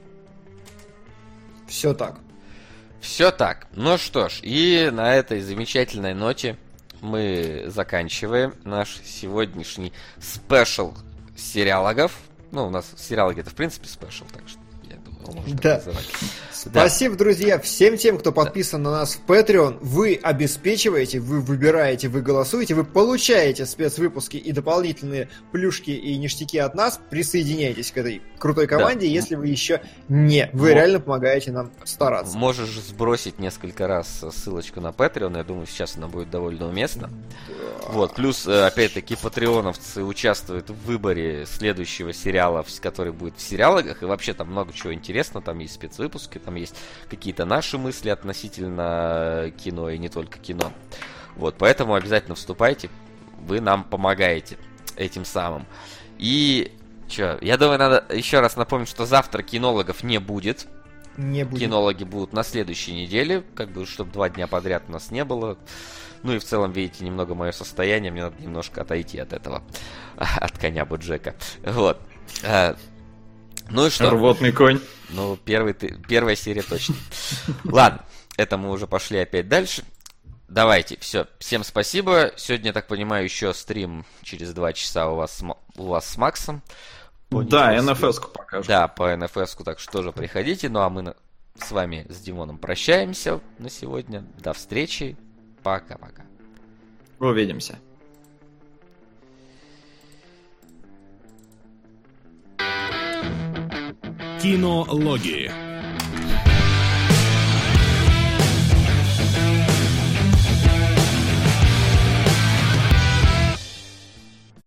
Все так. Все так. Ну что ж, и на этой замечательной ноте мы заканчиваем наш сегодняшний спешл сериалогов. Ну, у нас сериалоги это в принципе спешл, так что я думаю, можно Да. так называть. Спасибо, друзья, всем тем, кто подписан на нас в Patreon. Вы обеспечиваете, вы выбираете, вы голосуете, вы получаете спецвыпуски и дополнительные плюшки и ништяки от нас. Присоединяйтесь к этой крутой команде, Да. если вы еще не. Вы Но- реально помогаете нам стараться. Можешь сбросить несколько раз ссылочку на Patreon, я думаю, сейчас она будет довольно уместна. Вот, плюс, э, опять-таки, патреоновцы участвуют в выборе следующего сериала, в- который будет в сериалогах, и вообще там много чего интересного, там есть спецвыпуски, там есть какие-то наши мысли относительно кино и не только кино. Вот, поэтому обязательно вступайте, вы нам помогаете этим самым. И, чё, я думаю, надо еще раз напомнить, что завтра кинологов не будет. Не будет. Кинологи будут на следующей неделе, как бы, чтобы два дня подряд у нас не было. Ну и в целом, видите, немного мое состояние, мне надо немножко отойти от этого, от коня Боджека. Вот. А, Ну и что? Рвотный конь. Ну, первый, ты- первая серия точно. Ладно, это мы уже пошли опять дальше. Давайте, все, всем спасибо. Сегодня, я так понимаю, еще стрим через два часа у вас, с Ма- у вас с Максом. По Да, ничего эн эф себе. эс-ку покажем. Да, по эн эф эс-ку, так что тоже приходите. Ну а мы на- с вами, с Димоном, прощаемся на сегодня. До встречи. Пока-пока. Увидимся. Кинологии.